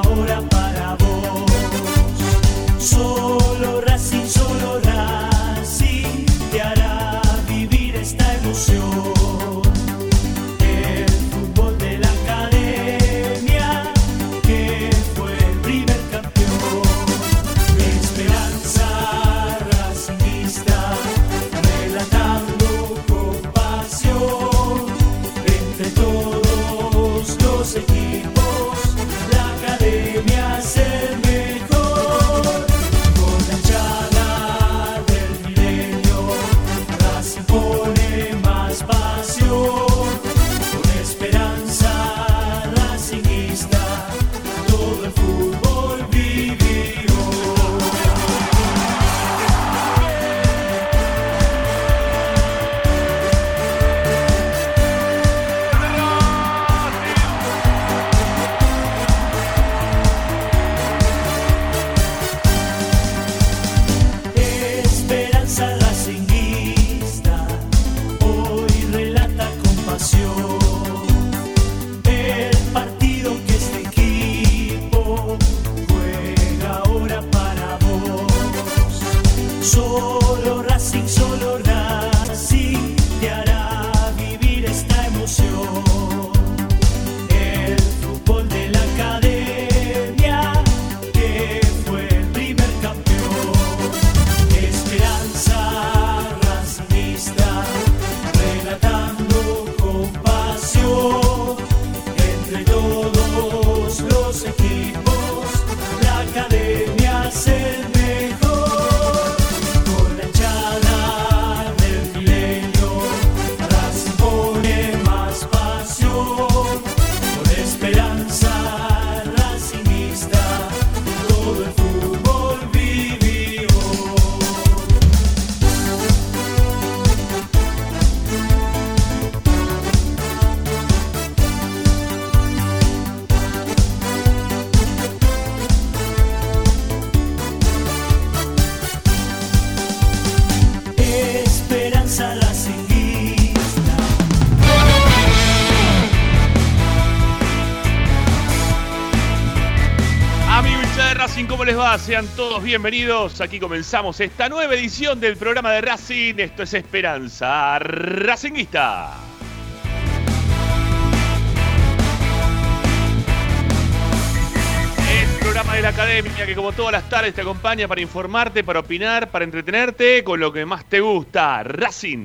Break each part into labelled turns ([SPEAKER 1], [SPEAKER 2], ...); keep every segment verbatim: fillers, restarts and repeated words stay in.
[SPEAKER 1] ahora para vos. Solo Racing, solo Racing te hará vivir esta emoción. El fútbol de la academia que fue el primer campeón. Esperanza racingista, relatando con pasión. Entre todos los equipos, la academia es el mejor. Con la hinchada del milenio, Racing pone más pasión. Con esperanza racingista, todo el fútbol vivió. Esperanza racingista, hoy relata con pasión el partido que este equipo juega ahora para vos. Solo Racing, solo Racing te hará vivir esta emoción. El fútbol de la academia que fue el primer campeón. Esperanza racingista, relatando con pasión. Entre todos los equipos, la academia es el mejor. Con la hinchada del milenio, Racing pone más pasión. Con esperanza racingista, todo el fútbol vivió. Esperanza racingista.
[SPEAKER 2] Amigo hincha de Racing, ¿cómo les va? Sean todos bienvenidos. Aquí comenzamos esta nueva edición del programa de Racing. Esto es Esperanza Racinguista. El programa de la academia que como todas las tardes te acompaña para informarte, para opinar, para entretenerte con lo que más te gusta, Racing.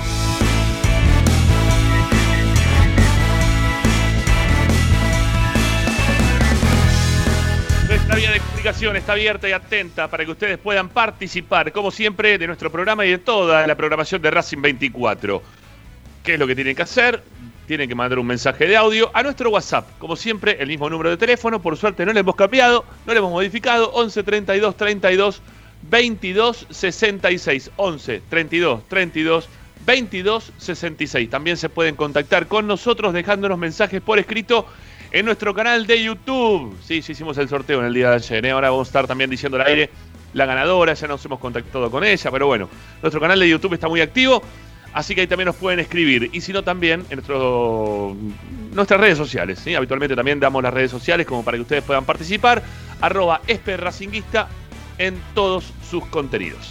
[SPEAKER 2] Nuestra vía de comunicación está abierta y atenta para que ustedes puedan participar, como siempre, de nuestro programa y de toda la programación de Racing veinticuatro. ¿Qué es lo que tienen que hacer? Tienen que mandar un mensaje de audio a nuestro WhatsApp. Como siempre, el mismo número de teléfono. Por suerte no le hemos cambiado, no le hemos modificado. once treinta y dos treinta y dos veintidós sesenta y seis. once treinta y dos treinta y dos veintidós sesenta y seis. También se pueden contactar con nosotros dejándonos mensajes por escrito en nuestro canal de YouTube. Sí, sí hicimos el sorteo en el día de ayer, ¿eh? Ahora vamos a estar también diciendo al aire la ganadora. Ya nos hemos contactado con ella, pero bueno, nuestro canal de YouTube está muy activo. Así que ahí también nos pueden escribir. Y si no, también en nuestro, nuestras redes sociales, ¿sí? Habitualmente también damos las redes sociales como para que ustedes puedan participar. Arroba esperracinguista en todos sus contenidos.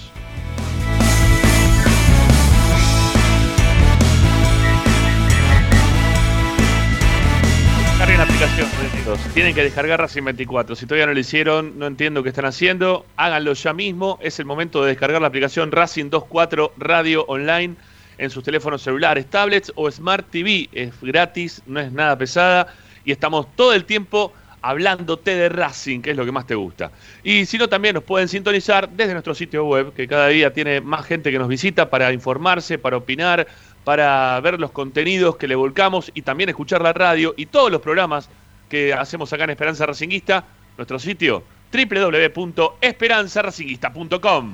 [SPEAKER 2] Descarguen la aplicación. Tienen que descargar Racing veinticuatro. Si todavía no lo hicieron, no entiendo qué están haciendo. Háganlo ya mismo. Es el momento de descargar la aplicación Racing veinticuatro Radio Online en sus teléfonos celulares, tablets o Smart T V. Es gratis, no es nada pesada y estamos todo el tiempo hablándote de Racing, que es lo que más te gusta. Y si no, también nos pueden sintonizar desde nuestro sitio web, que cada día tiene más gente que nos visita para informarse, para opinar, para ver los contenidos que le volcamos y también escuchar la radio y todos los programas que hacemos acá en Esperanza Racinguista. Nuestro sitio doble u doble u doble u punto esperanza racinguista punto com.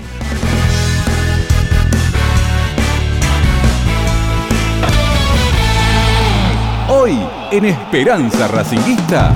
[SPEAKER 3] Hoy en Esperanza Racinguista.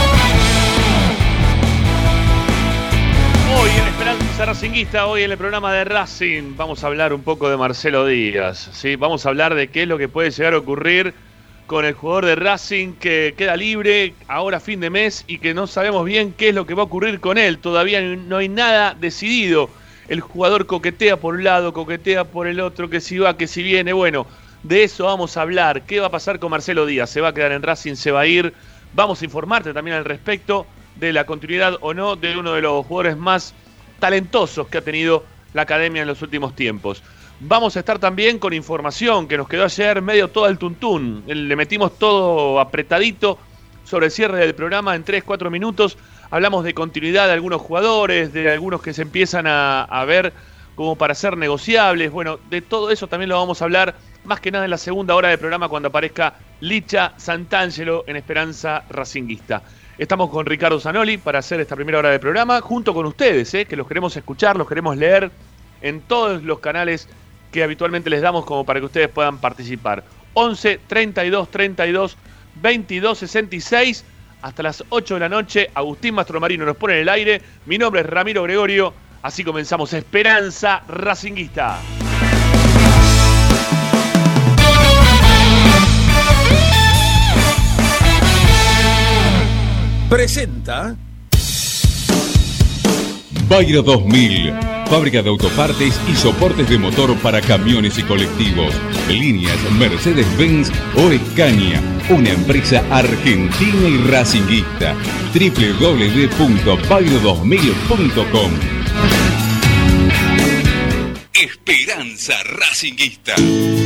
[SPEAKER 2] Hoy en Esperanza Racinguista, hoy en el programa de Racing, vamos a hablar un poco de Marcelo Díaz, ¿sí? Vamos a hablar de qué es lo que puede llegar a ocurrir con el jugador de Racing que queda libre ahora fin de mes y que no sabemos bien qué es lo que va a ocurrir con él. Todavía no hay nada decidido. El jugador coquetea por un lado, coquetea por el otro, que si va, que si viene. Bueno, de eso vamos a hablar. ¿Qué va a pasar con Marcelo Díaz? ¿Se va a quedar en Racing? ¿Se va a ir? Vamos a informarte también al respecto de la continuidad o no de uno de los jugadores más talentosos que ha tenido la academia en los últimos tiempos. Vamos a estar también con información que nos quedó ayer medio todo el tuntún. Le metimos todo apretadito sobre el cierre del programa en tres, cuatro minutos. Hablamos de continuidad de algunos jugadores, de algunos que se empiezan a, a ver como para ser negociables. Bueno, de todo eso también lo vamos a hablar más que nada en la segunda hora del programa cuando aparezca Licha Santangelo en Esperanza Racinguista. Estamos con Ricardo Zanoli para hacer esta primera hora del programa junto con ustedes, ¿eh? Que los queremos escuchar, los queremos leer en todos los canales que habitualmente les damos como para que ustedes puedan participar. once, treinta y dos, treinta y dos, veintidós, sesenta y seis, hasta las ocho de la noche. Agustín Mastromarino nos pone en el aire. Mi nombre es Ramiro Gregorio. Así comenzamos Esperanza Racinguista.
[SPEAKER 3] Presenta Bayra dos mil, fábrica de autopartes y soportes de motor para camiones y colectivos. Líneas Mercedes-Benz o Escaña, una empresa argentina y racinguista. doble u doble u doble u punto bayra dos mil punto com. Esperanza Racinguista.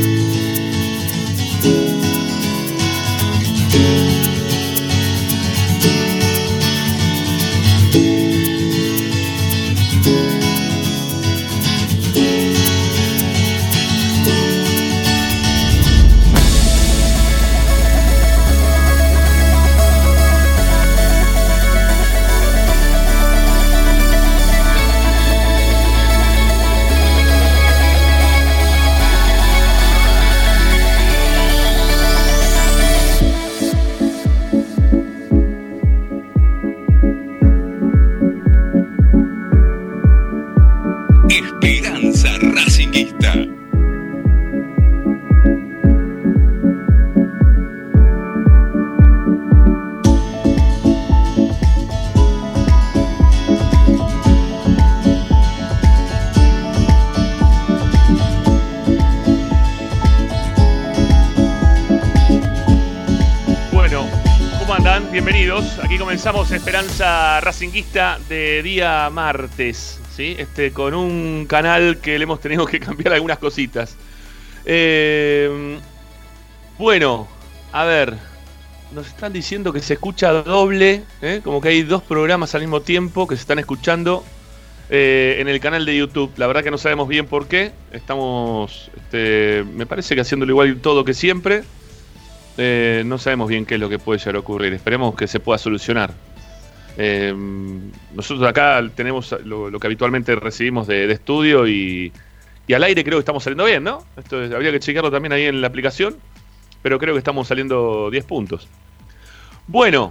[SPEAKER 2] Comenzamos Esperanza Racinguista de día martes, ¿sí? Este, con un canal que le hemos tenido que cambiar algunas cositas. Eh, bueno, a ver, nos están diciendo que se escucha doble, ¿eh? Como que hay dos programas al mismo tiempo que se están escuchando eh, en el canal de YouTube. La verdad que no sabemos bien por qué. Estamos, este, me parece que haciéndolo igual todo que siempre. Eh, no sabemos bien qué es lo que puede llegar a ocurrir. Esperemos que se pueda solucionar. Eh, nosotros acá tenemos lo, lo que habitualmente recibimos de, de estudio y, y al aire creo que estamos saliendo bien, ¿no? Esto es, habría que chequearlo también ahí en la aplicación, pero creo que estamos saliendo diez puntos. Bueno,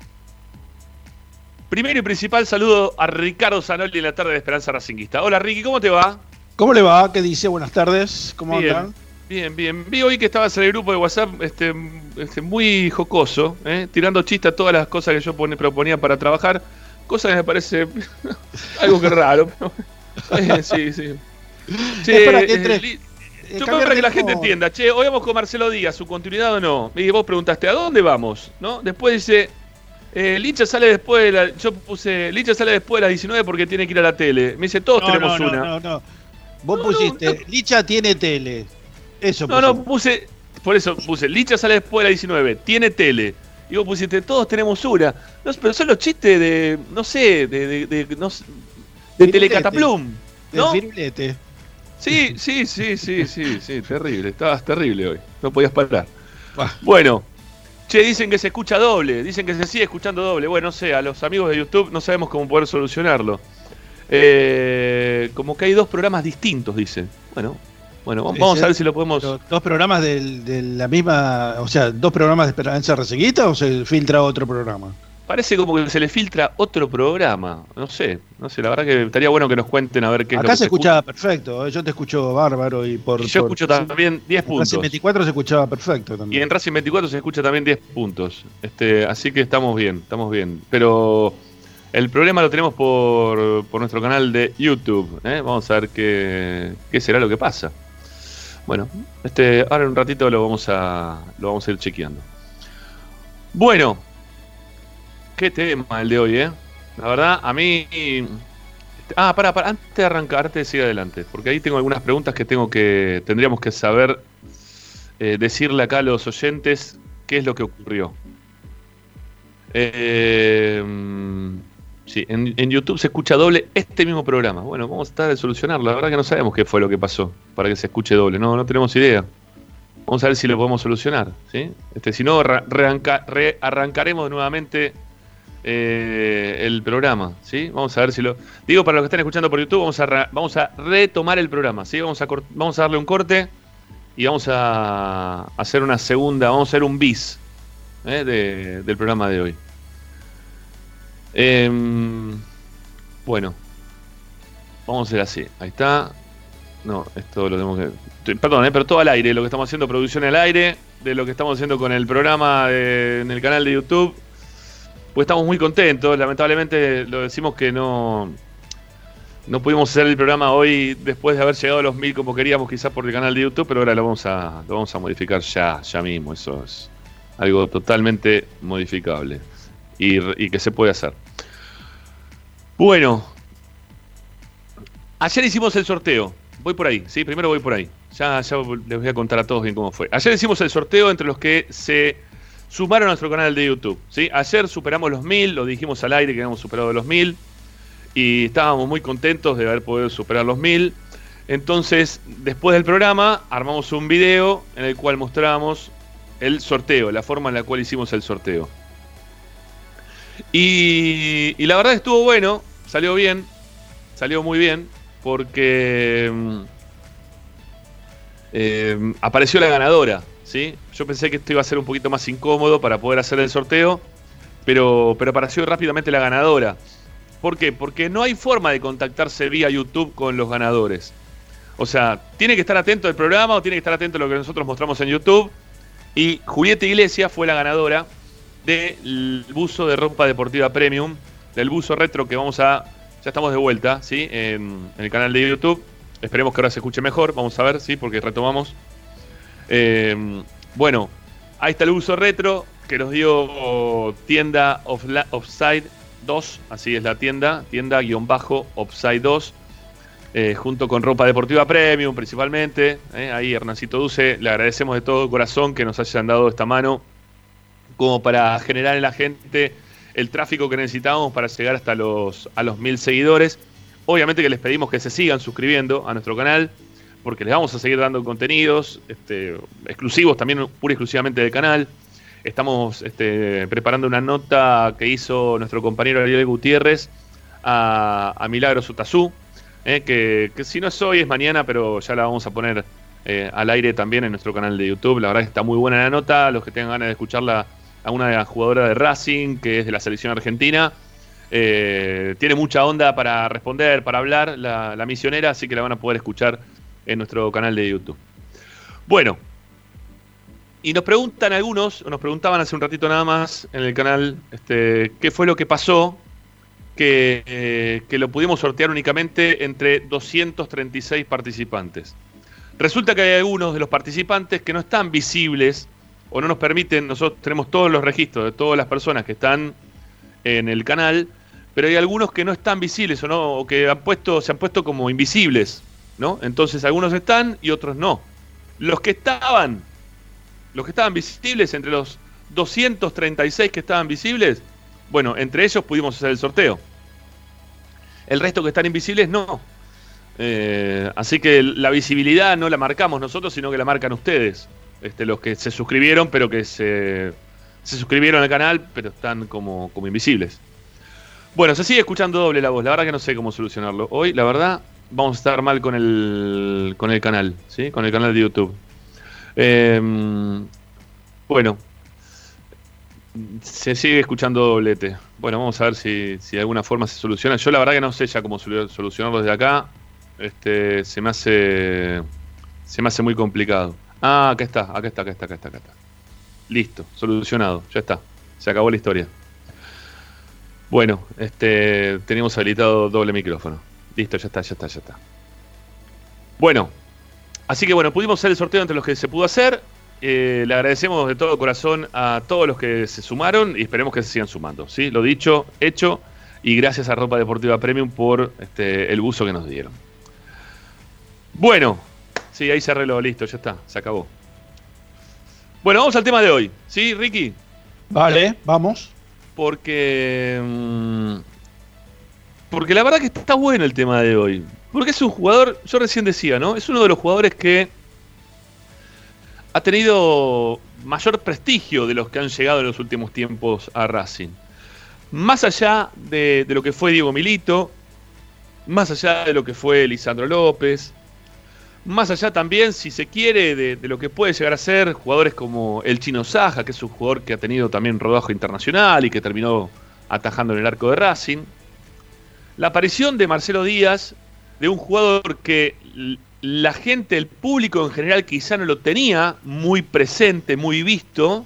[SPEAKER 2] primero y principal saludo a Ricardo Zanoli en la tarde de Esperanza Racinguista. Hola Ricky, ¿cómo te va?
[SPEAKER 4] ¿Cómo le va? ¿Qué dice? Buenas tardes. ¿Cómo
[SPEAKER 2] bien.
[SPEAKER 4] andan?
[SPEAKER 2] Bien, bien. Vi hoy que estabas en el grupo de WhatsApp este, este, muy jocoso, ¿eh? Tirando chistes a todas las cosas que yo pone, proponía para trabajar. Cosa que me parece algo que raro. Pero, eh, sí, sí. Che,
[SPEAKER 4] es para que entre,
[SPEAKER 2] eh, li, yo creo para que la gente entienda. Che, hoy vamos con Marcelo Díaz, ¿su continuidad o no? Y vos preguntaste, ¿a dónde vamos? ¿No? Después dice, eh, Licha sale después de la... Yo puse, Licha sale después de las diecinueve porque tiene que ir a la tele. Me dice, todos
[SPEAKER 4] no,
[SPEAKER 2] tenemos
[SPEAKER 4] no,
[SPEAKER 2] una.
[SPEAKER 4] No, no, no. Vos
[SPEAKER 2] no,
[SPEAKER 4] pusiste,
[SPEAKER 2] no, no.
[SPEAKER 4] Licha tiene tele. Eso
[SPEAKER 2] no, no, puse, por eso puse, Licha sale después de la diecinueve, tiene tele. Y vos pusiste, todos tenemos una. No, pero son los chistes de, no sé, de, de, de, no sé, de Telecataplum, ¿no?
[SPEAKER 4] De Firulete.
[SPEAKER 2] Sí, sí, sí, sí, sí, sí, terrible, estabas terrible hoy, no podías parar.
[SPEAKER 4] Bah.
[SPEAKER 2] Bueno, che, dicen que se escucha doble, dicen que se sigue escuchando doble. Bueno, no sé, a los amigos de YouTube no sabemos cómo poder solucionarlo. Eh, como que hay dos programas distintos, dicen. Bueno... Bueno, vamos a ver si lo podemos...
[SPEAKER 4] ¿Dos programas de, de la misma... O sea, dos programas de Esperanza Racinguista o se filtra otro programa?
[SPEAKER 2] parece como que se le filtra otro programa. No sé, no sé, la verdad que estaría bueno que nos cuenten a ver qué es lo
[SPEAKER 4] Acá
[SPEAKER 2] que
[SPEAKER 4] se escuchaba perfecto, yo te escucho bárbaro y por...
[SPEAKER 2] Y yo
[SPEAKER 4] por-
[SPEAKER 2] escucho también diez
[SPEAKER 4] en
[SPEAKER 2] puntos.
[SPEAKER 4] Racing veinticuatro se escuchaba perfecto
[SPEAKER 2] Y
[SPEAKER 4] también.
[SPEAKER 2] en Racing veinticuatro se escucha también diez puntos. Este, así que estamos bien, estamos bien. Pero el problema lo tenemos por, por nuestro canal de YouTube. ¿eh? Vamos a ver qué, qué será lo que pasa. Bueno, este, ahora en un ratito lo vamos a, lo vamos a ir chequeando. Bueno, qué tema el de hoy, ¿eh? La verdad, a mí... Ah, para, para, antes de arrancar, antes de seguir adelante, porque ahí tengo algunas preguntas que tengo que tendríamos que saber eh, decirle acá a los oyentes qué es lo que ocurrió. Eh, sí, en, en YouTube se escucha doble este mismo programa. Bueno, vamos a tratar de solucionarlo. La verdad que no sabemos qué fue lo que pasó para que se escuche doble. No, no tenemos idea. Vamos a ver si lo podemos solucionar, ¿sí? Este, si no, re- rearranca- rearrancaremos nuevamente eh, el programa, ¿sí? Vamos a ver si lo... Digo, para los que están escuchando por YouTube, vamos a, re- vamos a retomar el programa, ¿sí? Vamos a, cort- vamos a darle un corte y vamos a hacer una segunda, vamos a hacer un bis ¿eh? de, del programa de hoy. Eh, bueno, vamos a hacer así, ahí está. No, esto lo tenemos que... Perdón, eh, pero todo al aire, lo que estamos haciendo, producción al aire, de lo que estamos haciendo con el programa de- en el canal de YouTube. Pues estamos muy contentos, lamentablemente lo decimos que no... No pudimos hacer el programa hoy después de haber llegado a los mil como queríamos quizás por el canal de YouTube, pero ahora lo vamos a, lo vamos a modificar ya, ya mismo. Eso es algo totalmente modificable y, y que se puede hacer. Bueno, ayer hicimos el sorteo. Voy por ahí, sí, primero voy por ahí. Ya, ya les voy a contar a todos bien cómo fue. Ayer hicimos el sorteo entre los que se sumaron a nuestro canal de YouTube, ¿sí? Ayer superamos los mil, lo dijimos al aire que habíamos superado los mil. Y estábamos muy contentos de haber podido superar los mil. Entonces, después del programa, armamos un video en el cual mostramos el sorteo, la forma en la cual hicimos el sorteo. Y, y la verdad estuvo bueno, salió bien, salió muy bien, porque eh, apareció la ganadora, ¿sí? Yo pensé que esto iba a ser un poquito más incómodo para poder hacer el sorteo, pero, pero apareció rápidamente la ganadora. ¿Por qué? Porque no hay forma de contactarse vía YouTube con los ganadores. O sea, tiene que estar atento al programa o tiene que estar atento a lo que nosotros mostramos en YouTube. Y Julieta Iglesias fue la ganadora del buzo de ropa deportiva premium, del buzo retro que vamos a... Ya estamos de vuelta, ¿sí? En, en el canal de YouTube. Esperemos que ahora se escuche mejor. Vamos a ver, ¿sí? Porque retomamos. Eh, bueno, ahí está el buzo retro que nos dio tienda Offla- Offside dos, así es la tienda, tienda-Offside dos, eh, junto con ropa deportiva premium principalmente. Eh, ahí Hernancito Duce, le agradecemos de todo corazón que nos hayan dado esta mano como para generar en la gente el tráfico que necesitamos para llegar hasta los a los mil seguidores. Obviamente que les pedimos que se sigan suscribiendo a nuestro canal, porque les vamos a seguir dando contenidos este, exclusivos, también pura y exclusivamente del canal. Estamos este, preparando una nota que hizo nuestro compañero Ariel Gutiérrez a, a Milagros Utazú, eh, que, que si no es hoy es mañana, pero ya la vamos a poner eh, al aire también en nuestro canal de YouTube. La verdad que está muy buena la nota. Los que tengan ganas de escucharla, a una de las jugadoras de Racing, que es de la selección argentina, eh, tiene mucha onda para responder, para hablar, la, la misionera, así que la van a poder escuchar en nuestro canal de YouTube. Bueno, y nos preguntan algunos, nos preguntaban hace un ratito nada más en el canal, este, qué fue lo que pasó, que, eh, que lo pudimos sortear únicamente entre doscientos treinta y seis participantes. Resulta que hay algunos de los participantes que no están visibles o no nos permiten, nosotros tenemos todos los registros de todas las personas que están en el canal, pero hay algunos que no están visibles o, no, o que han puesto, se han puesto como invisibles, ¿no? Entonces algunos están y otros no. Los que estaban... Los que estaban visibles, entre los doscientos treinta y seis que estaban visibles, bueno, entre ellos pudimos hacer el sorteo. El resto que están invisibles, no. Eh, así que la visibilidad no la marcamos nosotros, sino que la marcan ustedes. Este, los que se suscribieron, pero que se, se suscribieron al canal, pero están como, como invisibles. Bueno, se sigue escuchando doble la voz. La verdad que no sé cómo solucionarlo. Hoy, la verdad, vamos a estar mal con el, con el canal, ¿sí? Con el canal de YouTube. Eh, bueno, Se sigue escuchando doblete. Bueno, vamos a ver si, si de alguna forma se soluciona. Yo la verdad que no sé ya cómo solucionarlo desde acá. Este, se me hace se me hace muy complicado. Ah, acá está, acá está, acá está, acá está, acá está. Listo, solucionado, ya está. Se acabó la historia. Bueno, este, tenemos habilitado doble micrófono. Listo, ya está, ya está, ya está. Bueno, así que bueno, pudimos hacer el sorteo entre los que se pudo hacer. Eh, le agradecemos de todo corazón a todos los que se sumaron y esperemos que se sigan sumando, ¿sí? Lo dicho, hecho, y gracias a Ropa Deportiva Premium por este, el buzo que nos dieron. Bueno, sí, ahí se arregló, listo, ya está, se acabó. Bueno, vamos al tema de hoy, ¿sí, Ricky?
[SPEAKER 4] Vale, vamos.
[SPEAKER 2] Porque... Mmm, porque la verdad que está bueno el tema de hoy. Porque es un jugador, yo recién decía, ¿no? Es uno de los jugadores que ha tenido mayor prestigio de los que han llegado en los últimos tiempos a Racing. Más allá de, de lo que fue Diego Milito, más allá de lo que fue Lisandro López, más allá también, si se quiere, de, de lo que puede llegar a ser jugadores como el Chino Saja, que es un jugador que ha tenido también rodaje internacional y que terminó atajando en el arco de Racing. La aparición de Marcelo Díaz, de un jugador que la gente, el público en general quizá no lo tenía muy presente, muy visto,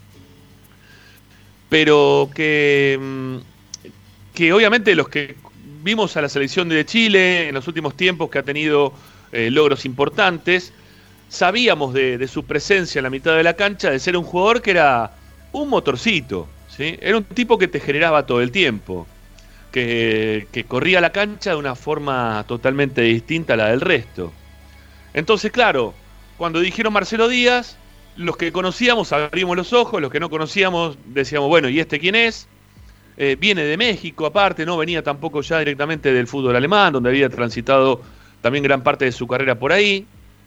[SPEAKER 2] pero que, que obviamente los que vimos a la selección de Chile en los últimos tiempos, que ha tenido eh, logros importantes, sabíamos de, de su presencia en la mitad de la cancha, de ser un jugador que era un motorcito, ¿sí? Era un tipo que te generaba todo el tiempo, que, que corría la cancha de una forma totalmente distinta a la del resto. Entonces, claro, cuando dijeron Marcelo Díaz, los que conocíamos abrimos los ojos, los que no conocíamos decíamos, bueno, ¿y este quién es? Eh, viene de México, aparte, no venía tampoco ya directamente del fútbol alemán, donde había transitado también gran parte de su carrera por ahí.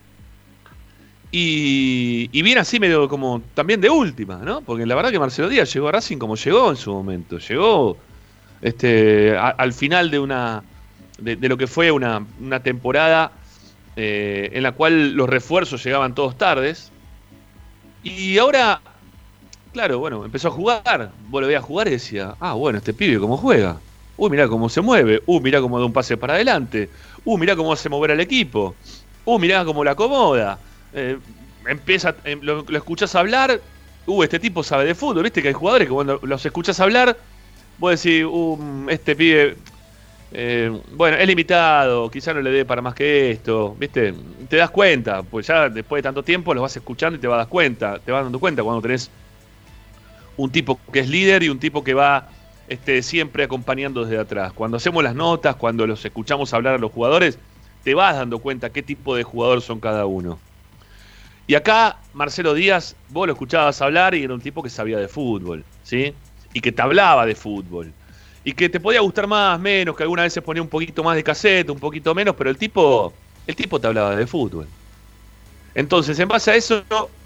[SPEAKER 2] Y, y viene así medio como también de última, ¿no? Porque la verdad que Marcelo Díaz llegó a Racing como llegó en su momento. Llegó este, a, al final de una de, de lo que fue una, una temporada eh, en la cual los refuerzos llegaban todos tardes. Y ahora, claro, bueno, empezó a jugar. Vos lo veías jugar y decía, ah, bueno, este pibe cómo juega. Uy, mirá cómo se mueve. Uy, mirá cómo da un pase para adelante. Uy, mirá cómo hace mover al equipo. Uy, mirá cómo la acomoda. Eh, empieza, eh, lo, lo escuchás hablar. Uh, este tipo sabe de fútbol. Viste que hay jugadores que cuando los escuchás hablar, vos decís, uh, este pibe, eh, bueno, es limitado, quizá no le dé para más que esto. Viste, te das cuenta, pues ya después de tanto tiempo los vas escuchando y te vas a dar cuenta, te vas dando cuenta cuando tenés un tipo que es líder y un tipo que va este, siempre acompañando desde atrás. Cuando hacemos las notas, cuando los escuchamos hablar a los jugadores, te vas dando cuenta qué tipo de jugador son cada uno. Y acá, Marcelo Díaz, vos lo escuchabas hablar y era un tipo que sabía de fútbol, ¿sí? Y que te hablaba de fútbol. Y que te podía gustar más, menos, que algunas veces ponía un poquito más de cassette, un poquito menos, pero el tipo, el tipo te hablaba de fútbol. Entonces, en base a eso,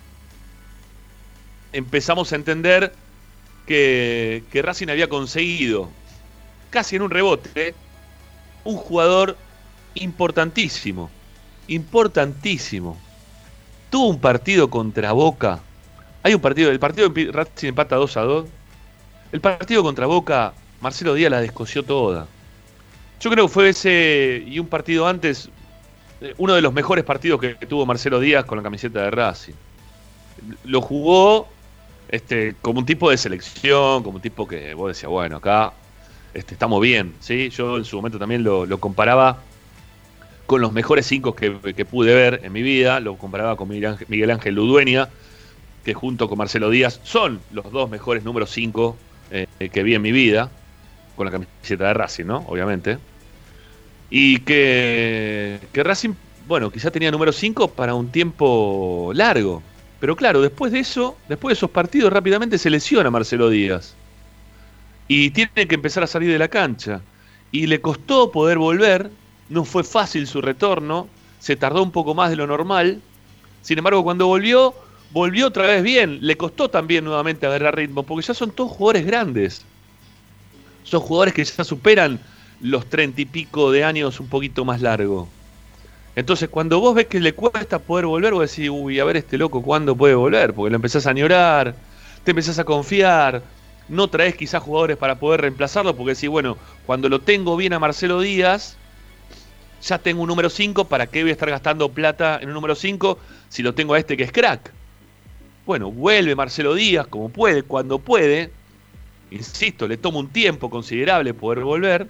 [SPEAKER 2] empezamos a entender que, que Racing había conseguido, casi en un rebote, un jugador importantísimo, importantísimo. Tuvo un partido contra Boca. Hay un partido, el partido de Racing empata dos a dos. El partido contra Boca, Marcelo Díaz la descosió toda. Yo creo que fue ese y un partido antes, uno de los mejores partidos que tuvo Marcelo Díaz con la camiseta de Racing. Lo jugó este, como un tipo de selección, como un tipo que vos decías, bueno, acá este, estamos bien, ¿sí? Yo en su momento también lo, lo comparaba con los mejores cinco que, que pude ver en mi vida. Lo comparaba con Miguel Ángel, Miguel Ángel Ludueña, que junto con Marcelo Díaz son los dos mejores números cinco eh, que vi en mi vida, con la camiseta de Racing, ¿no? Obviamente. Y que, que Racing, bueno, quizá tenía número cinco para un tiempo largo. Pero claro, después de eso, después de esos partidos, rápidamente se lesiona Marcelo Díaz. Y tiene que empezar a salir de la cancha. Y le costó poder volver. No fue fácil su retorno, se tardó un poco más de lo normal. Sin embargo, cuando volvió, volvió otra vez bien. Le costó también nuevamente agarrar ritmo, porque ya son todos jugadores grandes. Son jugadores que ya superan los treinta y pico de años, un poquito más largo. Entonces, cuando vos ves que le cuesta poder volver, vos decís, uy, a ver este loco, ¿cuándo puede volver? Porque lo empezás a añorar, te empezás a confiar, no traes quizás jugadores para poder reemplazarlo, porque decís, bueno, cuando lo tengo bien a Marcelo Díaz, ya tengo un número cinco, ¿para qué voy a estar gastando plata en un número cinco si lo tengo a este que es crack? Bueno, vuelve Marcelo Díaz como puede, cuando puede, insisto, le toma un tiempo considerable poder volver,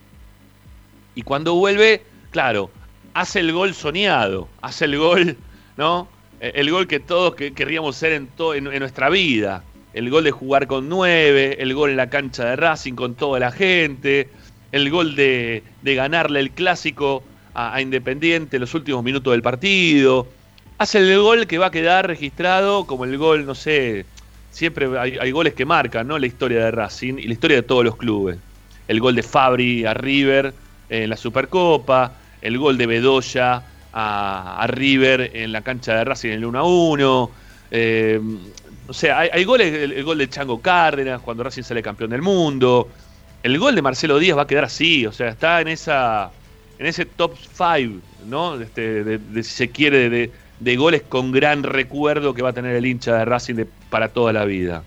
[SPEAKER 2] y cuando vuelve, claro, hace el gol soñado, hace el gol, ¿no? El gol que todos que querríamos ser en, to, en, en nuestra vida, el gol de jugar con nueve, el gol en la cancha de Racing con toda la gente, el gol de, de ganarle el clásico a, a Independiente en los últimos minutos del partido. Hace el gol que va a quedar registrado como el gol, no sé, siempre hay, hay goles que marcan, ¿no?, la historia de Racing y la historia de todos los clubes. El gol de Fabri a River en la Supercopa, el gol de Bedoya a, a River en la cancha de Racing en el uno a uno. Eh, o sea, hay, hay goles, el, el gol de Chango Cárdenas cuando Racing sale campeón del mundo. El gol de Marcelo Díaz va a quedar así, o sea, está en esa en ese top cinco, ¿no? Este, de, de, si se quiere, de, de goles con gran recuerdo que va a tener el hincha de Racing de, para toda la vida.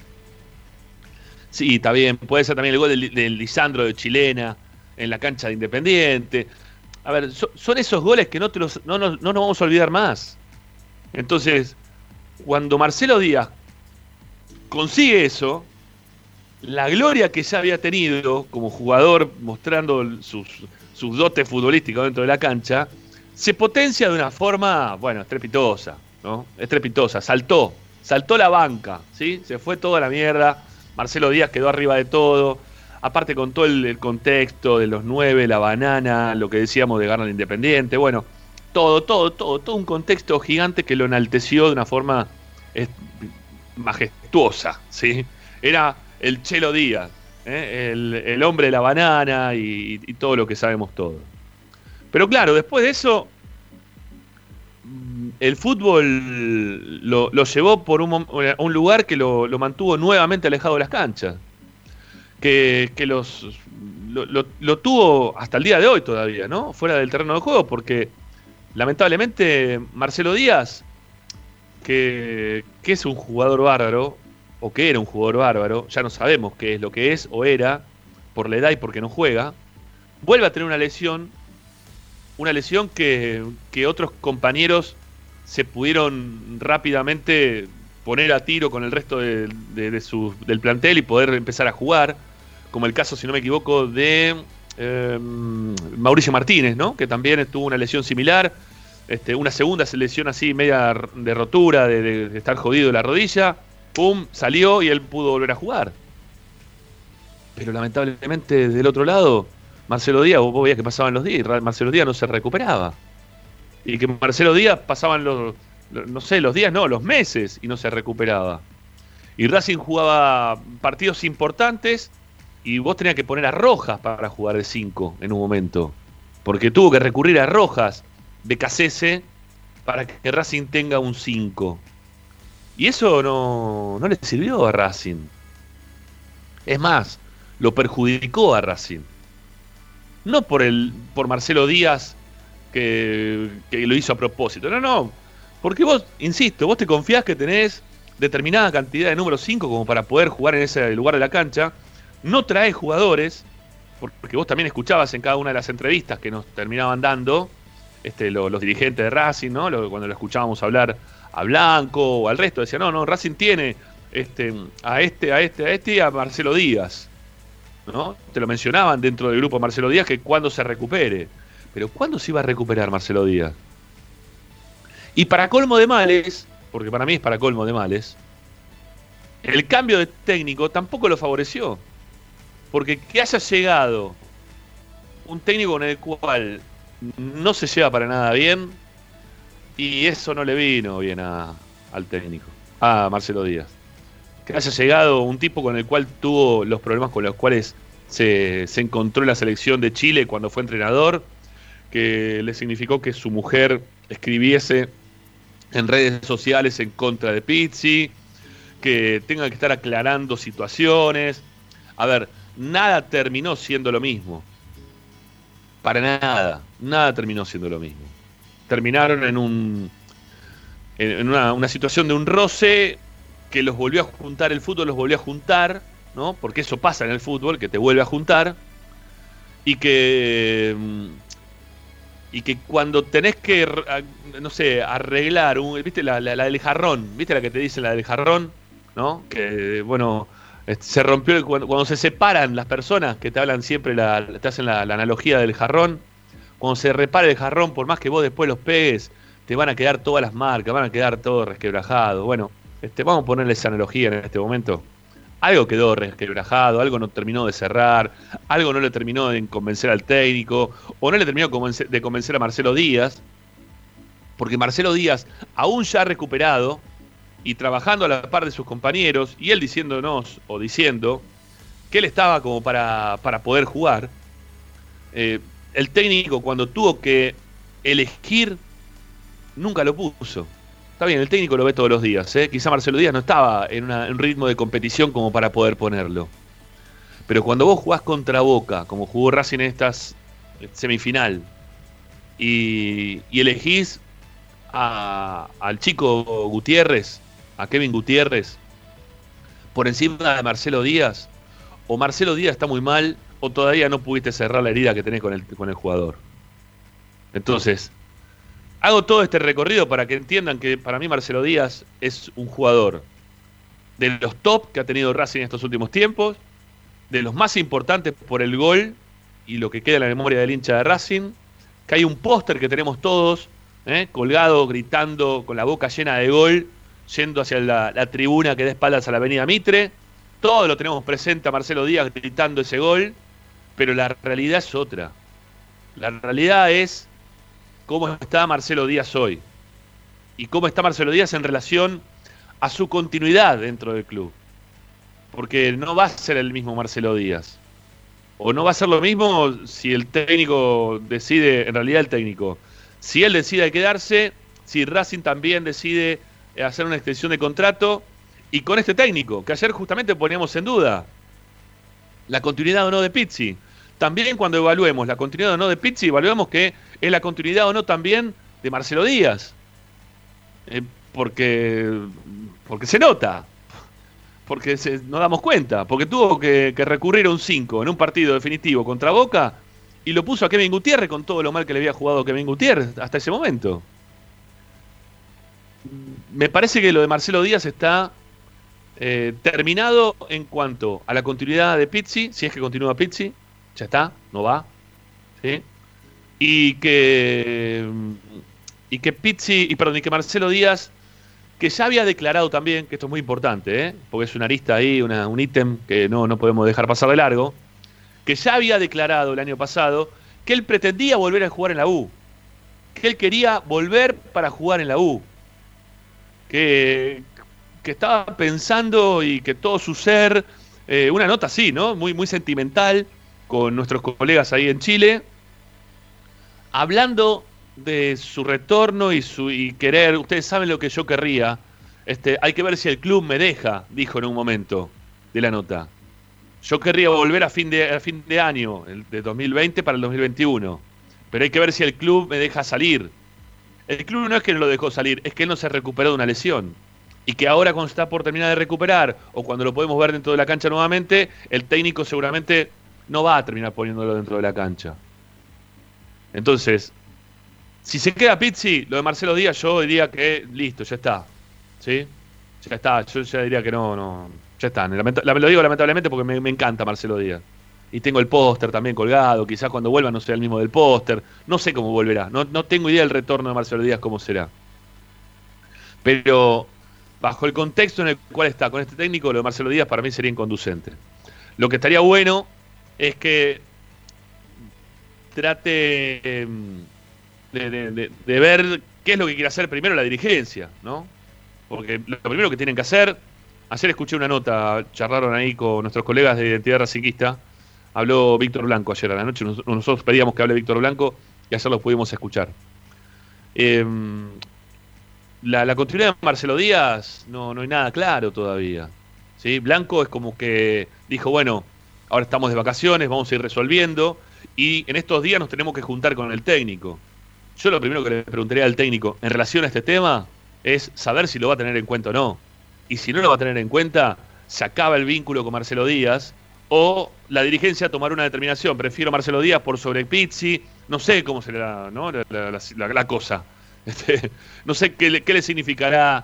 [SPEAKER 2] Sí, está bien, puede ser también el gol del, del Lisandro de Chilena en la cancha de Independiente. A ver, so, son esos goles que no, te los, no, no, no nos vamos a olvidar más. Entonces, cuando Marcelo Díaz consigue eso, la gloria que ya había tenido como jugador mostrando sus, sus dotes futbolísticos dentro de la cancha, se potencia de una forma, bueno, estrepitosa, ¿no? Estrepitosa, saltó, saltó la banca, ¿sí? Se fue toda la mierda, Marcelo Díaz quedó arriba de todo, aparte con todo el, el contexto de los nueve, la banana, lo que decíamos de ganar al Independiente, bueno, todo, todo, todo, todo un contexto gigante que lo enalteció de una forma eh, majestuosa, ¿sí? Era el Chelo Díaz, ¿eh? el, el hombre de la banana y, y todo lo que sabemos todos. Pero claro, después de eso, el fútbol lo, lo llevó por un, un lugar que lo, lo mantuvo nuevamente alejado de las canchas. Que, que los lo, lo, lo tuvo hasta el día de hoy todavía, ¿no? Fuera del terreno de juego, porque lamentablemente Marcelo Díaz, que, que es un jugador bárbaro, o que era un jugador bárbaro, ya no sabemos qué es lo que es o era, por la edad y porque no juega, vuelve a tener una lesión, una lesión que, que otros compañeros se pudieron rápidamente poner a tiro con el resto de, de, de su, del plantel y poder empezar a jugar, como el caso, si no me equivoco, de eh, Mauricio Martínez, ¿no? Que también tuvo una lesión similar, este, una segunda lesión así, media de rotura, de, de, de estar jodido de la rodilla, pum, salió y él pudo volver a jugar. Pero lamentablemente del otro lado, Marcelo Díaz, vos veías que pasaban los días y Marcelo Díaz no se recuperaba. Y que Marcelo Díaz pasaban los, no sé, los días, no, los meses y no se recuperaba. Y Racing jugaba partidos importantes y vos tenías que poner a Rojas para jugar de cinco en un momento. Porque tuvo que recurrir a Rojas de Cassese para que Racing tenga un cinco. Y eso no, no le sirvió a Racing. Es más, lo perjudicó a Racing. No por el por Marcelo Díaz que, que lo hizo a propósito. No, no. Porque vos, insisto, vos te confiás que tenés determinada cantidad de número cinco como para poder jugar en ese lugar de la cancha. No traes jugadores, porque vos también escuchabas en cada una de las entrevistas que nos terminaban dando este, lo, los dirigentes de Racing, ¿no? Lo, cuando lo escuchábamos hablar a Blanco o al resto, decían, no, no, Racing tiene este, a este, a este, a este y a Marcelo Díaz, ¿no? Te lo mencionaban dentro del grupo Marcelo Díaz, que cuando se recupere. Pero ¿cuándo se iba a recuperar Marcelo Díaz? Y para colmo de males, porque para mí es para colmo de males, el cambio de técnico tampoco lo favoreció. Porque que haya llegado un técnico con el cual no se lleva para nada bien, y eso no le vino bien a, al técnico, a Marcelo Díaz. Que haya llegado un tipo con el cual tuvo los problemas con los cuales se, se encontró en la selección de Chile cuando fue entrenador, que le significó que su mujer escribiese en redes sociales en contra de Pizzi, que tenga que estar aclarando situaciones. A ver, nada terminó siendo lo mismo. Para nada, nada terminó siendo lo mismo. Terminaron en un en una, una situación de un roce que los volvió a juntar, el fútbol los volvió a juntar, ¿no? Porque eso pasa en el fútbol, que te vuelve a juntar, y que y que cuando tenés que, no sé, arreglar, un, ¿viste la, la, la del jarrón? ¿Viste la que te dicen, la del jarrón? ¿No? Que, bueno, se rompió, cuando, cuando se separan las personas, que te hablan siempre, la, te hacen la, la analogía del jarrón, cuando se repara el jarrón, por más que vos después los pegues, te van a quedar todas las marcas, van a quedar todo resquebrajado. Bueno, este, vamos a ponerle esa analogía en este momento. Algo quedó resquebrajado, algo no terminó de cerrar, algo no le terminó de convencer al técnico, o no le terminó de convencer a Marcelo Díaz, porque Marcelo Díaz, aún ya recuperado y trabajando a la par de sus compañeros, y él diciéndonos, o diciendo, que él estaba como para, para poder jugar, eh, el técnico cuando tuvo que elegir, nunca lo puso. Está bien, el técnico lo ve todos los días, ¿eh? Quizá Marcelo Díaz no estaba en, una, en un ritmo de competición como para poder ponerlo. Pero cuando vos jugás contra Boca, como jugó Racing en estas semifinal, y, y elegís a, al chico Gutiérrez, a Kevin Gutiérrez, por encima de Marcelo Díaz, o Marcelo Díaz está muy mal, o todavía no pudiste cerrar la herida que tenés con el, con el jugador. Entonces, hago todo este recorrido para que entiendan que para mí Marcelo Díaz es un jugador de los top que ha tenido Racing en estos últimos tiempos, de los más importantes por el gol y lo que queda en la memoria del hincha de Racing, que hay un póster que tenemos todos, ¿eh? colgado, gritando, con la boca llena de gol, yendo hacia la, la tribuna que da espaldas a la avenida Mitre. Todo lo tenemos presente a Marcelo Díaz gritando ese gol, pero la realidad es otra. La realidad es cómo está Marcelo Díaz hoy y cómo está Marcelo Díaz en relación a su continuidad dentro del club, porque no va a ser el mismo Marcelo Díaz, o no va a ser lo mismo si el técnico decide, en realidad el técnico, si él decide quedarse, si Racing también decide hacer una extensión de contrato, y con este técnico, que ayer justamente poníamos en duda la continuidad o no de Pizzi. También cuando evaluemos la continuidad o no de Pizzi, evaluemos que es la continuidad o no también de Marcelo Díaz. Eh, porque, porque se nota, porque se, nos damos cuenta, porque tuvo que, que recurrir a un cinco en un partido definitivo contra Boca y lo puso a Kevin Gutiérrez con todo lo mal que le había jugado Kevin Gutiérrez hasta ese momento. Me parece que lo de Marcelo Díaz está eh, terminado en cuanto a la continuidad de Pizzi, si es que continúa Pizzi. Ya está, no va, ¿sí? Y que y que Pizzi, y perdón, y que Marcelo Díaz, que ya había declarado también, que esto es muy importante, ¿eh? Porque es una arista ahí, una, un ítem que no, no podemos dejar pasar de largo, que ya había declarado el año pasado que él pretendía volver a jugar en la U, que él quería volver para jugar en la U, que, que estaba pensando y que todo su ser, eh, una nota así, ¿no? Muy, muy sentimental, con nuestros colegas ahí en Chile, hablando de su retorno y su y querer. Ustedes saben lo que yo querría. Este, hay que ver si el club me deja, dijo en un momento de la nota. Yo querría volver a fin de, a fin de año, el de dos mil veinte para el dos mil veintiuno. Pero hay que ver si el club me deja salir. El club no es que no lo dejó salir, es que él no se recuperó de una lesión. Y que ahora cuando está por terminar de recuperar, o cuando lo podemos ver dentro de la cancha nuevamente, el técnico seguramente no va a terminar poniéndolo dentro de la cancha. Entonces, si se queda Pizzi, lo de Marcelo Díaz, yo diría que listo, ya está. ¿Sí? Ya está, yo ya diría que no, no ya está. Lamenta, lo digo lamentablemente porque me, me encanta Marcelo Díaz. Y tengo el póster también colgado, quizás cuando vuelva no sea el mismo del póster. No sé cómo volverá, no, no tengo idea del retorno de Marcelo Díaz cómo será. Pero bajo el contexto en el cual está con este técnico, lo de Marcelo Díaz para mí sería inconducente. Lo que estaría bueno es que trate eh, de, de, de, de ver qué es lo que quiere hacer primero la dirigencia, ¿no? Porque lo primero que tienen que hacer, ayer escuché una nota, charlaron ahí con nuestros colegas de Identidad Racinguista, habló Víctor Blanco ayer a la noche, nosotros pedíamos que hable Víctor Blanco y ayer lo pudimos escuchar. Eh, la, la continuidad de Marcelo Díaz no, no hay nada claro todavía, ¿sí? Blanco es como que dijo, bueno, ahora estamos de vacaciones, vamos a ir resolviendo y en estos días nos tenemos que juntar con el técnico. Yo lo primero que le preguntaría al técnico en relación a este tema es saber si lo va a tener en cuenta o no. y si no lo va a tener en cuenta, se acaba el vínculo con Marcelo Díaz, o la dirigencia tomará una determinación, prefiero Marcelo Díaz por sobre Pizzi, no sé cómo será, ¿no? la, la, la, la cosa. Este, no sé qué le, qué le significará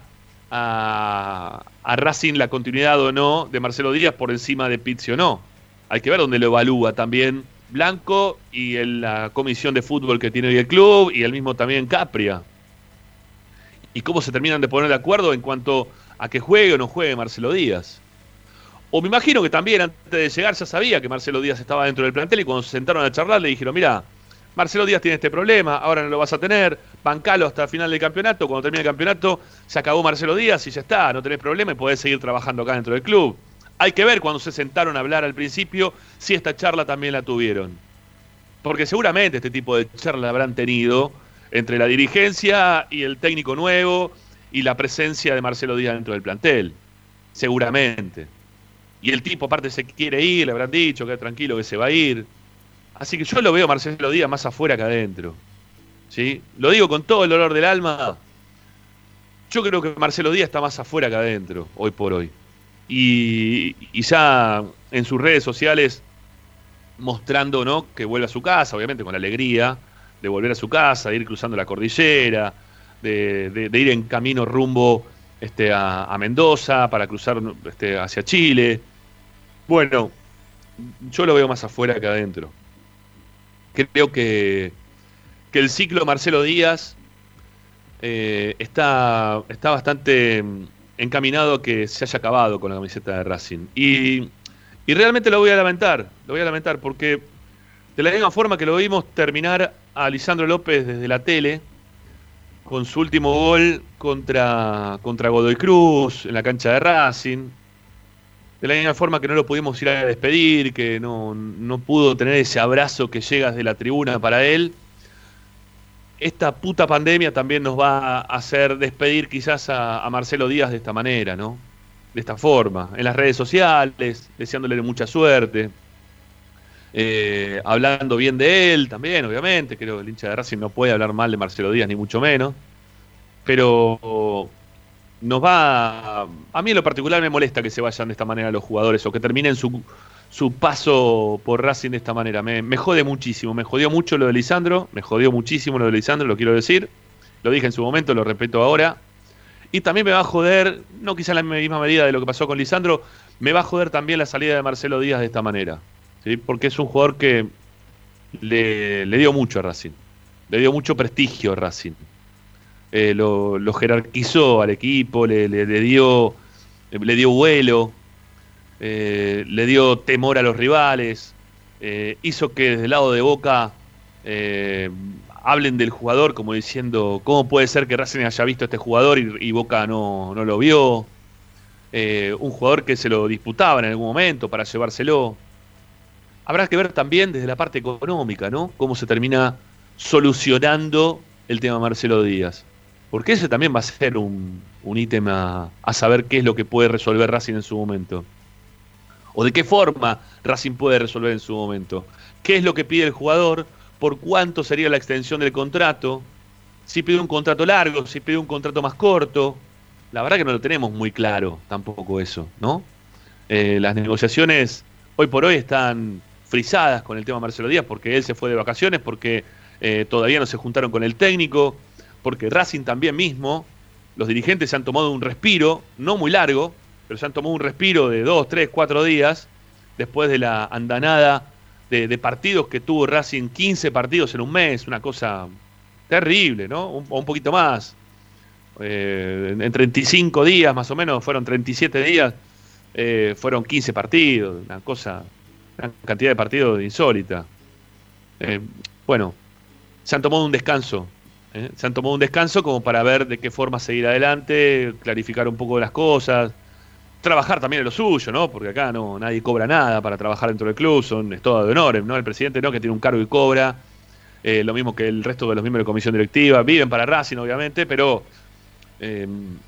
[SPEAKER 2] a, a Racing la continuidad o no de Marcelo Díaz por encima de Pizzi o no. Hay que ver dónde lo evalúa también Blanco y el, la comisión de fútbol que tiene hoy el club y el mismo también Capria. Y cómo se terminan de poner de acuerdo en cuanto a que juegue o no juegue Marcelo Díaz. O me imagino que también antes de llegar ya sabía que Marcelo Díaz estaba dentro del plantel y cuando se sentaron a charlar le dijeron, mira, Marcelo Díaz tiene este problema, ahora no lo vas a tener, bancalo hasta el final del campeonato, cuando termine el campeonato se acabó Marcelo Díaz y ya está, no tenés problema y podés seguir trabajando acá dentro del club. Hay que ver cuando se sentaron a hablar al principio si esta charla también la tuvieron. Porque seguramente este tipo de charla habrán tenido entre la dirigencia y el técnico nuevo y la presencia de Marcelo Díaz dentro del plantel. Seguramente. Y el tipo aparte se quiere ir, le habrán dicho que tranquilo que se va a ir. Así que yo lo veo a Marcelo Díaz más afuera que adentro. ¿Sí? Lo digo con todo el dolor del alma. Yo creo que Marcelo Díaz está más afuera que adentro, hoy por hoy. Y, y ya en sus redes sociales mostrando, ¿no?, que vuelve a su casa, obviamente con la alegría de volver a su casa, de ir cruzando la cordillera, de, de, de ir en camino rumbo este, a, a Mendoza para cruzar este, hacia Chile. Bueno, yo lo veo más afuera que adentro. Creo que, que el ciclo Marcelo Díaz eh, está, está bastante encaminado a que se haya acabado con la camiseta de Racing. Y, y realmente lo voy a lamentar, lo voy a lamentar porque de la misma forma que lo vimos terminar a Lisandro López desde la tele, con su último gol contra, contra Godoy Cruz en la cancha de Racing, de la misma forma que no lo pudimos ir a despedir, que no, no pudo tener ese abrazo que llega desde la tribuna para él, esta puta pandemia también nos va a hacer despedir quizás a, a Marcelo Díaz de esta manera, ¿no? De esta forma, en las redes sociales, deseándole mucha suerte, eh, hablando bien de él también, obviamente. Creo que el hincha de Racing no puede hablar mal de Marcelo Díaz, ni mucho menos, pero nos va, a, a mí en lo particular me molesta que se vayan de esta manera los jugadores o que terminen su, su paso por Racing de esta manera. Me, me jode muchísimo, me jodió mucho lo de Lisandro, me jodió muchísimo lo de Lisandro, lo quiero decir, lo dije en su momento, lo repito ahora. Y también me va a joder, no quizá en la misma medida de lo que pasó con Lisandro, me va a joder también la salida de Marcelo Díaz de esta manera, ¿sí? Porque es un jugador que le, le dio mucho a Racing, le dio mucho prestigio a Racing, eh, lo, lo jerarquizó al equipo, le, le, le, dio, le dio vuelo, eh, le dio temor a los rivales, eh, hizo que desde el lado de Boca eh, hablen del jugador como diciendo, ¿cómo puede ser que Racing haya visto a este jugador y, y Boca no, no lo vio? Eh, un jugador que se lo disputaba en algún momento para llevárselo. Habrá que ver también desde la parte económica, ¿no? Cómo se termina solucionando el tema Marcelo Díaz. Porque ese también va a ser un, un ítem a, a saber qué es lo que puede resolver Racing en su momento. O de qué forma Racing puede resolver en su momento. ¿Qué es lo que pide el jugador? ¿Por cuánto sería la extensión del contrato? Si pide un contrato largo, si pide un contrato más corto. La verdad que no lo tenemos muy claro tampoco eso, ¿no? Eh, las negociaciones hoy por hoy están frisadas con el tema Marcelo Díaz porque él se fue de vacaciones, porque eh, todavía no se juntaron con el técnico, porque Racing también mismo, los dirigentes se han tomado un respiro, no muy largo, pero se han tomado un respiro de dos, tres, cuatro días después de la andanada de, de partidos que tuvo Racing, quince partidos en un mes, una cosa terrible, ¿no? Un, o un poquito más. Eh, en treinta y cinco días más o menos, fueron treinta y siete días, eh, fueron quince partidos, una cosa, una cantidad de partidos insólita. Eh, bueno, se han tomado un descanso, ¿eh? se han tomado un descanso como para ver de qué forma seguir adelante, clarificar un poco las cosas, trabajar también en lo suyo, ¿no? Porque acá no nadie cobra nada para trabajar dentro del club, son, es todo de honor, ¿no? El presidente no, que tiene un cargo y cobra, eh, lo mismo que el resto de los miembros de comisión directiva, viven para Racing obviamente, pero Eh,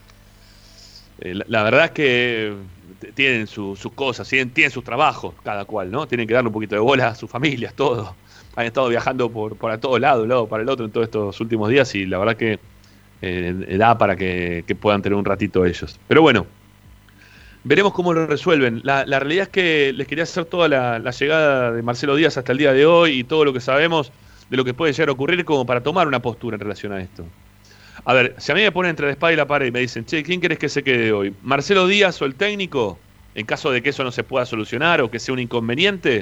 [SPEAKER 2] eh, la, la verdad es que tienen su, sus cosas, tienen, tienen sus trabajos cada cual, ¿no? Tienen que darle un poquito de bola a sus familias, todo. Han estado viajando por, por a todos lados, de un lado para el otro en todos estos últimos días y la verdad que eh, da para que, que puedan tener un ratito ellos. Pero bueno, Veremos cómo lo resuelven. La, la realidad es que les quería hacer toda la, la llegada de Marcelo Díaz hasta el día de hoy y todo lo que sabemos de lo que puede llegar a ocurrir como para tomar una postura en relación a esto. A ver, si a mí me ponen entre la espada y la pared y me dicen, che, ¿quién querés que se quede hoy? ¿Marcelo Díaz o el técnico? En caso de que eso no se pueda solucionar o que sea un inconveniente.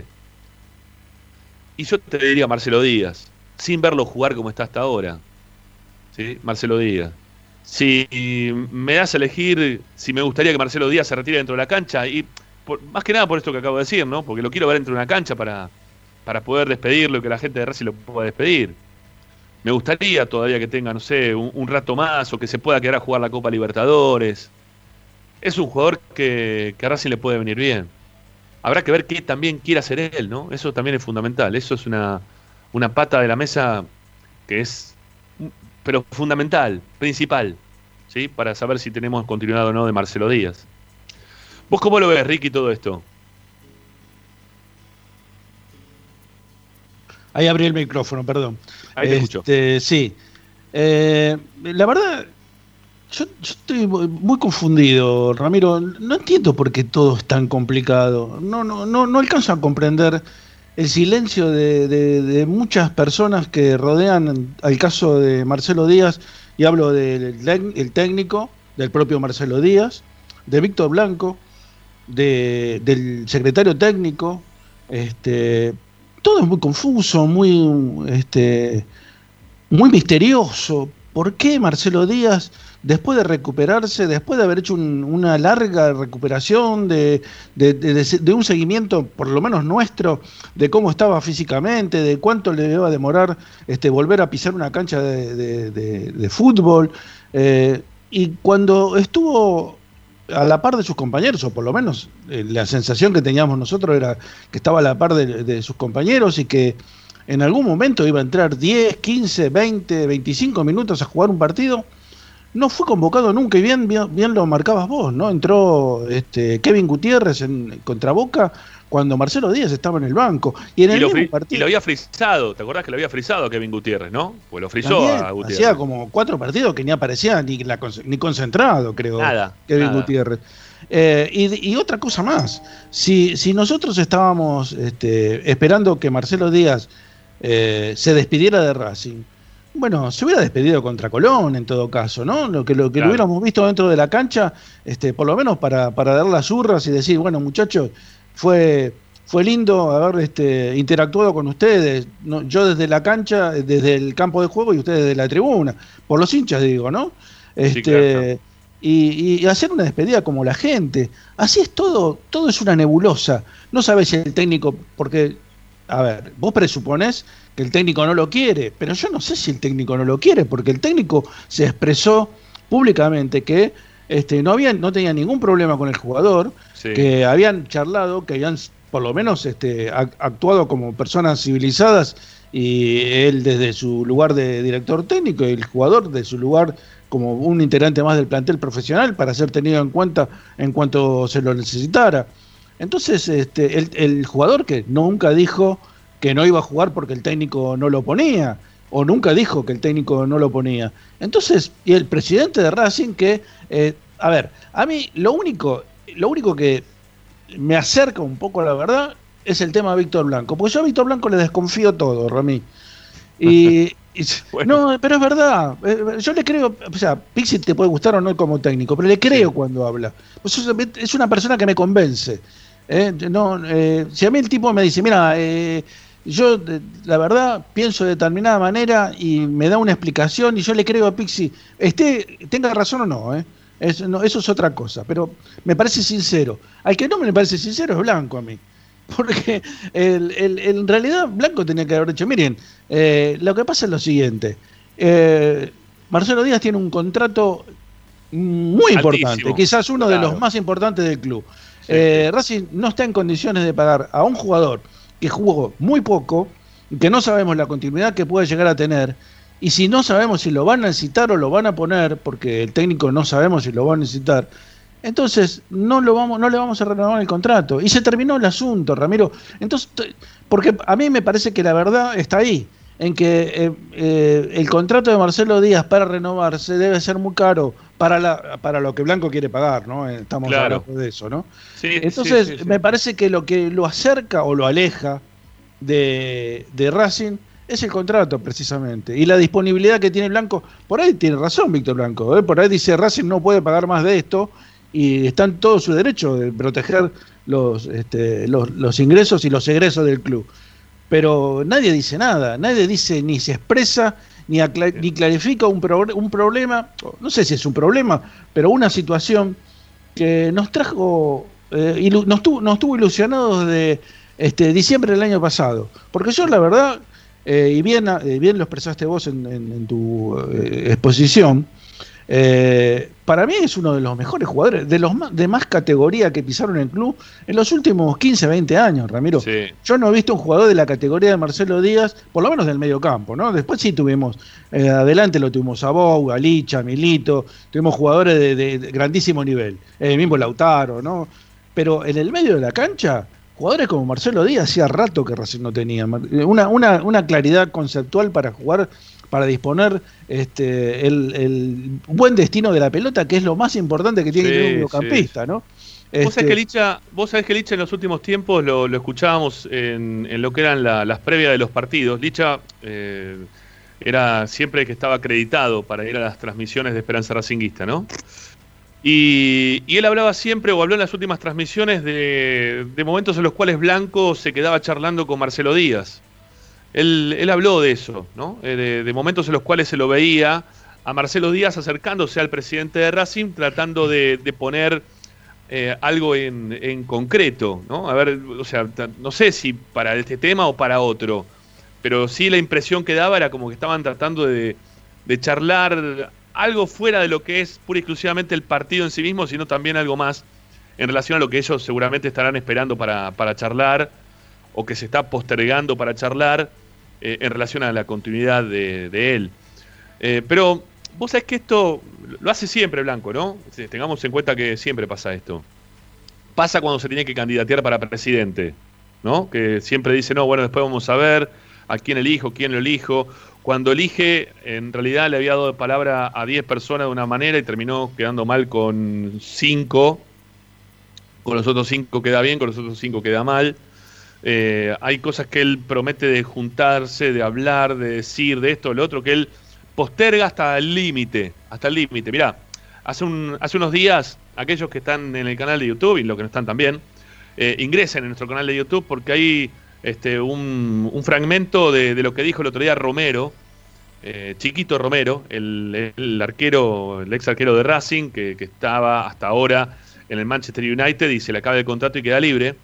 [SPEAKER 2] Y yo te diría Marcelo Díaz, sin verlo jugar como está hasta ahora. ¿Sí? Marcelo Díaz. Si me das a elegir si me gustaría que Marcelo Díaz se retire dentro de la cancha, y por, más que nada por esto que acabo de decir, ¿no? Porque lo quiero ver dentro de una cancha para, para poder despedirlo y que la gente de Racing lo pueda despedir. Me gustaría todavía que tenga, no sé, un, un rato más o que se pueda quedar a jugar la Copa Libertadores. Es un jugador que, que a Racing le puede venir bien. Habrá que ver qué también quiere hacer él, ¿no? Eso también es fundamental. Eso es una, una pata de la mesa que es, pero fundamental, principal, ¿sí? Para saber si tenemos continuidad o no de Marcelo Díaz. ¿Vos cómo lo ves, Ricky, todo esto?
[SPEAKER 4] Ahí abrí el micrófono, perdón.
[SPEAKER 2] Ahí te
[SPEAKER 4] este, escucho. Sí. Eh, la verdad, yo, yo estoy muy confundido, Ramiro. No entiendo por qué todo es tan complicado. No, no, no, no alcanzo a comprender el silencio de, de, de muchas personas que rodean al caso de Marcelo Díaz, y hablo del el técnico, del propio Marcelo Díaz, de Víctor Blanco, de, del secretario técnico. Este, todo es muy confuso, muy, este, muy misterioso. ¿Por qué Marcelo Díaz, después de recuperarse, después de haber hecho un, una larga recuperación, de, de, de, de un seguimiento, por lo menos nuestro, de cómo estaba físicamente, de cuánto le iba a demorar este, volver a pisar una cancha de, de, de, de fútbol, eh, y cuando estuvo a la par de sus compañeros, o por lo menos eh, la sensación que teníamos nosotros era que estaba a la par de, de sus compañeros y que en algún momento iba a entrar diez, quince, veinte, veinticinco minutos a jugar un partido, no fue convocado nunca, y bien, bien, bien lo marcabas vos, ¿no? Entró este, Kevin Gutiérrez en, contra Boca cuando Marcelo Díaz estaba en el banco. Y en el
[SPEAKER 2] y, lo,
[SPEAKER 4] mismo
[SPEAKER 2] fri-
[SPEAKER 4] partido,
[SPEAKER 2] y lo había frisado, ¿te acordás que lo había frisado a Kevin Gutiérrez, no? Pues lo frisó
[SPEAKER 4] también
[SPEAKER 2] a Gutiérrez.
[SPEAKER 4] hacía como cuatro partidos que ni aparecía ni, la, ni concentrado, creo,
[SPEAKER 2] Nada,
[SPEAKER 4] Kevin
[SPEAKER 2] nada.
[SPEAKER 4] Gutiérrez. Eh, y, y otra cosa más, si, si nosotros estábamos este, esperando que Marcelo Díaz eh, se despidiera de Racing, bueno, se hubiera despedido contra Colón en todo caso, ¿no? Lo que lo, que
[SPEAKER 2] Claro.
[SPEAKER 4] lo hubiéramos visto dentro de la cancha, este, por lo menos para, para dar las urras y decir, bueno, muchachos, fue, fue lindo haber este, interactuado con ustedes, ¿no? Yo desde la cancha, desde el campo de juego y ustedes desde la tribuna, por los hinchas digo, ¿no? Este,
[SPEAKER 2] Sí, claro.
[SPEAKER 4] y, y hacer una despedida como la gente. Así es todo, todo es una nebulosa. No sabes si el técnico, porque, a ver, vos presuponés que el técnico no lo quiere, pero yo no sé si el técnico no lo quiere, porque el técnico se expresó públicamente que este, no había, no tenía ningún problema con el jugador,
[SPEAKER 2] Sí.
[SPEAKER 4] que habían charlado, que habían por lo menos este, actuado como personas civilizadas, y él desde su lugar de director técnico y el jugador de su lugar como un integrante más del plantel profesional para ser tenido en cuenta en cuanto se lo necesitara. Entonces este, el, el jugador que nunca dijo que no iba a jugar porque el técnico no lo ponía, o nunca dijo que el técnico no lo ponía. Entonces, y el presidente de Racing que, eh, a ver, a mí lo único, lo único que me acerca un poco a la verdad es el tema de Víctor Blanco, porque yo a Víctor Blanco le desconfío todo, Rami. Y, y
[SPEAKER 2] Bueno.
[SPEAKER 4] no, pero es verdad, eh, yo le creo, o sea, Pixi te puede gustar o no como técnico, pero le creo
[SPEAKER 2] Sí.
[SPEAKER 4] cuando habla. Pues es, es una persona que me convence. ¿eh? No, eh, si a mí el tipo me dice, mira, eh, yo de, la verdad pienso de determinada manera y me da una explicación y yo le creo a Pixi, esté, tenga razón o no, ¿eh? Es, no, eso es otra cosa, pero me parece sincero. Al que no me parece sincero es Blanco a mí. Porque el, el, el, en realidad Blanco tenía que haber dicho, miren, eh, lo que pasa es lo siguiente, eh, Marcelo Díaz tiene un contrato muy importante,
[SPEAKER 2] Altísimo,
[SPEAKER 4] quizás uno
[SPEAKER 2] claro.
[SPEAKER 4] de los más importantes del club.
[SPEAKER 2] Sí,
[SPEAKER 4] eh,
[SPEAKER 2] sí.
[SPEAKER 4] Racing no está en condiciones de pagar a un jugador que jugó muy poco, que no sabemos la continuidad que puede llegar a tener, y si no sabemos si lo van a necesitar o lo van a poner, porque el técnico no sabemos si lo va a necesitar, entonces no lo vamos, no le vamos a renovar el contrato. Y se terminó el asunto, Ramiro. Entonces, porque a mí me parece que la verdad está ahí. en que eh, eh, el contrato de Marcelo Díaz para renovarse debe ser muy caro para la para lo que Blanco quiere pagar, ¿no? Estamos
[SPEAKER 2] Claro.
[SPEAKER 4] hablando de eso, ¿no?
[SPEAKER 2] Sí,
[SPEAKER 4] Entonces,
[SPEAKER 2] sí, sí, sí.
[SPEAKER 4] me parece que lo que lo acerca o lo aleja de, de Racing es el contrato, precisamente. Y la disponibilidad que tiene Blanco. Por ahí tiene razón Víctor Blanco, ¿eh? Por ahí dice Racing no puede pagar más de esto y está en todo su derecho de proteger los, este, los, los ingresos y los egresos del club. Pero nadie dice nada, nadie dice ni se expresa ni, acla- ni clarifica un, pro- un problema, no sé si es un problema, pero una situación que nos trajo, eh, ilu- nos, tuvo, nos tuvo ilusionados de este, diciembre del año pasado. Porque yo la verdad, eh, y bien, eh, bien lo expresaste vos en, en, en tu eh, exposición, eh, para mí es uno de los mejores jugadores, de los más, de más categoría que pisaron el club en los últimos quince, veinte años, Ramiro.
[SPEAKER 2] Sí.
[SPEAKER 4] Yo no he visto un jugador de la categoría de Marcelo Díaz, por lo menos del medio campo, ¿no? Después sí tuvimos, eh, adelante lo tuvimos a Bou, a Licha, a Milito, tuvimos jugadores de, de, de grandísimo nivel, el mismo Lautaro, ¿no? Pero en el medio de la cancha, jugadores como Marcelo Díaz hacía rato que Racing no tenía. Una, una, una claridad conceptual para jugar, para disponer este, el, el buen destino de la pelota, que es lo más importante que tiene
[SPEAKER 2] Sí,
[SPEAKER 4] que tener un mediocampista,
[SPEAKER 2] sí.
[SPEAKER 4] ¿no?
[SPEAKER 2] Vos
[SPEAKER 4] Este,
[SPEAKER 2] sabés que Licha, vos sabés que Licha en los últimos tiempos lo, lo escuchábamos en, en lo que eran la- las previas de los partidos. Licha eh, era siempre que estaba acreditado para ir a las transmisiones de Esperanza Racinguista, ¿no? Y, y él hablaba siempre, o habló en las últimas transmisiones, de, de momentos en los cuales Blanco se quedaba charlando con Marcelo Díaz. Él, él habló de eso, ¿no? Eh, de, de momentos en los cuales se lo veía a Marcelo Díaz acercándose al presidente de Racing, tratando de, de poner eh, algo en, en concreto, ¿no? A ver, o sea, ta- no sé si para este tema o para otro, pero sí la impresión que daba era como que estaban tratando de, de charlar algo fuera de lo que es pura y exclusivamente el partido en sí mismo, sino también algo más en relación a lo que ellos seguramente estarán esperando para, para charlar, o que se está postergando para charlar eh, en relación a la continuidad de, de él. Eh, pero vos sabés que esto lo hace siempre Blanco, ¿no? Tengamos en cuenta que siempre pasa esto. Pasa cuando se tiene que candidatear para presidente, ¿no? Que siempre dice, no, bueno, después vamos a ver a quién elijo, quién lo elijo. Cuando elige, en realidad le había dado palabra a diez personas de una manera y terminó quedando mal con cinco. Con los otros cinco queda bien, con los otros cinco queda mal. Eh, hay cosas que él promete de juntarse, de hablar, de decir, de esto, de lo otro, que él posterga hasta el límite, hasta el límite. Mirá, hace, un, hace unos días, aquellos que están en el canal de YouTube y los que no están también, eh, ingresen en nuestro canal de YouTube porque hay este, un, un fragmento de, de lo que dijo el otro día Romero, eh, Chiquito Romero, el, el arquero, el ex arquero de Racing, que, que estaba hasta ahora en el Manchester United y se le acaba el contrato y queda libre.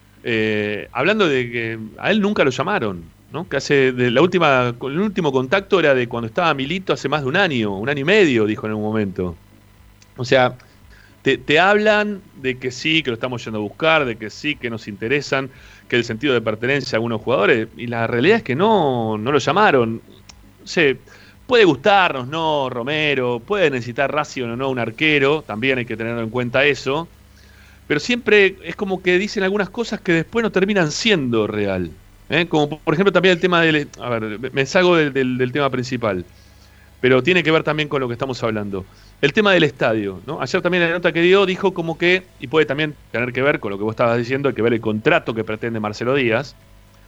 [SPEAKER 2] Eh, hablando de que a él nunca lo llamaron, ¿no? Que hace de la última, el último contacto era de cuando estaba Milito hace más de un año, un año y medio, dijo en un momento. O sea, te, te hablan de que sí, que lo estamos yendo a buscar, de que sí, que nos interesan, que el sentido de pertenencia a algunos jugadores, y la realidad es que no, no lo llamaron. No sé, puede gustarnos, ¿no? Romero, puede necesitar Racing o no un arquero, también hay que tener en cuenta eso. Pero siempre es como que dicen algunas cosas que después no terminan siendo real. ¿eh? Como por ejemplo también el tema del... A ver, me salgo del, del, del tema principal, pero tiene que ver también con lo que estamos hablando. El tema del estadio, ¿no? Ayer también en la nota que dio dijo como que, y puede también tener que ver con lo que vos estabas diciendo, hay que ver el contrato que pretende Marcelo Díaz,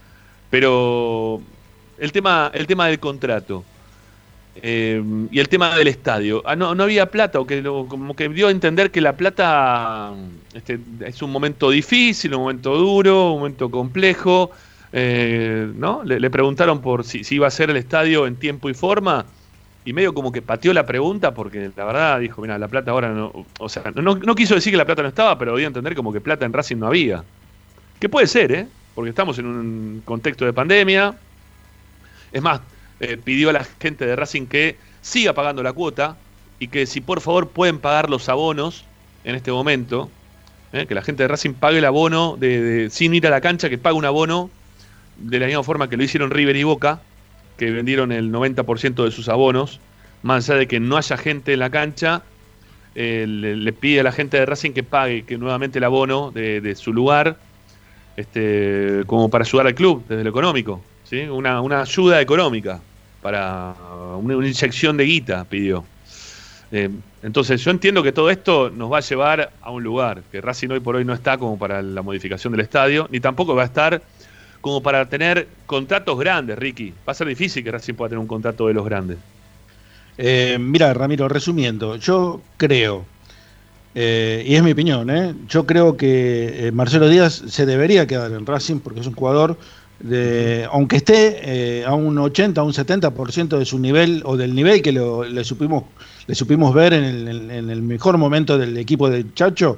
[SPEAKER 2] pero el tema, el tema del contrato... Eh, y el tema del estadio, ah, no, no había plata, o que lo, como que dio a entender que la plata este, es un momento difícil, un momento duro, un momento complejo, eh, ¿no? Le, le preguntaron por si, si iba a ser el estadio en tiempo y forma, y medio como que pateó la pregunta, porque la verdad dijo, mira, la plata ahora no, o sea, no, no quiso decir que la plata no estaba, pero dio a entender como que plata en Racing no había, que puede ser, ¿eh? Porque estamos en un contexto de pandemia, es más, Eh, pidió a la gente de Racing que siga pagando la cuota y que si por favor pueden pagar los abonos en este momento, eh, que la gente de Racing pague el abono de, de, sin ir a la cancha, que pague un abono de la misma forma que lo hicieron River y Boca, que vendieron el noventa por ciento de sus abonos, más allá de que no haya gente en la cancha, eh, le, le pide a la gente de Racing que pague que nuevamente el abono de, de su lugar, este, como para ayudar al club desde lo económico. ¿sí? Una, una ayuda económica, para una, una inyección de guita pidió. Eh, entonces yo entiendo que todo esto nos va a llevar a un lugar, que Racing hoy por hoy no está como para la modificación del estadio, ni tampoco va a estar como para tener contratos grandes, Ricky. Va a ser difícil que Racing pueda tener un contrato de los grandes.
[SPEAKER 4] Eh, mira, Ramiro, resumiendo, yo creo, eh, y es mi opinión, ¿eh? yo creo que eh, Marcelo Díaz se debería quedar en Racing porque es un jugador, de, aunque esté eh, a un ochenta, a un setenta por ciento de su nivel o del nivel que lo, le, supimos, le supimos ver en el, en el mejor momento del equipo de Chacho,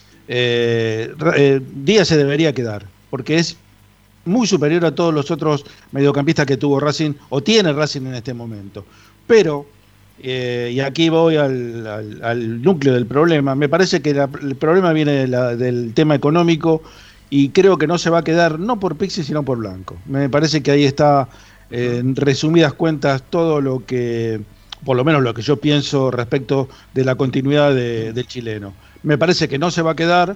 [SPEAKER 4] eh, eh, Díaz se debería quedar porque es muy superior a todos los otros mediocampistas que tuvo Racing o tiene Racing en este momento. Pero, eh, y aquí voy al, al, al núcleo del problema, me parece que la, el problema viene de la, del tema económico y creo que no se va a quedar no por Pixi sino por Blanco. Me parece que ahí está, eh, en resumidas cuentas, todo lo que, por lo menos lo que yo pienso respecto de la continuidad de, del chileno. Me parece que no se va a quedar.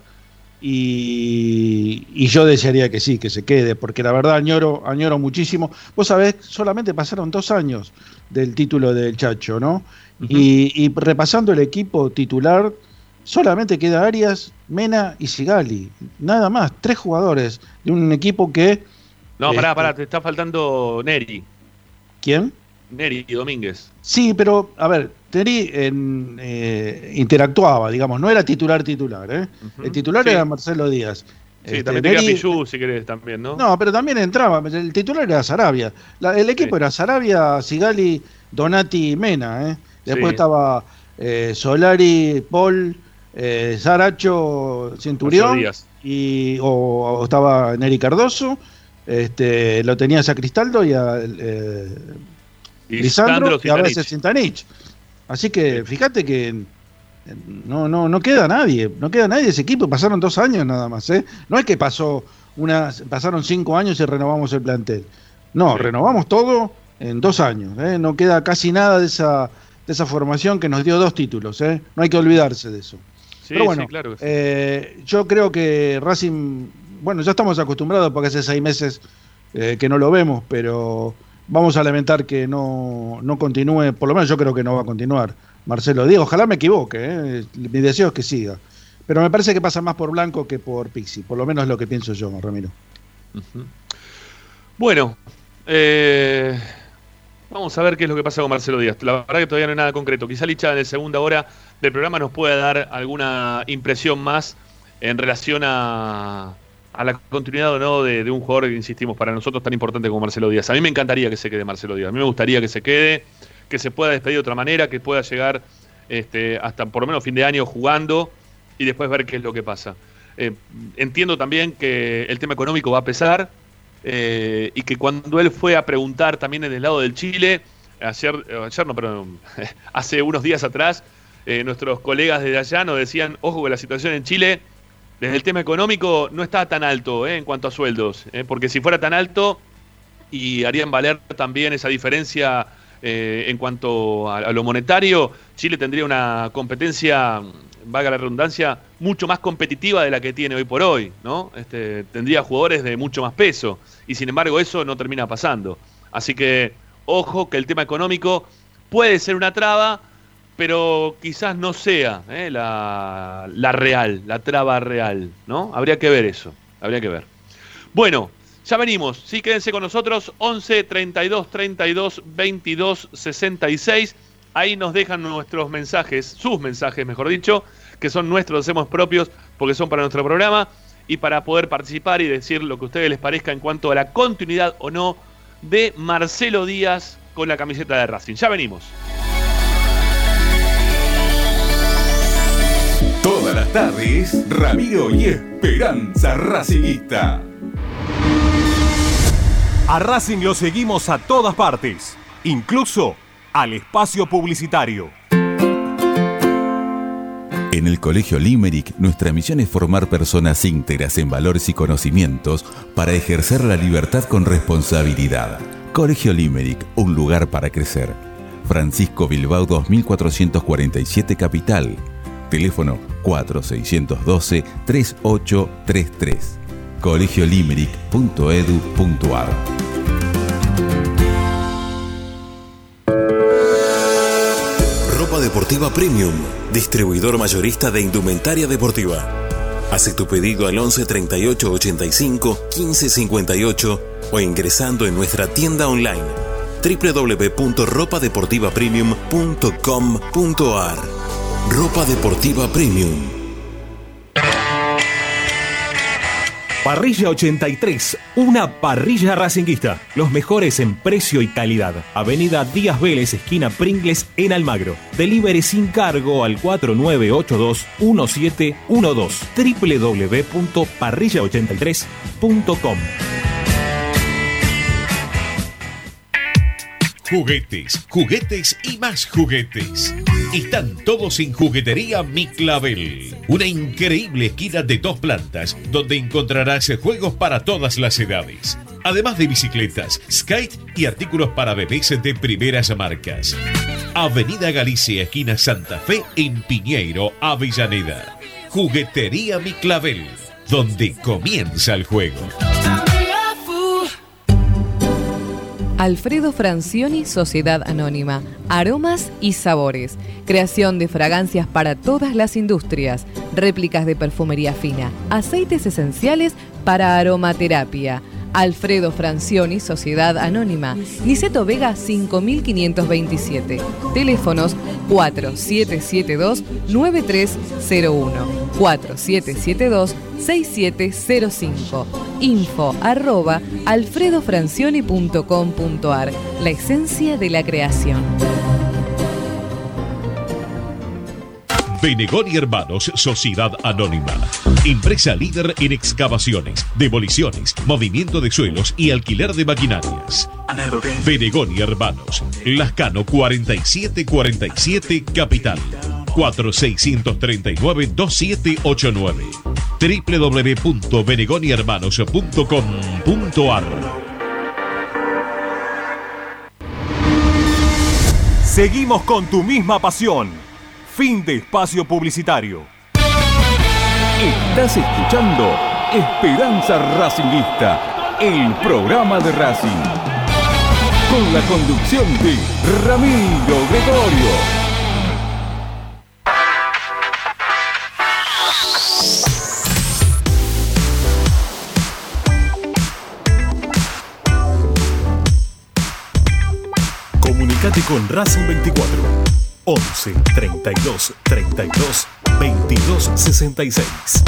[SPEAKER 4] Y, y yo desearía que sí, que se quede, porque la verdad añoro, añoro muchísimo. Vos sabés, solamente pasaron dos años del título del Chacho, ¿no? Uh-huh. Y, y repasando el equipo titular, solamente queda Arias, Mena y Sigali. Nada más, tres jugadores de un equipo que...
[SPEAKER 2] No, pará,
[SPEAKER 4] este,
[SPEAKER 2] pará, te está faltando Neri.
[SPEAKER 4] ¿Quién?
[SPEAKER 2] Neri Domínguez.
[SPEAKER 4] Sí, pero, a ver, Neri en, eh, interactuaba, digamos, no era titular titular, ¿eh? Uh-huh. El titular sí. era Marcelo Díaz.
[SPEAKER 2] Sí,
[SPEAKER 4] este,
[SPEAKER 2] también tenía Pichu, si querés, también, ¿no?
[SPEAKER 4] No, pero también entraba, el titular era Sarabia. La, el equipo sí. era Sarabia, Sigali, Donati y Mena, ¿eh? Después sí. estaba eh, Solari, Paul, eh, Saracho, Centurión, y, o, o estaba Neri Cardoso, este, lo tenía a Cristaldo y a... Eh,
[SPEAKER 2] y
[SPEAKER 4] Lisandro y a veces Cintanich. Así que fíjate que no, no, no queda nadie, no queda nadie de ese equipo, pasaron dos años nada más, ¿eh? No es que pasó una, pasaron cinco años y renovamos el plantel. No, sí. renovamos todo en dos años, ¿eh? No queda casi nada de esa, de esa formación que nos dio dos títulos, ¿eh? No hay que olvidarse de eso. Sí, pero bueno, sí, claro que sí. eh, yo creo que Racing, bueno, ya estamos acostumbrados porque hace seis meses eh, que no lo vemos, pero vamos a lamentar que no, no continúe, por lo menos yo creo que no va a continuar Marcelo Díaz. Ojalá me equivoque, ¿eh? Mi deseo es que siga. Pero me parece que pasa más por Blanco que por Pixi, por lo menos es lo que pienso yo, Ramiro.
[SPEAKER 2] Uh-huh. Bueno, eh, vamos a ver qué es lo que pasa con Marcelo Díaz. La verdad que todavía no hay nada concreto. Quizá Licha en la segunda hora del programa nos pueda dar alguna impresión más en relación a... a la continuidad o no de, de un jugador que, insistimos, para nosotros tan importante como Marcelo Díaz. A mí me encantaría que se quede Marcelo Díaz. A mí me gustaría que se quede, que se pueda despedir de otra manera, que pueda llegar este, hasta por lo menos fin de año jugando y después ver qué es lo que pasa. Eh, entiendo también que el tema económico va a pesar eh, y que cuando él fue a preguntar también en el lado del Chile, ayer, ayer no, perdón, hace unos días atrás, eh, nuestros colegas desde allá nos decían, ojo que la situación en Chile... Desde el tema económico no está tan alto eh, en cuanto a sueldos, eh, porque si fuera tan alto y harían valer también esa diferencia eh, en cuanto a, a lo monetario, Chile tendría una competencia, valga la redundancia, mucho más competitiva de la que tiene hoy por hoy, ¿no? Este, tendría jugadores de mucho más peso y sin embargo eso no termina pasando. Así que ojo que el tema económico puede ser una traba, pero quizás no sea ¿eh? la, la real, la traba real, ¿no? Habría que ver eso, habría que ver. Bueno, ya venimos, sí, quédense con nosotros, once, treinta y dos, treinta y dos, veintidós, sesenta y seis, ahí nos dejan nuestros mensajes, sus mensajes, mejor dicho, que son nuestros, hacemos propios, porque son para nuestro programa, y para poder participar y decir lo que a ustedes les parezca en cuanto a la continuidad o no de Marcelo Díaz con la camiseta de Racing. Ya venimos.
[SPEAKER 3] Todas las tardes, Ramiro y Esperanza Racingista.
[SPEAKER 5] A Racing lo seguimos a todas partes, incluso al espacio publicitario.
[SPEAKER 3] En el Colegio Limerick, nuestra misión es formar personas íntegras en valores y conocimientos para ejercer la libertad con responsabilidad. Colegio Limerick, un lugar para crecer. Francisco Bilbao dos mil cuatrocientos cuarenta y siete Capital. Teléfono cuatro seis uno dos, tres ocho tres tres. colegio limerick punto edu punto ar.
[SPEAKER 6] Deportiva Premium, distribuidor mayorista de indumentaria deportiva. Hace tu pedido al once treinta y ocho ochenta y cinco quince cincuenta y ocho o ingresando en nuestra tienda online doble u doble u doble u punto ropa deportiva premium punto com punto a r. Ropa Deportiva Premium.
[SPEAKER 5] Parrilla ochenta y tres, una parrilla racinguista. Los mejores en precio y calidad. Avenida Díaz Vélez, esquina Pringles, en Almagro. Delivery sin cargo al cuatro nueve ocho dos uno siete uno dos. doble u doble u doble u punto parrilla ochenta y tres punto com.
[SPEAKER 7] Juguetes, juguetes y más juguetes. Están todos en Juguetería Mi Clavel. Una increíble esquina de dos plantas donde encontrarás juegos para todas las edades. Además de bicicletas, skate y artículos para bebés de primeras marcas. Avenida Galicia, esquina Santa Fe, en Piñeiro, Avellaneda. Juguetería Mi Clavel, donde comienza el juego.
[SPEAKER 8] Alfredo Francioni, Sociedad Anónima. Aromas y sabores. Creación de fragancias para todas las industrias. Réplicas de perfumería fina. Aceites esenciales para aromaterapia. Alfredo Francioni, Sociedad Anónima. Niceto Vega cinco mil quinientos veintisiete. Teléfonos cuatro siete siete dos nueve tres cero uno, cuatro siete siete dos seis siete cero cinco. Info arroba alfredofrancioni punto com punto a r. La esencia de la creación.
[SPEAKER 7] Venegoni Hermanos, Sociedad Anónima. Empresa líder en excavaciones, demoliciones, movimiento de suelos y alquiler de maquinarias. Venegoni Hermanos, Lascano cuarenta y siete cuarenta y siete, Capital. cuatro seis tres nueve dos siete ocho nueve. doble u doble u doble u punto venegoni hermanos punto com punto a r.
[SPEAKER 5] Seguimos con tu misma pasión. Fin de espacio publicitario.
[SPEAKER 3] Estás escuchando Esperanza Racingista, el programa de Racing. Con la conducción de Ramiro Gregorio.
[SPEAKER 5] Comunicate con Racing veinticuatro. once treinta y dos treinta y dos veintidós sesenta y seis.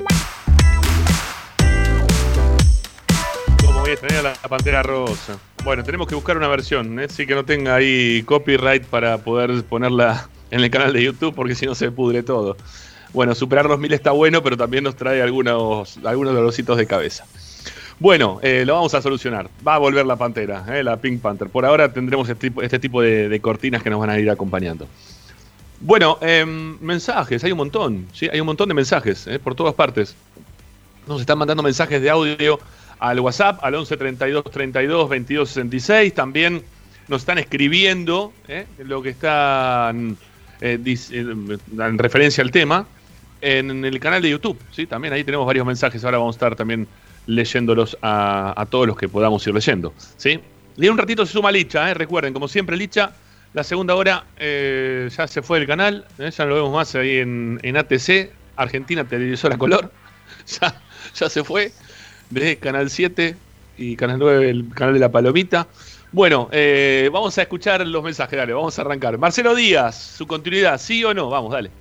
[SPEAKER 2] ¿Cómo voy a extrañar la Pantera Rosa? Bueno, tenemos que buscar una versión, ¿eh? Sí, que no tenga ahí copyright para poder ponerla en el canal de YouTube, porque si no se pudre todo. Bueno, superar los mil está bueno, pero también nos trae algunos, algunos dolorcitos de cabeza. Bueno, eh, lo vamos a solucionar. Va a volver la Pantera, eh, la Pink Panther. Por ahora tendremos este tipo, este tipo de, de cortinas que nos van a ir acompañando. Bueno, eh, mensajes, hay un montón, ¿sí? Hay un montón de mensajes, eh, por todas partes. Nos están mandando mensajes de audio al WhatsApp, al once treinta y dos treinta y dos veintidós sesenta y seis. También nos están escribiendo eh, lo que está eh, en referencia al tema en el canal de YouTube, ¿sí? También ahí tenemos varios mensajes. Ahora vamos a estar también leyéndolos a, a todos los que podamos ir leyendo, ¿sí? Y en un ratito se suma Licha, ¿eh? Recuerden, como siempre, Licha, la segunda hora eh, ya se fue del canal, ¿eh? Ya no lo vemos más ahí en, en A T C, Argentina Televisora Color, ya, ya se fue, de Canal siete y Canal nueve, el canal de la Palomita. Bueno, eh, vamos a escuchar los mensajes, dale, vamos a arrancar. Marcelo Díaz, su continuidad, ¿sí o no? Vamos, dale.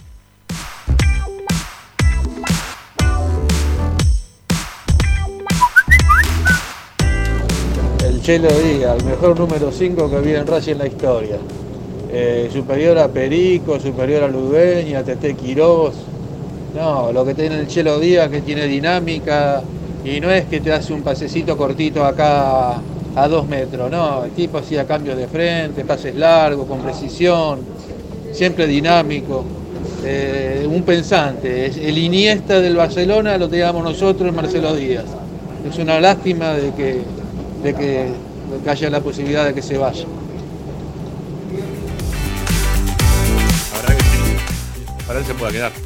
[SPEAKER 9] Chelo Díaz, el mejor número cinco que había en Racing en la historia. Eh, superior a Perico, superior a Ludueña, a Tete Quirós. No, lo que tiene el Chelo Díaz, que tiene dinámica, y no es que te hace un pasecito cortito acá a, a dos metros, no, el tipo hacía cambios de frente, pases largos, con precisión, siempre dinámico. Eh, un pensante, el Iniesta del Barcelona lo teníamos nosotros, Marcelo Díaz. Es una lástima de que De que, de que haya la posibilidad de que se vaya.
[SPEAKER 2] Habrá que sí. Para él se pueda quedar.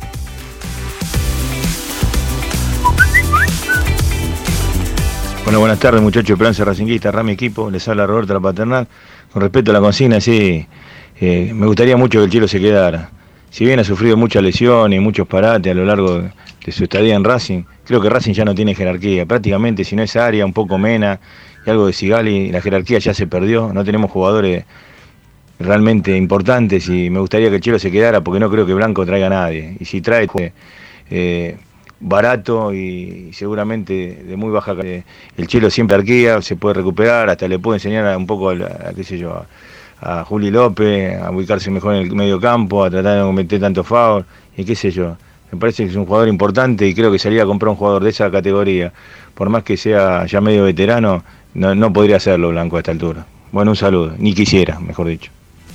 [SPEAKER 10] Bueno, buenas tardes muchachos, Esperanza Racinguista, Rami Equipo, les habla Roberto La Paternal. Con respecto a la consigna, sí, eh, me gustaría mucho que el Chelo se quedara. Si bien ha sufrido muchas lesiones y muchos parates a lo largo de, de su estadía en Racing, creo que Racing ya no tiene jerarquía. Prácticamente, si no es Aria, un poco Mena y algo de Sigali, la jerarquía ya se perdió. No tenemos jugadores realmente importantes y me gustaría que el Chelo se quedara porque no creo que Blanco traiga a nadie. Y si trae eh, barato y seguramente de muy baja calidad, el Chelo siempre arquea, se puede recuperar, hasta le puede enseñar un poco a, a qué sé yo, a, a Juli López, a ubicarse mejor en el medio campo, a tratar de no cometer tanto foul, y qué sé yo. Me parece que es un jugador importante y creo que salir a comprar un jugador de esa categoría, por más que sea ya medio veterano, no, no podría hacerlo Blanco a esta altura. Bueno, un saludo, ni quisiera, mejor dicho.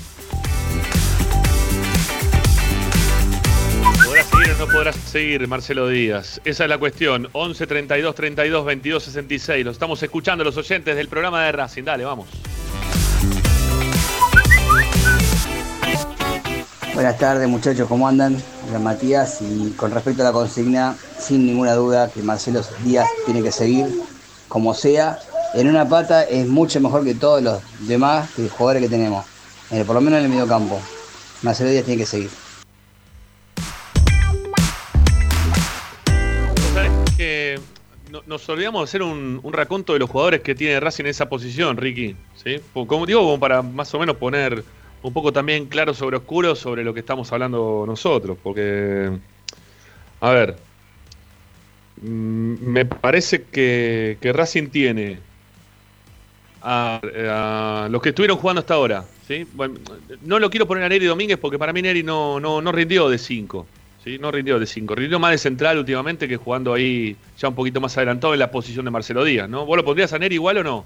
[SPEAKER 2] ¿Podrás seguir o no podrás seguir, Marcelo Díaz? Esa es la cuestión. once, treinta y dos, treinta y dos, veintidós, sesenta y seis. Los estamos escuchando los oyentes del programa de Racing. Dale, vamos.
[SPEAKER 11] Buenas tardes, muchachos, ¿cómo andan? Hola, Matías, y con respecto a la consigna, sin ninguna duda que Marcelo Díaz tiene que seguir como sea. En una pata es mucho mejor que todos los demás que jugadores que tenemos, eh, por lo menos en el medio campo. Marcelo Díaz tiene que seguir.
[SPEAKER 2] ¿Sabes que no, nos olvidamos de hacer un, un raconto de los jugadores que tiene Racing en esa posición, Ricky? ¿Sí? Como digo, como para más o menos poner un poco también claro sobre oscuro sobre lo que estamos hablando nosotros, porque, a ver, me parece que, que Racing tiene a, a los que estuvieron jugando hasta ahora, ¿sí? Bueno, no lo quiero poner a Neri Domínguez porque para mí Neri no, no, no rindió de cinco, ¿sí? No rindió de cinco, rindió más de central últimamente que jugando ahí ya un poquito más adelantado en la posición de Marcelo Díaz, ¿no? ¿Vos lo pondrías a Neri igual o no?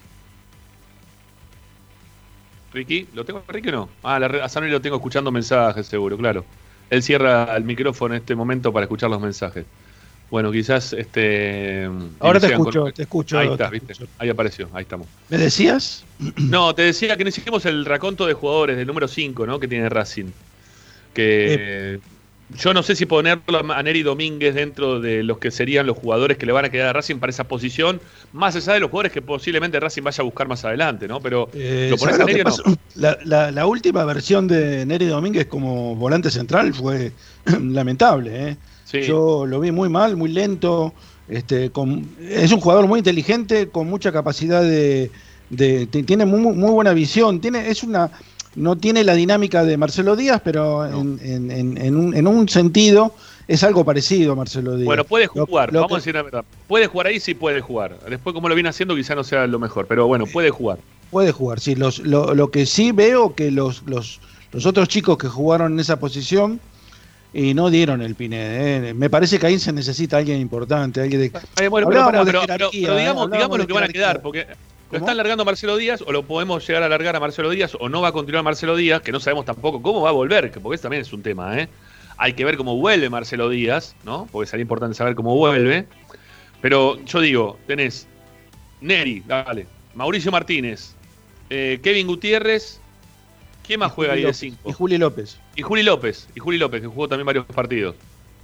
[SPEAKER 2] Ricky, ¿lo tengo Ricky o no? Ah, la, a Sanoni lo tengo escuchando mensajes seguro, claro. Él cierra el micrófono en este momento para escuchar los mensajes. Bueno, quizás este.
[SPEAKER 4] Ahora te escucho, con... te escucho.
[SPEAKER 2] Ahí está,
[SPEAKER 4] te
[SPEAKER 2] ¿viste?
[SPEAKER 4] Escucho.
[SPEAKER 2] Ahí apareció, ahí estamos.
[SPEAKER 4] ¿Me decías?
[SPEAKER 2] No, te decía que necesitamos el raconto de jugadores del número cinco, ¿no? Que tiene Racing. Que. Eh. Yo no sé si ponerlo a Neri Domínguez dentro de los que serían los jugadores que le van a quedar a Racing para esa posición, más allá de los jugadores que posiblemente Racing vaya a buscar más adelante, ¿no? Pero
[SPEAKER 4] eh,
[SPEAKER 2] ¿lo pones a Neri o no?
[SPEAKER 4] La, la, la última versión de Neri Domínguez como volante central fue lamentable, ¿eh? Sí. Yo lo vi muy mal, muy lento. Este, con, es un jugador muy inteligente, con mucha capacidad de, de, de tiene muy, muy buena visión, tiene, es una no tiene la dinámica de Marcelo Díaz, pero no. en, en, en, en, un, en un sentido es algo parecido a Marcelo Díaz.
[SPEAKER 2] Bueno, puede jugar,
[SPEAKER 4] lo, lo
[SPEAKER 2] vamos
[SPEAKER 4] que,
[SPEAKER 2] a decir la verdad. Puede jugar ahí, sí puede jugar. Después, como lo viene haciendo, quizá no sea lo mejor, pero bueno, puede jugar.
[SPEAKER 4] Puede jugar, sí. Los, lo, lo que sí veo que los, los, los otros chicos que jugaron en esa posición y no dieron el Pineda, ¿eh? Me parece que ahí se necesita alguien importante, alguien de.
[SPEAKER 2] Eh, bueno, pero, para, pero, pero, pero digamos, ¿eh? digamos lo que van a quedar, porque ¿lo están largando a Marcelo Díaz o lo podemos llegar a largar a Marcelo Díaz o no va a continuar Marcelo Díaz, que no sabemos tampoco cómo va a volver, porque eso también es un tema, ¿eh? Hay que ver cómo vuelve Marcelo Díaz, ¿no? Porque sería importante saber cómo vuelve. Pero yo digo, tenés Neri, dale, Mauricio Martínez, eh, Kevin Gutiérrez, ¿quién más juega ahí de cinco?
[SPEAKER 4] Y Juli López.
[SPEAKER 2] Y Juli López, y Juli López, que jugó también varios partidos.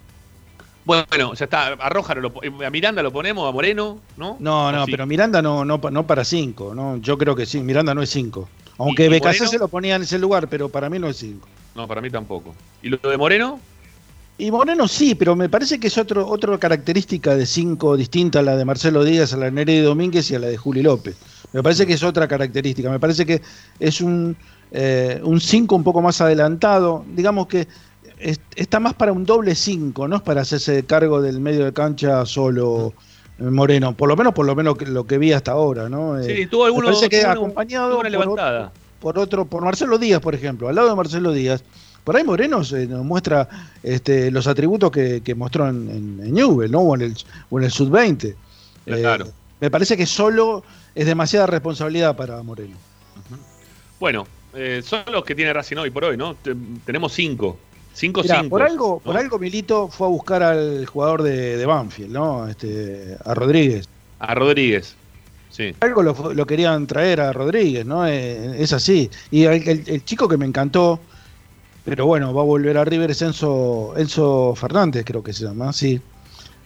[SPEAKER 2] Bueno, ya está, a Roja lo, a Miranda lo ponemos, a Moreno, ¿no?
[SPEAKER 4] No, no,
[SPEAKER 2] sí?
[SPEAKER 4] pero Miranda no, no, no para cinco, ¿no? Yo creo que sí, Miranda no es cinco. Aunque B K C se lo ponía en ese lugar, pero para mí no es cinco.
[SPEAKER 2] No, para mí tampoco. ¿Y lo de Moreno?
[SPEAKER 4] Y Moreno sí, pero me parece que es otro, otra característica de cinco distinta a la de Marcelo Díaz, a la de Neri Domínguez y a la de Juli López. Me parece que es otra característica. Me parece que es un eh, un cinco un poco más adelantado. Digamos que es, está más para un doble cinco, no es para hacerse cargo del medio de cancha solo Moreno. Por lo menos, por lo menos lo que vi hasta ahora, ¿no?
[SPEAKER 2] Sí, tuvo alguno.
[SPEAKER 4] Me parece que
[SPEAKER 2] tuvo
[SPEAKER 4] acompañado
[SPEAKER 2] una levantada.
[SPEAKER 4] Por, por otro, por Marcelo Díaz, por ejemplo, al lado de Marcelo Díaz. Por ahí Moreno se nos muestra este, los atributos que, que mostró en, en, en Newell, ¿no? O en el, o en el sub veinte.
[SPEAKER 2] Claro.
[SPEAKER 4] Eh, me parece que solo es demasiada responsabilidad para Moreno.
[SPEAKER 2] Uh-huh. Bueno, eh, son los que tiene Racing hoy por hoy, ¿no? T- tenemos cinco. Cinco,
[SPEAKER 4] Mirá,
[SPEAKER 2] cinco.
[SPEAKER 4] Por algo,
[SPEAKER 2] ¿no?
[SPEAKER 4] por algo Milito fue a buscar al jugador de, de Banfield, ¿no? Este, a Rodríguez.
[SPEAKER 2] A Rodríguez. Sí.
[SPEAKER 4] Algo lo, lo querían traer a Rodríguez, ¿no? Eh, es así. Y el, el, el chico que me encantó, pero bueno, va a volver a River, es Enzo, Enzo Fernández, creo que se llama, sí.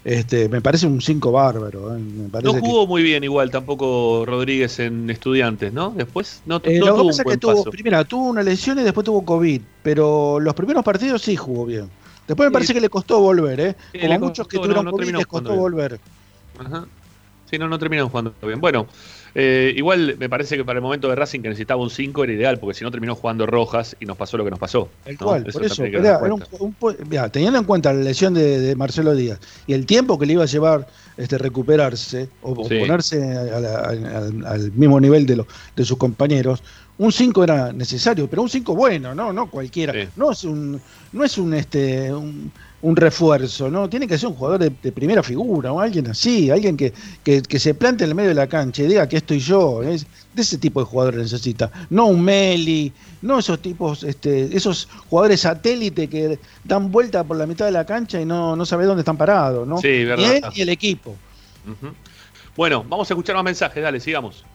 [SPEAKER 4] Este, me parece un cinco bárbaro. ¿eh? Me parece
[SPEAKER 2] no jugó
[SPEAKER 4] que...
[SPEAKER 2] muy bien igual tampoco Rodríguez en Estudiantes, ¿no? Después no,
[SPEAKER 4] eh,
[SPEAKER 2] no
[SPEAKER 4] lo
[SPEAKER 2] tuvo
[SPEAKER 4] que pasa
[SPEAKER 2] un
[SPEAKER 4] es que
[SPEAKER 2] buen
[SPEAKER 4] tuvo,
[SPEAKER 2] paso.
[SPEAKER 4] primero, tuvo una lesión y después tuvo COVID, pero los primeros partidos sí jugó bien. Después me
[SPEAKER 2] Sí.
[SPEAKER 4] parece que le costó volver, ¿eh?
[SPEAKER 2] Sí,
[SPEAKER 4] Como
[SPEAKER 2] le
[SPEAKER 4] muchos que
[SPEAKER 2] costó,
[SPEAKER 4] tuvieron
[SPEAKER 2] no, no
[SPEAKER 4] COVID
[SPEAKER 2] terminó
[SPEAKER 4] les costó
[SPEAKER 2] jugando
[SPEAKER 4] volver.
[SPEAKER 2] Ajá. Sí, no, no terminaron jugando bien. Bueno, eh, igual me parece que para el momento de Racing que necesitaba un cinco era ideal, porque si no terminó jugando Rojas y nos pasó lo que nos pasó.
[SPEAKER 4] El
[SPEAKER 2] ¿no?
[SPEAKER 4] cual,
[SPEAKER 2] Eso
[SPEAKER 4] por eso,
[SPEAKER 2] también hay que
[SPEAKER 4] era,
[SPEAKER 2] dar
[SPEAKER 4] era un,
[SPEAKER 2] cuenta.
[SPEAKER 4] un, mirá, teniendo en cuenta la lesión de, de Marcelo Díaz y el tiempo que le iba a llevar este, recuperarse o, o
[SPEAKER 2] Sí.
[SPEAKER 4] ponerse a la- a- al, al mismo nivel de, los de sus compañeros, un cinco era necesario, pero un cinco bueno, no, no cualquiera,
[SPEAKER 2] Sí.
[SPEAKER 4] no es un, no es un este un, un refuerzo, no, tiene que ser un jugador de, de primera figura, o alguien así, alguien que, que, que se plante en el medio de la cancha y diga que estoy yo, es, de ese tipo de jugador necesita, no un Meli, no esos tipos, este, esos jugadores satélite que dan vuelta por la mitad de la cancha y no, no sabe dónde están parados, ¿no?
[SPEAKER 2] Sí,
[SPEAKER 4] Ni
[SPEAKER 2] verdad.
[SPEAKER 4] él ni el equipo.
[SPEAKER 2] Ujú. Bueno, vamos a escuchar más mensajes, dale, sigamos.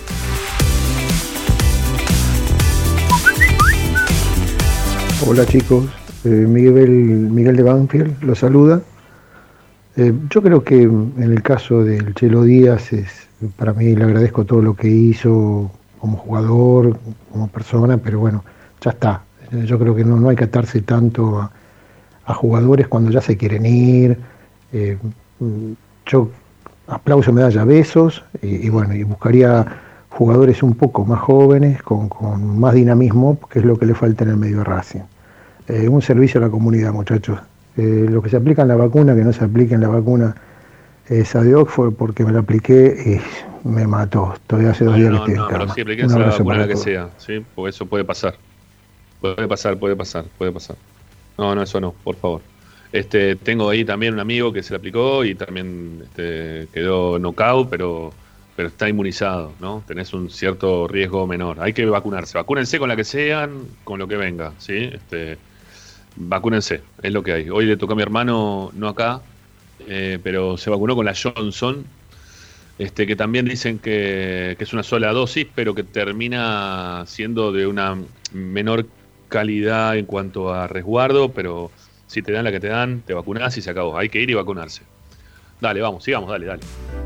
[SPEAKER 12] Hola chicos, eh, Miguel, Miguel de Banfield los saluda. Eh, yo creo que en el caso del Chelo Díaz, es, para mí le agradezco todo lo que hizo como jugador, como persona, pero bueno, ya está. Eh, Yo creo que no, no hay que atarse tanto a, a jugadores cuando ya se quieren ir. Eh, mm, yo aplauso, medalla, besos, y, y bueno, y buscaría jugadores un poco más jóvenes, con, con más dinamismo, que es lo que le falta en el medio de Racing. Eh, un servicio a la comunidad, muchachos. Eh, lo que se aplica en la vacuna, que no se aplique en la vacuna esa de Oxford, porque me la apliqué y me mató. Todavía hace dos días
[SPEAKER 2] No,
[SPEAKER 12] que estoy
[SPEAKER 2] no,
[SPEAKER 12] en
[SPEAKER 2] pero
[SPEAKER 12] cama.
[SPEAKER 2] sí,
[SPEAKER 12] Un
[SPEAKER 2] aplíquense la
[SPEAKER 12] abrazo
[SPEAKER 2] vacuna
[SPEAKER 12] para
[SPEAKER 2] la que
[SPEAKER 12] todos.
[SPEAKER 2] sea, ¿sí? Porque eso puede pasar. Puede pasar, puede pasar, puede pasar. No, no, eso no, por favor. Este, tengo ahí también un amigo que se le aplicó y también este, quedó knockout, pero, pero está inmunizado, ¿no? Tenés un cierto riesgo menor. Hay que vacunarse. Vacúnense con la que sean, con lo que venga, ¿sí? Este, vacúnense, es lo que hay. Hoy le tocó a mi hermano, no acá, eh, pero se vacunó con la Johnson, este, que también dicen que, que es una sola dosis, pero que termina siendo de una menor calidad en cuanto a resguardo, pero si te dan la que te dan, te vacunás y se acabó. Hay que ir y vacunarse. Dale, vamos, sigamos, dale, dale.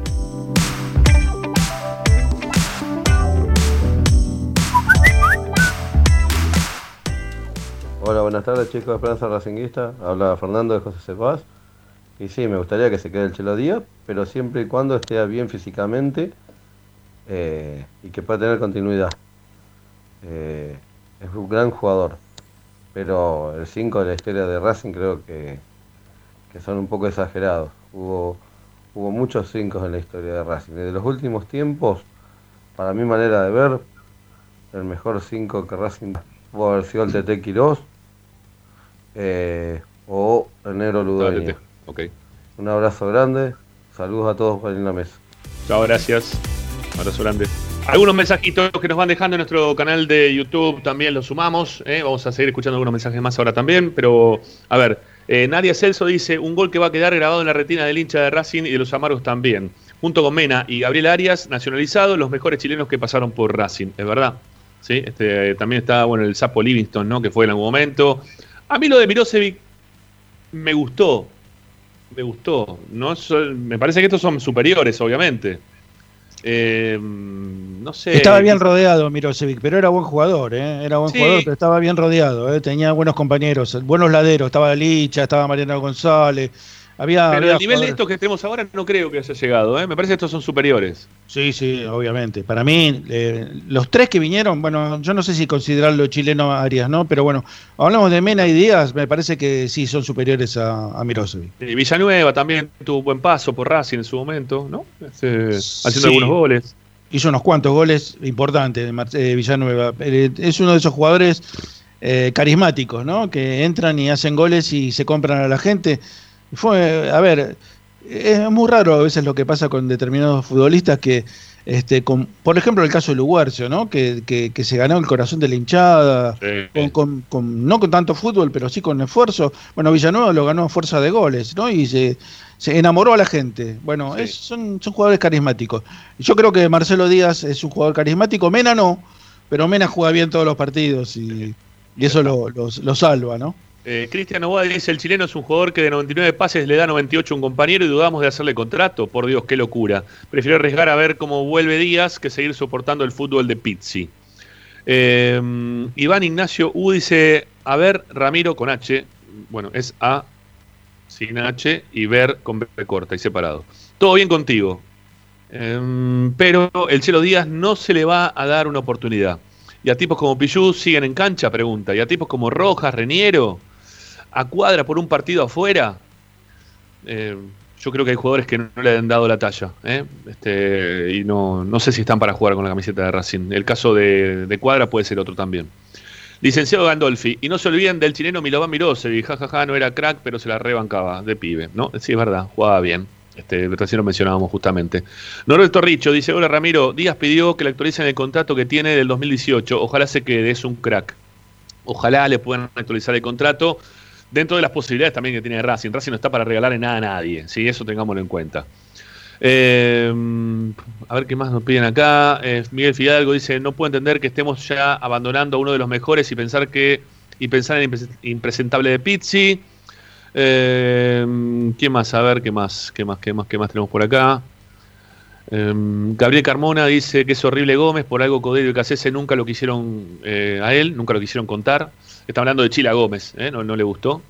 [SPEAKER 13] Hola, buenas tardes chicos de Esperanza Racinguista, habla Fernando de José Cepaz. Y sí, me gustaría que se quede el Chelo Díaz, pero siempre y cuando esté bien físicamente eh, y que pueda tener continuidad. Eh, es un gran jugador, pero el cinco de la historia de Racing creo que, que son un poco exagerados. Hubo, hubo muchos cinco en la historia de Racing. De los últimos tiempos, para mi manera de ver, el mejor cinco que Racing pudo haber sido el Tete Quirós eh, o el Negro Ludueña.
[SPEAKER 2] Okay.
[SPEAKER 13] Un abrazo grande, saludos a todos por ahí en la mesa.
[SPEAKER 2] Chao, gracias. Abrazo grande. Algunos mensajitos que nos van dejando en nuestro canal de YouTube también los sumamos. ¿eh? Vamos a seguir escuchando algunos mensajes más ahora también. Pero, a ver, eh, Nadia Celso dice: un gol que va a quedar grabado en la retina del hincha de Racing y de los Amaros también. Junto con Mena y Gabriel Arias, nacionalizados, los mejores chilenos que pasaron por Racing. Es verdad. ¿Sí? Este, también está bueno el Sapo Livingston, ¿no? Que fue en algún momento. A mí lo de Mirosevic me gustó. Me gustó. ¿no? Me parece que estos son superiores, obviamente. Eh, no sé.
[SPEAKER 4] Estaba bien rodeado Mirosevic, pero era buen jugador, ¿eh? Era buen
[SPEAKER 2] Sí.
[SPEAKER 4] jugador, pero estaba bien rodeado, ¿eh? Tenía buenos compañeros, buenos laderos, estaba Licha, estaba Mariano González. Había,
[SPEAKER 2] Pero
[SPEAKER 4] había
[SPEAKER 2] el nivel de
[SPEAKER 4] jugadores-
[SPEAKER 2] estos que tenemos ahora no creo que haya llegado, ¿eh? Me parece que estos son superiores.
[SPEAKER 4] Sí, sí, obviamente. Para mí, eh, los tres que vinieron, bueno, yo no sé si considerarlo chileno a Arias, ¿no? Pero bueno, hablamos de Mena y Díaz, me parece que sí son superiores a, a Mirosevic.
[SPEAKER 2] Y Villanueva también tuvo buen paso por Racing en su momento, ¿no? Este, haciendo
[SPEAKER 4] Sí.
[SPEAKER 2] algunos goles.
[SPEAKER 4] Hizo unos cuantos goles importantes, Mar- eh, Villanueva. Eh, es uno de esos jugadores eh, carismáticos, ¿no? Que entran y hacen goles y se compran a la gente. Fue, a ver, es muy raro a veces lo que pasa con determinados futbolistas que, este, con, por ejemplo, el caso de Luguercio, ¿no? Que, que, que se ganó el corazón de la hinchada,
[SPEAKER 2] Sí.
[SPEAKER 4] con, con- con- no con tanto fútbol, pero sí con esfuerzo. Bueno, Villanueva lo ganó a fuerza de goles, ¿no? Y se, se enamoró a la gente. Bueno,
[SPEAKER 2] Sí.
[SPEAKER 4] es- son, son jugadores carismáticos. Yo creo que Marcelo Díaz es un jugador carismático, Mena no, pero Mena juega bien todos los partidos y, y eso lo, lo- lo salva, ¿no?
[SPEAKER 2] Eh, Cristian Novoa dice, el chileno es un jugador que de noventa y nueve pases le da noventa y ocho a un compañero y dudamos de hacerle contrato. Por Dios, qué locura. Prefiero arriesgar a ver cómo vuelve Díaz que seguir soportando el fútbol de Pizzi. Eh, Iván Ignacio U dice, a ver, Ramiro con H. Bueno, es A sin H y ver con B corta y separado. Todo bien contigo. Eh, pero el Chelo Díaz no se le va a dar una oportunidad. Y a tipos como Pichú siguen en cancha, pregunta. Y a tipos como Rojas, Reniero, a Cuadra por un partido afuera. Eh, yo creo que hay jugadores que no le han dado la talla. ¿eh? Este, y no, no sé si están para jugar con la camiseta de Racing. El caso de, de Cuadra puede ser otro también. Licenciado Gandolfi. Y no se olviden del chileno Milovan Mirosevic. Jajaja, ja, ja, no era crack, pero se la rebancaba de pibe. ¿no? Sí, es verdad, jugaba bien. Este, recién lo mencionábamos justamente. Norberto Richo dice, hola Ramiro, Díaz pidió que le actualicen el contrato que tiene del dos mil dieciocho, ojalá se quede, es un crack. Ojalá le puedan actualizar el contrato dentro de las posibilidades también que tiene Racing. Racing no está para regalarle nada a nadie, ¿sí? Eso tengámoslo en cuenta. Eh, a ver qué más nos piden acá. Eh, Miguel Fidalgo dice, no puedo entender que estemos ya abandonando a uno de los mejores y pensar que y pensar en el impresentable de Pizzi. Eh, ¿Qué más? A ver, ¿qué más? ¿Qué más? ¿Qué más? ¿Qué más tenemos por acá? Eh, Gabriel Carmona dice que es horrible Gómez, por algo Codelio y Cassese nunca lo quisieron eh, a él, nunca lo quisieron contar. Está hablando de Chila Gómez, ¿eh? no, no le gustó.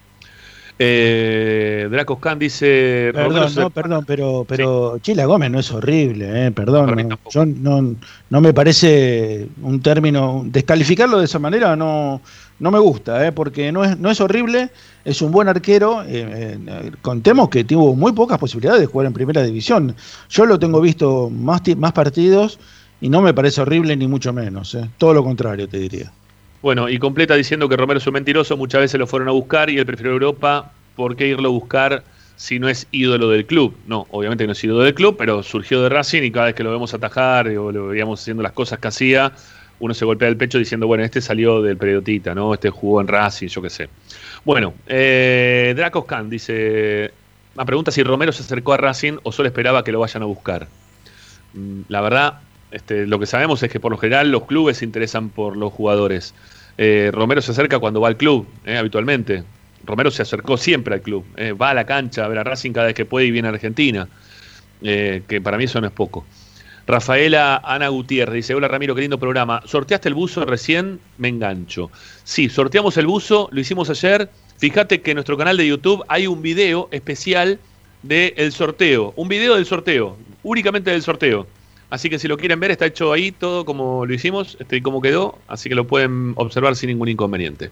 [SPEAKER 2] Eh, Dracos Khan dice...
[SPEAKER 4] Perdón,
[SPEAKER 2] Romero,
[SPEAKER 4] no, perdón, pero, pero sí. Chila Gómez no es horrible, eh, perdón. No, yo no, no me parece un término... Descalificarlo de esa manera no, no me gusta, eh, porque no es, no es horrible, es un buen arquero. Eh, eh, contemos que tuvo muy pocas posibilidades de jugar en primera división. Yo lo tengo visto más, más partidos y no me parece horrible ni mucho menos. Eh. Todo lo contrario, te diría.
[SPEAKER 2] Bueno, y completa diciendo que Romero es un mentiroso, muchas veces lo fueron a buscar y él prefirió Europa. ¿Por qué irlo a buscar si no es ídolo del club? No, obviamente no es ídolo del club, pero surgió de Racing y cada vez que lo vemos atajar o lo veíamos haciendo las cosas que hacía, uno se golpea el pecho diciendo, bueno, este salió del periodista, ¿no? Este jugó en Racing, yo qué sé. Bueno, eh, Dracos Khan dice, me pregunta si Romero se acercó a Racing o solo esperaba que lo vayan a buscar. La verdad, este, lo que sabemos es que por lo general los clubes se interesan por los jugadores. Eh, Romero se acerca cuando va al club, eh, habitualmente. Romero se acercó siempre al club, eh, va a la cancha a ver a Racing cada vez que puede y viene a Argentina, eh, que para mí eso no es poco. Rafaela Ana Gutiérrez dice, hola Ramiro, qué lindo programa. ¿Sorteaste el buzo recién? Me engancho. Sí, sorteamos el buzo, lo hicimos ayer. Fíjate que en nuestro canal de YouTube hay un video especial del sorteo, un video del sorteo, únicamente del sorteo. Así que si lo quieren ver, está hecho ahí todo como lo hicimos, este, y cómo quedó, así que lo pueden observar sin ningún inconveniente.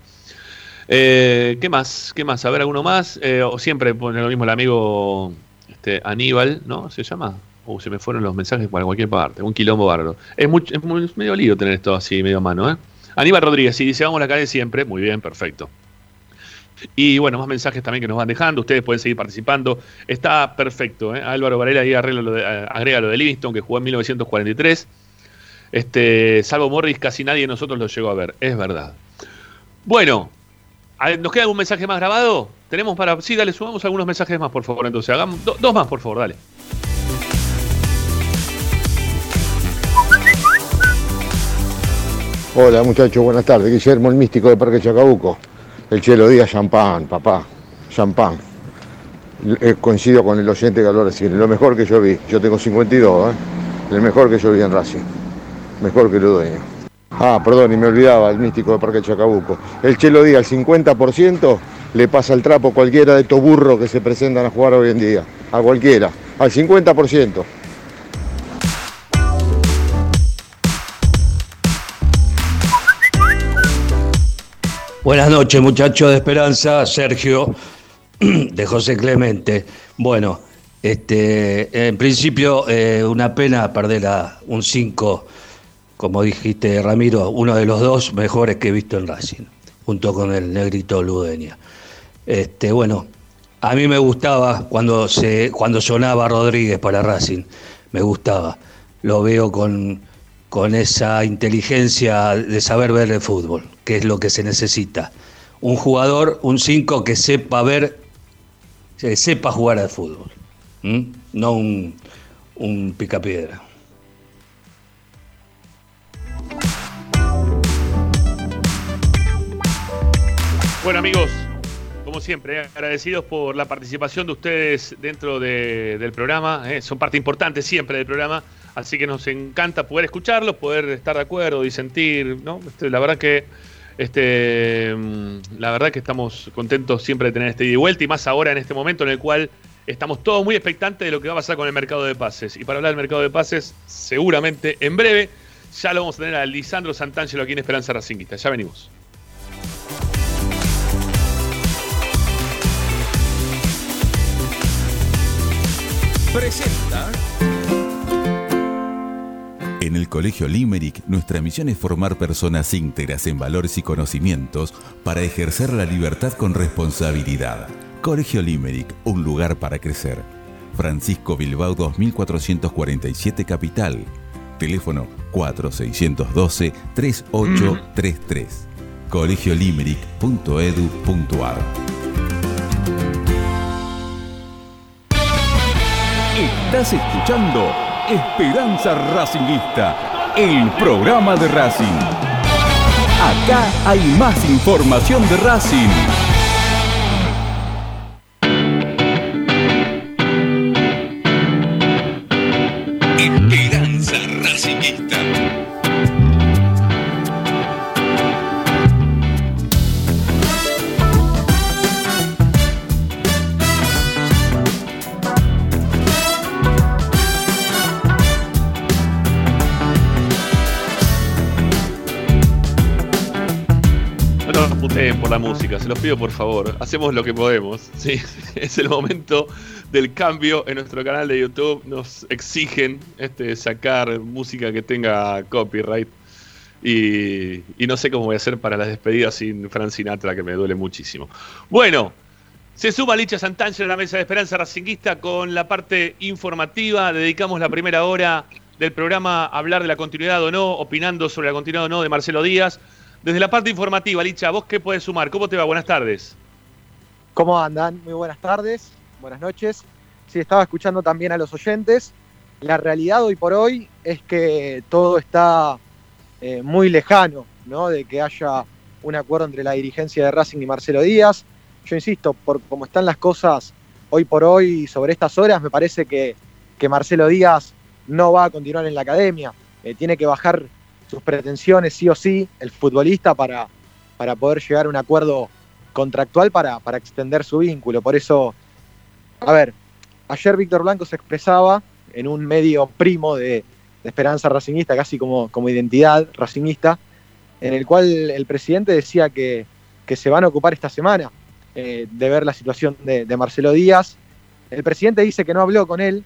[SPEAKER 2] Eh, ¿Qué más? ¿Qué más? A ver, ¿alguno más? Eh, o siempre pone lo mismo el amigo este, Aníbal, ¿no? ¿Se llama? O uh, se me fueron los mensajes para cualquier parte, un quilombo bárbaro. Es, muy, es muy, medio lío tener esto así, medio a mano, ¿eh? Aníbal Rodríguez, si dice, vamos a la calle siempre, muy bien, perfecto. Y bueno, más mensajes también que nos van dejando. Ustedes pueden seguir participando. Está perfecto, ¿eh? Álvaro Varela ahí agrega lo, de, agrega lo de Livingston, que jugó en mil novecientos cuarenta y tres. Este, salvo Morris, casi nadie de nosotros lo llegó a ver. Es verdad. Bueno, ¿nos queda algún mensaje más grabado? Tenemos para... Sí, dale, subamos algunos mensajes más, por favor. Entonces, hagamos do, dos más, por favor, dale.
[SPEAKER 14] Hola, muchachos, buenas tardes. Guillermo, el místico de Parque Chacabuco. El Chelo Díaz, champán, papá, champán. Eh, coincido con el oyente que habló recién, lo mejor que yo vi, yo tengo cincuenta y dos, ¿eh? El mejor que yo vi en Racing, mejor que Ludueño. Ah, perdón, y me olvidaba, el místico de Parque Chacabuco. El Chelo Díaz, al cincuenta por ciento le pasa el trapo a cualquiera de estos burros que se presentan a jugar hoy en día, a cualquiera, al cincuenta por ciento.
[SPEAKER 15] Buenas noches, muchachos de Esperanza, Sergio, de José Clemente. Bueno, este, en principio eh, una pena perder a un cinco, como dijiste Ramiro, uno de los dos mejores que he visto en Racing, junto con el negrito Ludueña. Este, bueno, a mí me gustaba cuando, se, cuando sonaba Rodríguez para Racing, me gustaba. Lo veo con... con esa inteligencia de saber ver el fútbol, que es lo que se necesita. Un jugador, un cinco que sepa ver, que sepa jugar al fútbol, ¿Mm? no un, un picapiedra.
[SPEAKER 2] Bueno, amigos, como siempre, eh, agradecidos por la participación de ustedes dentro de, del programa. Eh, son parte importante siempre del programa, así que nos encanta poder escucharlos, poder estar de acuerdo, disentir, ¿no? Este, la verdad que este, la verdad que estamos contentos siempre de tener este ida y vuelta, y más ahora en este momento en el cual estamos todos muy expectantes de lo que va a pasar con el mercado de pases. Y para hablar del mercado de pases, seguramente en breve ya lo vamos a tener a Lisandro Santangelo aquí en Esperanza Racinguista. Ya venimos.
[SPEAKER 3] Presenta. En el Colegio Limerick, nuestra misión es formar personas íntegras en valores y conocimientos para ejercer la libertad con responsabilidad. Colegio Limerick, un lugar para crecer. Francisco Bilbao dos mil cuatrocientos cuarenta y siete Capital. Teléfono cuatro seis uno dos, tres ocho tres tres. colegio limerick punto edu punto ar. Estás escuchando Esperanza Racinguista, el programa de Racing. Acá hay más información de Racing. Esperanza Racinguista.
[SPEAKER 2] No nos puteen por la música, se los pido por favor. Hacemos lo que podemos. Sí, es el momento del cambio en nuestro canal de YouTube. Nos exigen este, sacar música que tenga copyright. Y, y no sé cómo voy a hacer para las despedidas sin Frank Sinatra, que me duele muchísimo. Bueno, se suma Licha Santangelo a la mesa de Esperanza Racinguista con la parte informativa. Dedicamos la primera hora del programa a hablar de la continuidad o no, opinando sobre la continuidad o no de Marcelo Díaz. Desde la parte informativa, Licha, ¿vos qué podés sumar? ¿Cómo te va? Buenas tardes.
[SPEAKER 16] ¿Cómo andan? Muy buenas tardes, buenas noches. Sí, estaba escuchando también a los oyentes. La realidad hoy por hoy es que todo está eh, muy lejano, ¿no? De que haya un acuerdo entre la dirigencia de Racing y Marcelo Díaz. Yo insisto, por cómo están las cosas hoy por hoy sobre estas horas, me parece que, que Marcelo Díaz no va a continuar en la academia. Eh, tiene que bajar sus pretensiones sí o sí, el futbolista, para, para poder llegar a un acuerdo contractual para, para extender su vínculo. Por eso, a ver, ayer Víctor Blanco se expresaba en un medio primo de, de Esperanza Racinguista, casi como, como identidad racinguista, en el cual el presidente decía que, que se van a ocupar esta semana eh, de ver la situación de, de Marcelo Díaz. El presidente dice que no habló con él.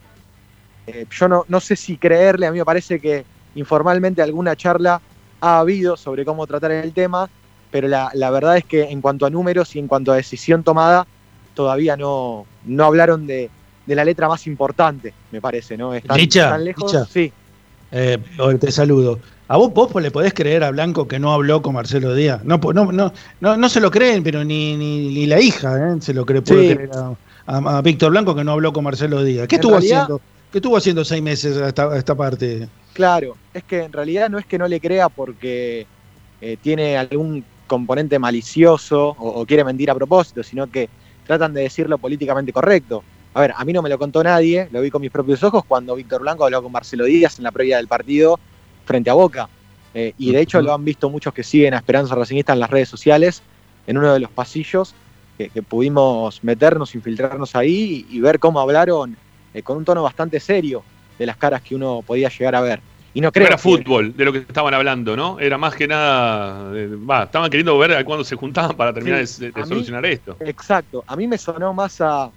[SPEAKER 16] Eh, yo no, no sé si creerle, a mí me parece que informalmente alguna charla ha habido sobre cómo tratar el tema, pero la, la verdad es que en cuanto a números y en cuanto a decisión tomada, todavía no, no hablaron de, de la letra más importante, me parece, ¿no? Están,
[SPEAKER 4] Licha,
[SPEAKER 16] están lejos.
[SPEAKER 4] Licha.
[SPEAKER 16] Sí.
[SPEAKER 4] Eh, te saludo. ¿A vos, vos le podés creer a Blanco que no habló con Marcelo Díaz? No, no, no, no, no se lo creen, pero ni, ni, ni la hija ¿eh? se lo cree, puede
[SPEAKER 16] Sí.
[SPEAKER 4] creer a, a, a Víctor Blanco que no habló con Marcelo Díaz. ¿Qué
[SPEAKER 16] En
[SPEAKER 4] estuvo
[SPEAKER 16] realidad-
[SPEAKER 4] haciendo? ¿Qué estuvo haciendo seis meses a esta, a esta parte?
[SPEAKER 16] Claro, es que en realidad no es que no le crea porque eh, tiene algún componente malicioso o, o quiere mentir a propósito, sino que tratan de decirlo políticamente correcto. A ver, a mí no me lo contó nadie, lo vi con mis propios ojos cuando Víctor Blanco habló con Marcelo Díaz en la previa del partido frente a Boca. Eh, y de hecho lo han visto muchos que siguen a Esperanza Racinguista en las redes sociales, en uno de los pasillos que, que pudimos meternos, infiltrarnos ahí y, y ver cómo hablaron eh, con un tono bastante serio de las caras que uno podía llegar a ver. Y no
[SPEAKER 2] No
[SPEAKER 16] creo
[SPEAKER 2] era
[SPEAKER 16] que-
[SPEAKER 2] fútbol de lo que estaban hablando, ¿no? Era más que nada. eh, Va, estaban queriendo ver a cuándo se juntaban para terminar
[SPEAKER 16] Sí,
[SPEAKER 2] de, de
[SPEAKER 16] a mí-
[SPEAKER 2] solucionar esto.
[SPEAKER 16] Exacto, a mí me sonó más a,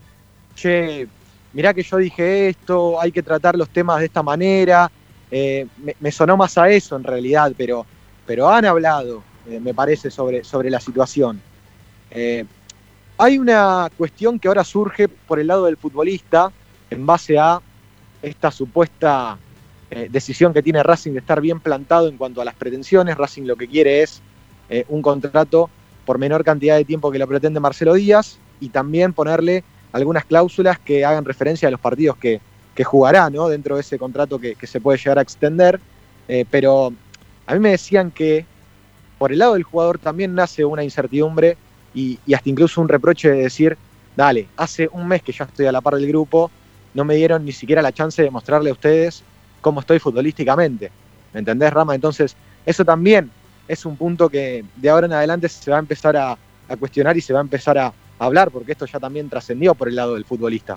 [SPEAKER 16] che, mirá que yo dije esto, hay que tratar los temas de esta manera, eh, me, me sonó más a eso en realidad, pero, pero han hablado, eh, me parece, sobre, sobre la situación. Eh, hay una cuestión que ahora surge por el lado del futbolista en base a esta supuesta eh, decisión que tiene Racing de estar bien plantado en cuanto a las pretensiones. Racing lo que quiere es eh, un contrato por menor cantidad de tiempo que lo pretende Marcelo Díaz y también ponerle algunas cláusulas que hagan referencia a los partidos que, que jugará, ¿no? Dentro de ese contrato que, que se puede llegar a extender. Eh, pero a mí me decían que por el lado del jugador también nace una incertidumbre y, y hasta incluso un reproche de decir, dale, hace un mes que ya estoy a la par del grupo, no me dieron ni siquiera la chance de mostrarle a ustedes cómo estoy futbolísticamente. ¿Me entendés, Rama? Entonces, eso también es un punto que de ahora en adelante se va a empezar a, a cuestionar y se va a empezar a, a hablar, porque esto ya también trascendió por el lado del futbolista.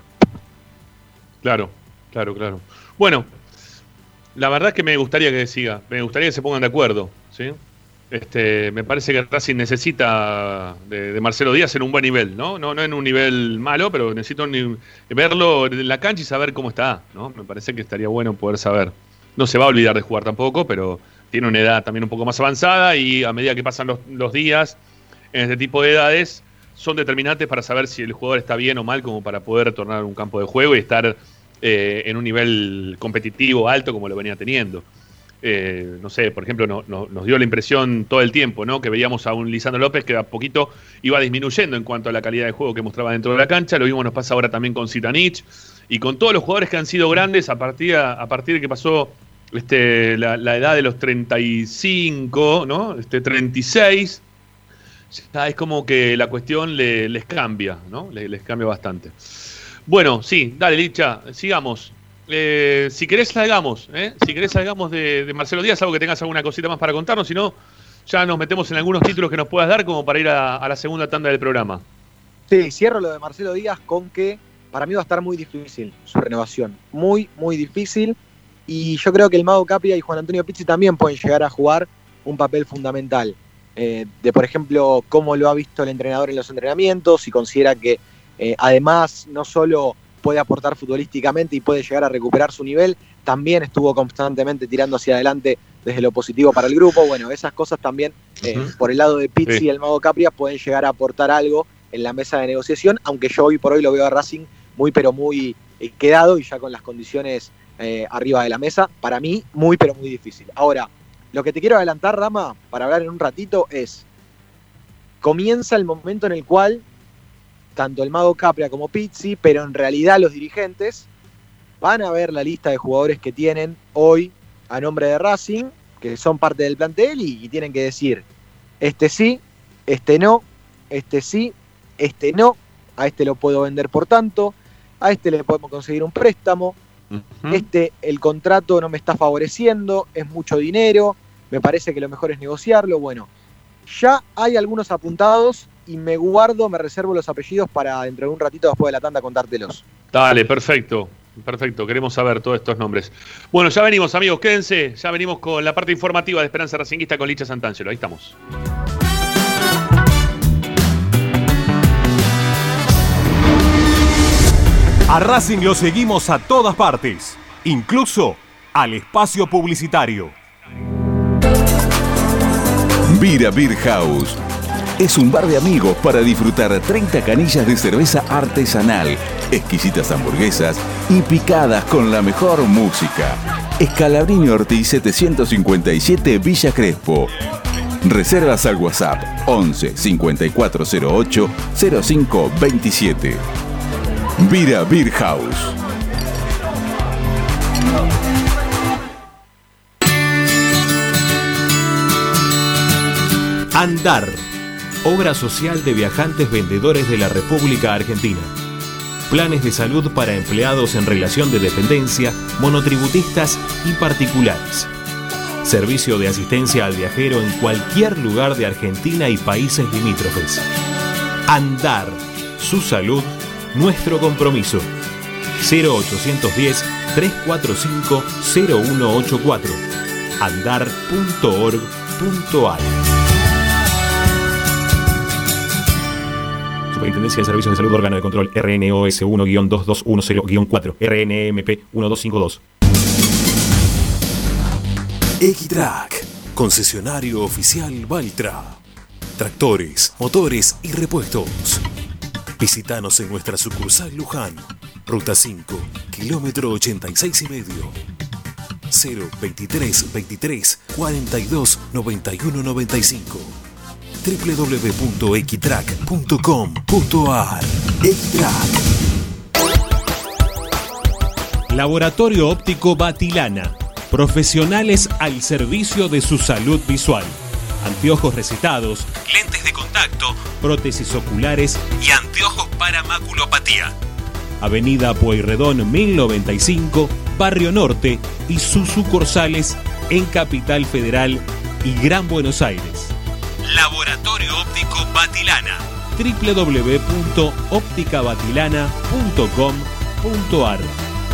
[SPEAKER 2] Claro, claro, claro. Bueno, la verdad es que me gustaría que siga, me gustaría que se pongan de acuerdo, ¿sí? Este, me parece que Racing necesita de, de Marcelo Díaz en un buen nivel, ¿no? No, no en un nivel malo, pero necesito ni, verlo en la cancha y saber cómo está, ¿no? Me parece que estaría bueno poder saber. No se va a olvidar de jugar tampoco, pero tiene una edad también un poco más avanzada y a medida que pasan los, los días en este tipo de edades son determinantes para saber si el jugador está bien o mal como para poder retornar a un campo de juego y estar eh, en un nivel competitivo alto como lo venía teniendo. Eh, no sé, por ejemplo, no, no, nos dio la impresión todo el tiempo, ¿no? Que veíamos a un Lisandro López que a poquito iba disminuyendo en cuanto a la calidad de juego que mostraba dentro de la cancha. Lo mismo nos pasa ahora también con Zitanich y con todos los jugadores que han sido grandes a partir, a, a partir de que pasó este, la, la edad de los treinta y cinco, ¿no? Este, treinta y seis. Ya es como que la cuestión le, les cambia, ¿no? Les, les cambia bastante. Bueno, sí, dale, Licha, sigamos. Eh, si querés salgamos, ¿eh? Si querés salgamos de, de Marcelo Díaz, algo que tengas alguna cosita más para contarnos, si no, ya nos metemos en algunos títulos que nos puedas dar como para ir a, a la segunda tanda del programa.
[SPEAKER 16] Sí, cierro lo de Marcelo Díaz con que para mí va a estar muy difícil su renovación, muy, muy difícil, y yo creo que el Mago Capria y Juan Antonio Pizzi también pueden llegar a jugar un papel fundamental, eh, de por ejemplo, cómo lo ha visto el entrenador en los entrenamientos, si considera que eh, además no solo puede aportar futbolísticamente y puede llegar a recuperar su nivel, también estuvo constantemente tirando hacia adelante desde lo positivo para el grupo. Bueno, esas cosas también eh, uh-huh. por el lado de Pizzi sí. y el Mago Capria pueden llegar a aportar algo en la mesa de negociación, aunque yo hoy por hoy lo veo a Racing muy pero muy eh, quedado y ya con las condiciones eh, arriba de la mesa, para mí muy pero muy difícil. Ahora, lo que te quiero adelantar, Rama, para hablar en un ratito es, comienza el momento en el cual tanto el Mago Capria como Pizzi, pero en realidad los dirigentes van a ver la lista de jugadores que tienen hoy a nombre de Racing, que son parte del plantel y, y tienen que decir, este sí, este no, este sí, este no, a este lo puedo vender por tanto, a este le podemos conseguir un préstamo, uh-huh. este el contrato no me está favoreciendo, es mucho dinero, me parece que lo mejor es negociarlo. Bueno, ya hay algunos apuntados y me guardo, me reservo los apellidos para dentro de un ratito después de la tanda contártelos.
[SPEAKER 2] Dale, perfecto, perfecto, queremos saber todos estos nombres. Bueno, ya venimos, amigos, quédense, ya venimos con la parte informativa de Esperanza Racinguista con Licha Santangelo, ahí estamos.
[SPEAKER 5] A Racing lo seguimos a todas partes, incluso al espacio publicitario.
[SPEAKER 3] Vira Beer House es un bar de amigos para disfrutar treinta canillas de cerveza artesanal, exquisitas hamburguesas y picadas con la mejor música. Escalabrini Ortiz setecientos cincuenta y siete Villa Crespo. Reservas al WhatsApp once cincuenta y cuatro cero ocho cero cinco veintisiete. Vira Beer House.
[SPEAKER 5] Andar, obra social de viajantes vendedores de la República Argentina. Planes de salud para empleados en relación de dependencia, monotributistas y particulares. Servicio de asistencia al viajero en cualquier lugar de Argentina y países limítrofes. Andar, su salud, nuestro compromiso. cero ochocientos diez, trescientos cuarenta y cinco, cero uno ochenta y cuatro. andar punto org punto ar. Superintendencia de Servicios de Salud, órgano de control R N O S uno guion dos dos uno cero guion cuatro, R N M P uno dos cinco dos.
[SPEAKER 6] Equitrack, concesionario oficial Valtra. Tractores, motores y repuestos. Visítanos en nuestra sucursal Luján, ruta cinco, kilómetro ochenta y seis y medio. cero veintitrés veintitrés cuarenta y dos noventa y uno noventa y cinco. doble u doble u doble u punto equitrack punto com punto ar. Equitrack.
[SPEAKER 5] Laboratorio Óptico Batilana. Profesionales al servicio de su salud visual. anteojos recetados, lentes de contacto, prótesis oculares y anteojos para maculopatía. Avenida Pueyrredón mil noventa y cinco, Barrio Norte y sus sucursales en Capital Federal y Gran Buenos Aires. Laboratorio Óptico Batilana. doble u doble u doble u punto óptica batilana punto com punto a r.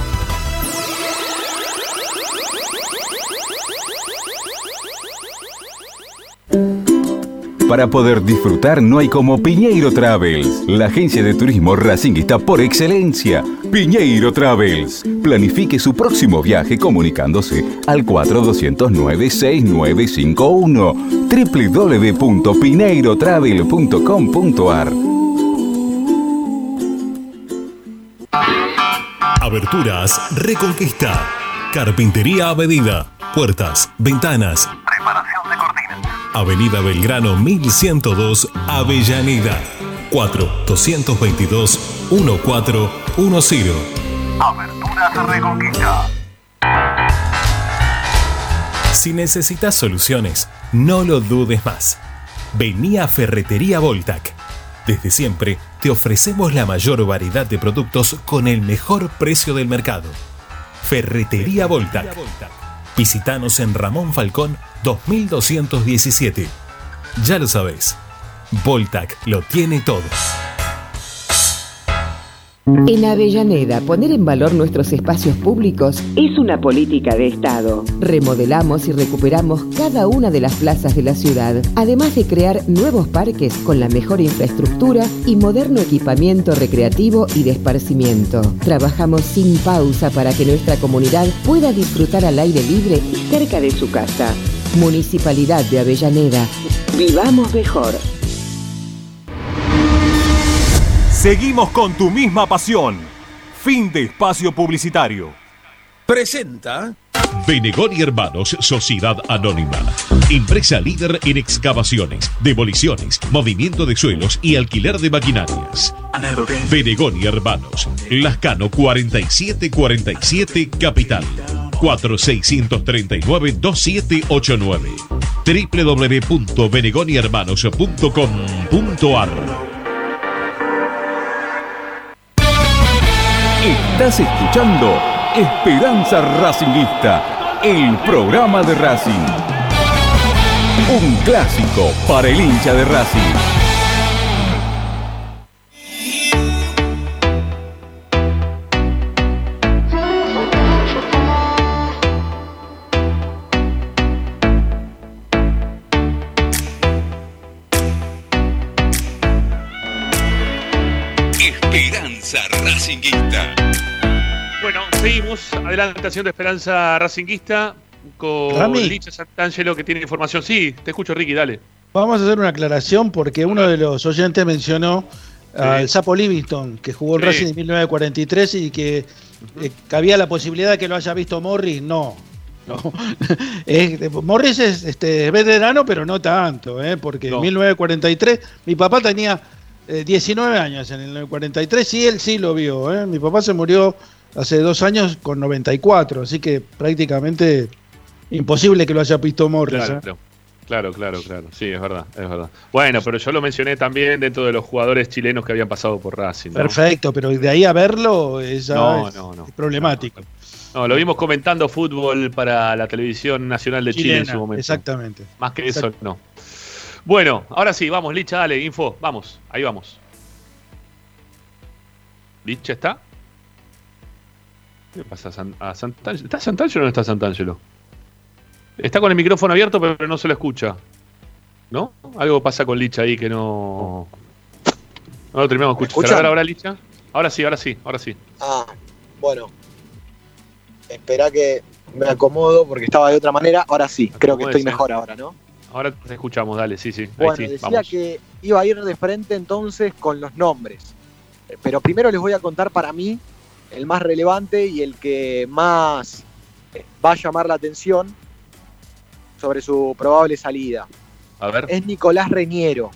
[SPEAKER 3] Para poder disfrutar no hay como Piñeiro Travels, la agencia de turismo racinguista por excelencia. Piñeiro Travels. Planifique su próximo viaje comunicándose al cuatro dos cero nueve seis nueve cinco uno. doble u doble u doble u punto pineiro travel punto com punto a r.
[SPEAKER 7] Aberturas Reconquista. Carpintería a medida. Puertas, ventanas.
[SPEAKER 17] Preparación de cortinas.
[SPEAKER 7] Avenida Belgrano mil ciento dos, Avellaneda. cuatro dos dos dos, uno cuatro uno cero.
[SPEAKER 17] Aberturas Reconquista.
[SPEAKER 5] Si necesitas soluciones, no lo dudes más. Vení a Ferretería Voltac. Desde siempre te ofrecemos la mayor variedad de productos con el mejor precio del mercado. Ferretería Voltac. Visítanos en Ramón Falcón dos mil doscientos diecisiete. Ya lo sabés, Voltac lo tiene todo.
[SPEAKER 18] En Avellaneda, poner en valor nuestros espacios públicos es una política de Estado. Remodelamos y recuperamos cada una de las plazas de la ciudad, además de crear nuevos parques con la mejor infraestructura y moderno equipamiento recreativo y de esparcimiento. Trabajamos sin pausa para que nuestra comunidad pueda disfrutar al aire libre y cerca de su casa. Municipalidad de Avellaneda. Vivamos mejor.
[SPEAKER 5] Seguimos con tu misma pasión. Fin de espacio publicitario.
[SPEAKER 7] Presenta Venegón y Hermanos, Sociedad Anónima. Empresa líder en excavaciones, demoliciones, movimiento de suelos y alquiler de maquinarias. Venegón y Hermanos, Lascano cuarenta y siete cuarenta y siete, Capital. cuatro seis tres nueve, dos siete ocho nueve. doble u doble u doble u punto venegón y hermanos punto com punto a r.
[SPEAKER 3] Estás escuchando Esperanza Racinguista, el programa de Racing. Un clásico para el hincha de Racing.
[SPEAKER 7] Esperanza Racinguista.
[SPEAKER 2] Bueno, seguimos. Adelante haciendo Esperanza Racinguista con
[SPEAKER 4] Rami.
[SPEAKER 2] Licha Santangelo, que tiene información. Sí, te escucho, Ricky, dale.
[SPEAKER 4] Vamos a hacer una aclaración porque uno de los oyentes mencionó
[SPEAKER 2] Sí.
[SPEAKER 4] al Sapo Livingston, que jugó en
[SPEAKER 2] Sí.
[SPEAKER 4] Racing en mil novecientos cuarenta y tres y que eh, cabía la posibilidad de que lo haya visto Morris. No. No. Es- Morris es este, veterano, pero no tanto, ¿eh? Porque
[SPEAKER 2] No.
[SPEAKER 4] en mil novecientos cuarenta y tres mi papá tenía eh, diecinueve años en el cuarenta y tres y él sí lo vio. ¿eh? Mi papá se murió hace dos años con noventa y cuatro, así que prácticamente imposible que lo haya visto Morris.
[SPEAKER 2] Claro,
[SPEAKER 4] ¿eh?
[SPEAKER 2] claro, claro, claro, claro. Sí, es verdad, es verdad. Bueno, pero yo lo mencioné también dentro de los jugadores chilenos que habían pasado por Racing, ¿no?
[SPEAKER 4] Perfecto, pero de ahí a verlo es, ya
[SPEAKER 2] No,
[SPEAKER 4] es-
[SPEAKER 2] no, no.
[SPEAKER 4] es problemático.
[SPEAKER 2] No, lo vimos comentando fútbol para la televisión nacional de Chile en
[SPEAKER 4] Chilena,
[SPEAKER 2] su momento.
[SPEAKER 4] exactamente.
[SPEAKER 2] Más que
[SPEAKER 4] Exacto.
[SPEAKER 2] eso, no. Bueno, ahora sí, vamos, Licha, dale, info, vamos, ahí vamos. ¿Licha está? ¿Qué pasa a, San- a Santangelo? ¿Está Santangelo o no está Santangelo? Está con el micrófono abierto, pero no se lo escucha. ¿No? Algo pasa con Licha ahí que no. No lo terminamos de escuchar.
[SPEAKER 16] escuchan?
[SPEAKER 2] Ahora, ahora, Licha. Ahora sí, ahora sí, ahora sí.
[SPEAKER 16] Ah, bueno. Espera que me acomodo porque estaba de otra manera. Ahora sí, creo que estoy
[SPEAKER 2] Acomódese.
[SPEAKER 16] mejor ahora, ¿no?
[SPEAKER 2] Ahora te escuchamos, dale, sí, sí. Ahí
[SPEAKER 16] Bueno,
[SPEAKER 2] sí,
[SPEAKER 16] decía
[SPEAKER 2] vamos.
[SPEAKER 16] que iba a ir de frente entonces con los nombres. Eh, Pero primero les voy a contar para mí el más relevante y el que más eh, va a llamar la atención sobre su probable salida.
[SPEAKER 2] A ver.
[SPEAKER 16] Es Nicolás Reñero.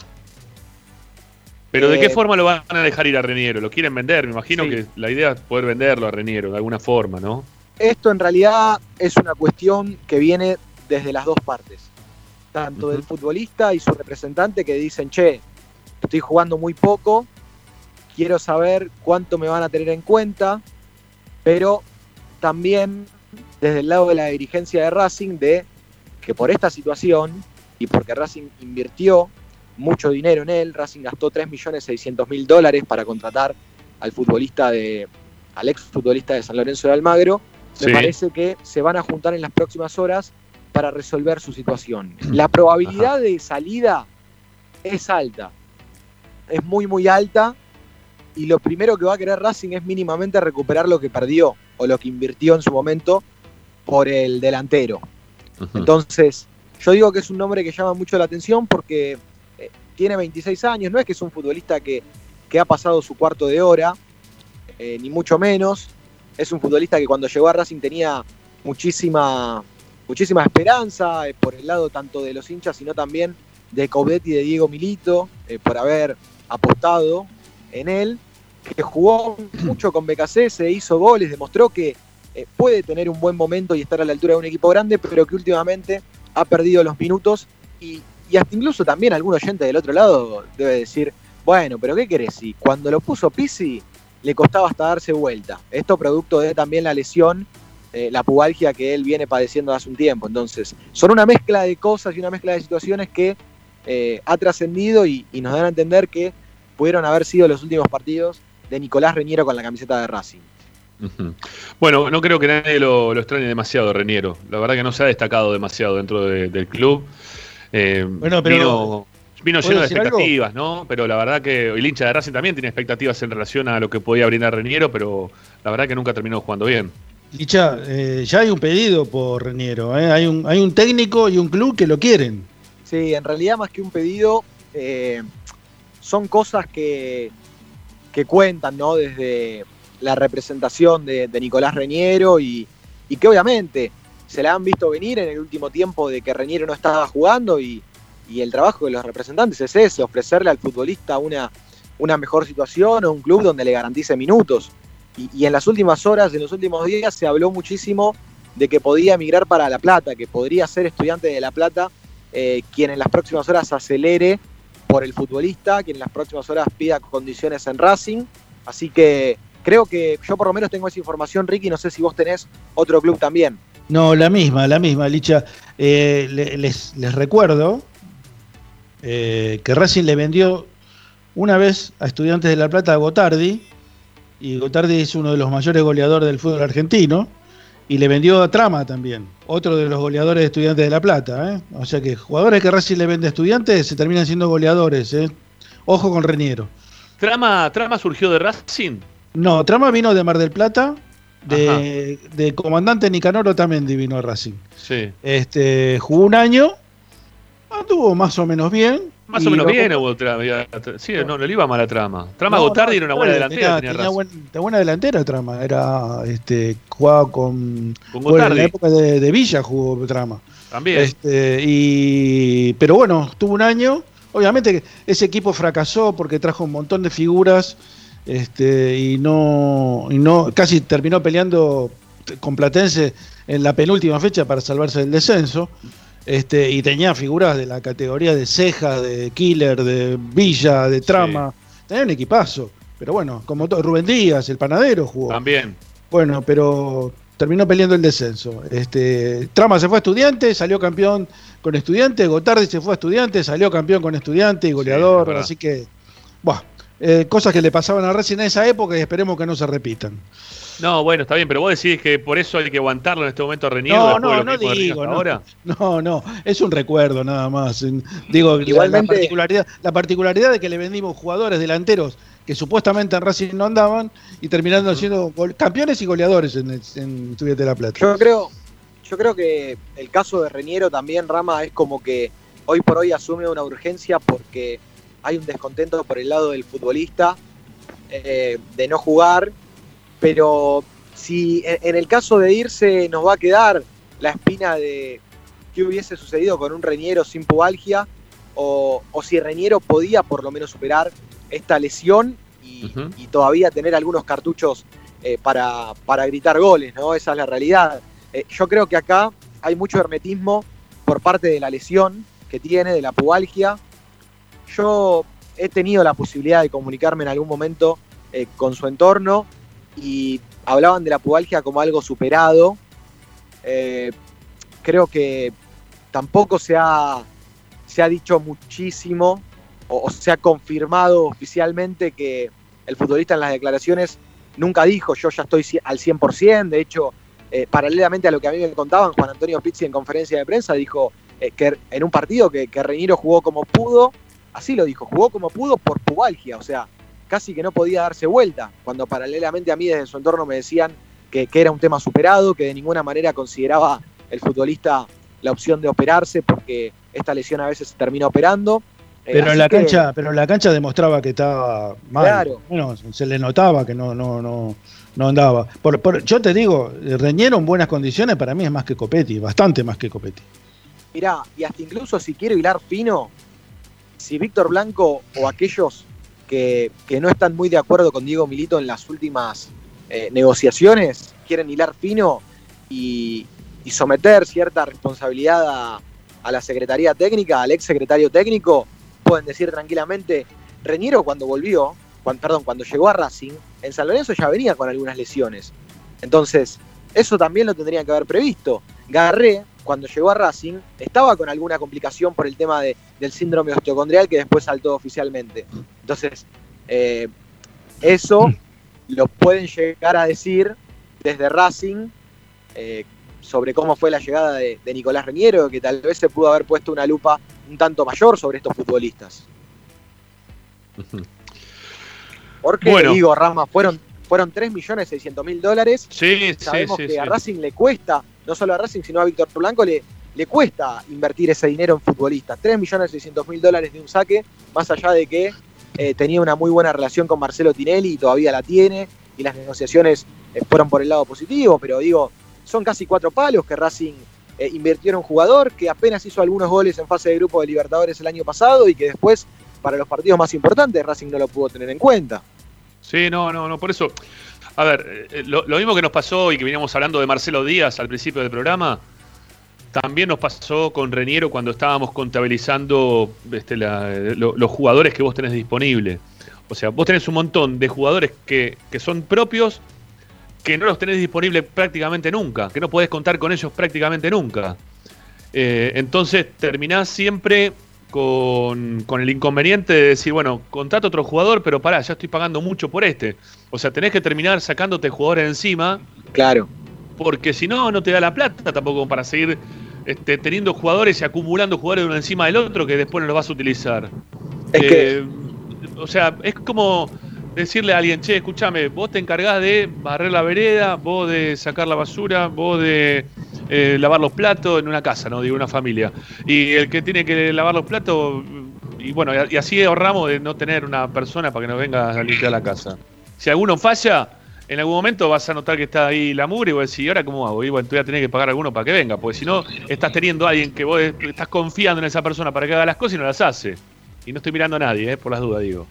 [SPEAKER 2] Pero ¿de
[SPEAKER 16] eh,
[SPEAKER 2] qué forma lo van a dejar ir a Reniero? ¿Lo quieren vender? Me imagino
[SPEAKER 16] Sí.
[SPEAKER 2] que la idea es poder venderlo a Reniero de alguna forma, ¿no?
[SPEAKER 16] Esto en realidad es una cuestión que viene desde las dos partes. tanto uh-huh. del futbolista y su representante, que dicen, che, estoy jugando muy poco, quiero saber cuánto me van a tener en cuenta, pero también desde el lado de la dirigencia de Racing, de que por esta situación y porque Racing invirtió mucho dinero en él, Racing gastó tres millones seiscientos mil dólares para contratar al futbolista de, al ex futbolista de San Lorenzo de Almagro. Me sí. parece que se van a juntar en las próximas horas para resolver su situación. La probabilidad Ajá. de salida es alta, es muy muy alta, y lo primero que va a querer Racing es mínimamente recuperar lo que perdió o lo que invirtió en su momento por el delantero. Uh-huh. Entonces, yo digo que es un nombre que llama mucho la atención porque eh, tiene veintiséis años, no es que es un futbolista que, que ha pasado su cuarto de hora, eh, ni mucho menos. Es un futbolista que cuando llegó a Racing tenía muchísima, muchísima esperanza eh, por el lado tanto de los hinchas, sino también de Coudet y de Diego Milito, eh, por haber apostado en él, que jugó mucho con B K C, se hizo goles, demostró que eh, puede tener un buen momento y estar a la altura de un equipo grande, pero que últimamente ha perdido los minutos y, y hasta incluso también algún oyente del otro lado debe decir, bueno, pero ¿qué querés? Si cuando lo puso Pizzi le costaba hasta darse vuelta. Esto producto de también la lesión, eh, la pubalgia que él viene padeciendo hace un tiempo. Entonces, son una mezcla de cosas y una mezcla de situaciones que eh, ha trascendido y, y nos dan a entender que pudieron haber sido los últimos partidos de Nicolás Reñero con la camiseta de Racing.
[SPEAKER 2] Uh-huh. Bueno, no creo que nadie lo, lo extrañe demasiado, Reñero. La verdad que no se ha destacado demasiado dentro de, del club. Eh, bueno, pero vino, vino lleno de expectativas, algo? ¿no? Pero la verdad que el hincha de Racing también tiene expectativas en relación a lo que podía brindar Reñero, pero la verdad que nunca terminó jugando bien.
[SPEAKER 4] Licha, eh, ya hay un pedido por Reñero, ¿eh? hay, un, hay un técnico y un club que lo quieren.
[SPEAKER 16] Sí, en realidad más que un pedido, eh, son cosas que, que cuentan, ¿no? Desde la representación de, de Nicolás Reñero y, y que obviamente se la han visto venir en el último tiempo de que Reñero no estaba jugando y, y el trabajo de los representantes es ese, ofrecerle al futbolista una, una mejor situación o un club donde le garantice minutos. Y, y en las últimas horas, en los últimos días, se habló muchísimo de que podía emigrar para La Plata, que podría ser Estudiante de La Plata, eh, quien en las próximas horas acelere por el futbolista, quien en las próximas horas pida condiciones en Racing. Así que creo que yo por lo menos tengo esa información, Ricky, no sé si vos tenés otro club también.
[SPEAKER 4] No, la misma, la misma, Licha. Eh, les, les recuerdo eh, que Racing le vendió una vez a Estudiantes de La Plata a Gotardi, y Gotardi es uno de los mayores goleadores del fútbol argentino, y le vendió a Trama también, otro de los goleadores de Estudiantes de La Plata. ¿eh? O sea que jugadores que Racing le vende a Estudiantes se terminan siendo goleadores. ¿eh? Ojo con Reñero.
[SPEAKER 2] ¿Trama, ¿Trama surgió de Racing?
[SPEAKER 4] No, Trama vino de Mar del Plata, de, de Comandante Nicanor Otamendi vino a Racing.
[SPEAKER 2] Sí.
[SPEAKER 4] Este, jugó un año, anduvo más o menos bien.
[SPEAKER 2] Más o menos bien hubo Trama. Sí, no, no le iba mal a Trama. Trama no, Gotardi no, era una buena delantera.
[SPEAKER 4] Tenía, tenía buen, buena delantera Trama. Era, este, jugaba con.
[SPEAKER 2] Con Gotardi.
[SPEAKER 4] En la época de, de Villa jugó Trama.
[SPEAKER 2] También.
[SPEAKER 4] Este, y, pero bueno, tuvo un año. Obviamente ese equipo fracasó porque trajo un montón de figuras. Este, y no, y no. Casi terminó peleando con Platense en la penúltima fecha para salvarse del descenso. Este, y tenía figuras de la categoría de Cejas, de Killer, de Villa, de Trama. Sí. Tenía un equipazo. Pero bueno, como todo, Rubén Díaz, el panadero jugó.
[SPEAKER 2] También.
[SPEAKER 4] Bueno, pero terminó peleando el descenso. Este, Trama se fue a Estudiantes, salió campeón con Estudiantes. Gotardi se fue a Estudiantes, salió campeón con Estudiantes y goleador. Sí, así que, bueno, eh, cosas que le pasaban a Racing en esa época y esperemos que no se repitan.
[SPEAKER 2] No, bueno, está bien, pero vos decís que por eso hay que aguantarlo en este momento a Reñero.
[SPEAKER 4] No, no, no digo, no, ahora. no, no, es un recuerdo nada más. Digo, igualmente la particularidad, la particularidad de que le vendimos jugadores delanteros que supuestamente en Racing no andaban y terminando uh-huh. siendo campeones y goleadores en, en Estudiantes de La Plata.
[SPEAKER 16] Yo creo, yo creo que el caso de Reñero también, Rama, es como que hoy por hoy asume una urgencia porque hay un descontento por el lado del futbolista eh, de no jugar. Pero si en el caso de irse nos va a quedar la espina de qué hubiese sucedido con un Reñero sin pubalgia, o, o si Reñero podía por lo menos superar esta lesión y, uh-huh. y todavía tener algunos cartuchos eh, para, para gritar goles, ¿no? Esa es la realidad. Eh, yo creo que acá hay mucho hermetismo por parte de la lesión, que tiene, de la pubalgia. Yo he tenido la posibilidad de comunicarme en algún momento eh, con su entorno y hablaban de la pubalgia como algo superado. Eh, creo que tampoco se ha, se ha dicho muchísimo o, o se ha confirmado oficialmente que el futbolista en las declaraciones nunca dijo yo ya estoy al cien por ciento. De hecho, eh, paralelamente a lo que a mí me contaban, Juan Antonio Pizzi en conferencia de prensa dijo eh, que en un partido que, que Reñero jugó como pudo, así lo dijo, jugó como pudo por pubalgia, o sea, casi que no podía darse vuelta, cuando paralelamente a mí desde su entorno me decían que, que era un tema superado, que de ninguna manera consideraba el futbolista la opción de operarse, porque esta lesión a veces se termina operando. Eh,
[SPEAKER 4] Pero en la
[SPEAKER 16] que,
[SPEAKER 4] cancha, pero en la cancha demostraba que estaba mal.
[SPEAKER 16] Claro.
[SPEAKER 4] Bueno, se le notaba que no, no, no, no andaba. Por, por, yo te digo, Reñero en buenas condiciones para mí es más que Copetti, bastante más que Copetti.
[SPEAKER 16] Mirá, y hasta incluso si quiero hilar fino, si Víctor Blanco o aquellos que, que no están muy de acuerdo con Diego Milito en las últimas eh, negociaciones quieren hilar fino y, y someter cierta responsabilidad a, a la Secretaría Técnica, al ex secretario técnico, pueden decir tranquilamente, Reñero cuando volvió, cuando, perdón, cuando llegó a Racing, en San Lorenzo ya venía con algunas lesiones. Entonces, eso también lo tendrían que haber previsto. Garré, cuando llegó a Racing, estaba con alguna complicación por el tema de, del síndrome osteocondrial que después saltó oficialmente. Entonces, eh, eso lo pueden llegar a decir desde Racing eh, sobre cómo fue la llegada de, de Nicolás Reñero, que tal vez se pudo haber puesto una lupa un tanto mayor sobre estos futbolistas. Porque, bueno, digo, Rama, fueron, fueron tres millones seiscientos mil dólares.
[SPEAKER 2] Sí,
[SPEAKER 16] Sabemos
[SPEAKER 2] sí, sí,
[SPEAKER 16] que
[SPEAKER 2] sí.
[SPEAKER 16] a Racing le cuesta, no solo a Racing, sino a Víctor Blanco, le, le cuesta invertir ese dinero en futbolistas. tres millones seiscientos mil dólares de un saque, más allá de que eh, tenía una muy buena relación con Marcelo Tinelli y todavía la tiene, y las negociaciones eh, fueron por el lado positivo, pero digo, son casi cuatro palos que Racing eh, invirtió en un jugador que apenas hizo algunos goles en fase de grupo de Libertadores el año pasado y que después, para los partidos más importantes, Racing no lo pudo tener en cuenta.
[SPEAKER 2] Sí, no, no, no, por eso, a ver, eh, lo, lo mismo que nos pasó y que veníamos hablando de Marcelo Díaz al principio del programa, también nos pasó con Reñero cuando estábamos contabilizando este, la, lo, los jugadores que vos tenés disponibles. O sea, vos tenés un montón de jugadores que, que son propios, que no los tenés disponibles prácticamente nunca, que no podés contar con ellos prácticamente nunca. Eh, entonces terminás siempre con, con el inconveniente de decir, bueno, contrato otro jugador, pero pará, ya estoy pagando mucho por este. O sea, tenés que terminar sacándote jugadores encima.
[SPEAKER 16] Claro.
[SPEAKER 2] Porque si no, no te da la plata tampoco para seguir este, teniendo jugadores y acumulando jugadores uno encima del otro que después no los vas a utilizar.
[SPEAKER 16] Es
[SPEAKER 2] eh,
[SPEAKER 16] que...
[SPEAKER 2] O sea, es como decirle a alguien, che, escúchame, vos te encargás de barrer la vereda, vos de sacar la basura, vos de eh, lavar los platos en una casa, ¿no? Digo, una familia. Y el que tiene que lavar los platos, y bueno, y así ahorramos de no tener una persona para que nos venga a limpiar la casa. Si alguno falla, en algún momento vas a notar que está ahí la mugre y vos decís, ¿y ahora cómo hago? Y bueno, tú ya tenés que pagar a alguno para que venga, porque si no, estás teniendo a alguien que vos estás confiando en esa persona para que haga las cosas y no las hace. Y no estoy mirando a nadie, ¿eh? Por las dudas, digo.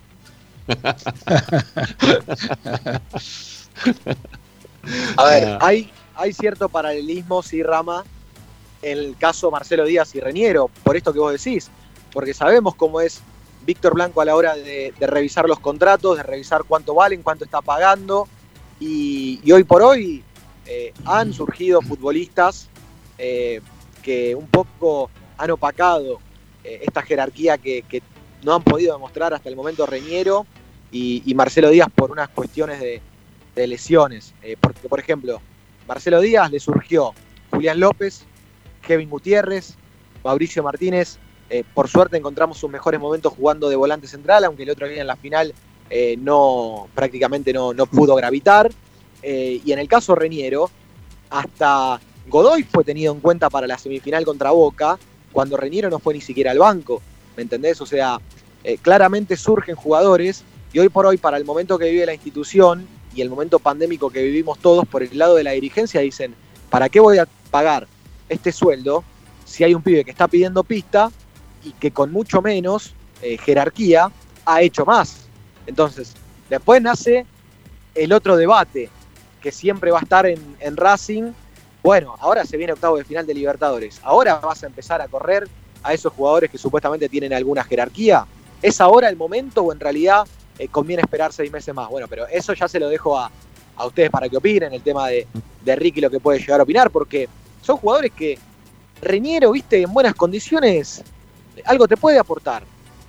[SPEAKER 16] A ver, hay, hay cierto paralelismo, sí, Rama, en el caso Marcelo Díaz y Reñero, por esto que vos decís, porque sabemos cómo es Víctor Blanco a la hora de, de revisar los contratos, de revisar cuánto valen, cuánto está pagando, y, y hoy por hoy eh, han surgido futbolistas eh, que un poco han opacado eh, esta jerarquía que, que no han podido demostrar hasta el momento Reñero y, y Marcelo Díaz por unas cuestiones de, de lesiones. Eh, porque, por ejemplo, Marcelo Díaz le surgió Julián López, Kevin Gutiérrez, Mauricio Martínez. Eh, por suerte encontramos sus mejores momentos jugando de volante central, aunque el otro día en la final eh, no prácticamente no, no pudo gravitar. Eh, y en el caso Reñero, hasta Godoy fue tenido en cuenta para la semifinal contra Boca, cuando Reñero no fue ni siquiera al banco. ¿Me entendés? O sea, eh, claramente surgen jugadores y hoy por hoy, para el momento que vive la institución y el momento pandémico que vivimos todos, por el lado de la dirigencia dicen, ¿para qué voy a pagar este sueldo si hay un pibe que está pidiendo pista y que con mucho menos eh, jerarquía ha hecho más? Entonces, después nace el otro debate que siempre va a estar en, en Racing. Bueno, ahora se viene octavo de final de Libertadores. Ahora vas a empezar a correr a esos jugadores que supuestamente tienen alguna jerarquía? ¿Es ahora el momento o en realidad eh, conviene esperar seis meses más? Bueno, pero eso ya se lo dejo a, a ustedes para que opinen, el tema de, de Ricky, lo que puede llegar a opinar, porque son jugadores que Reñero, viste, en buenas condiciones, algo te puede aportar.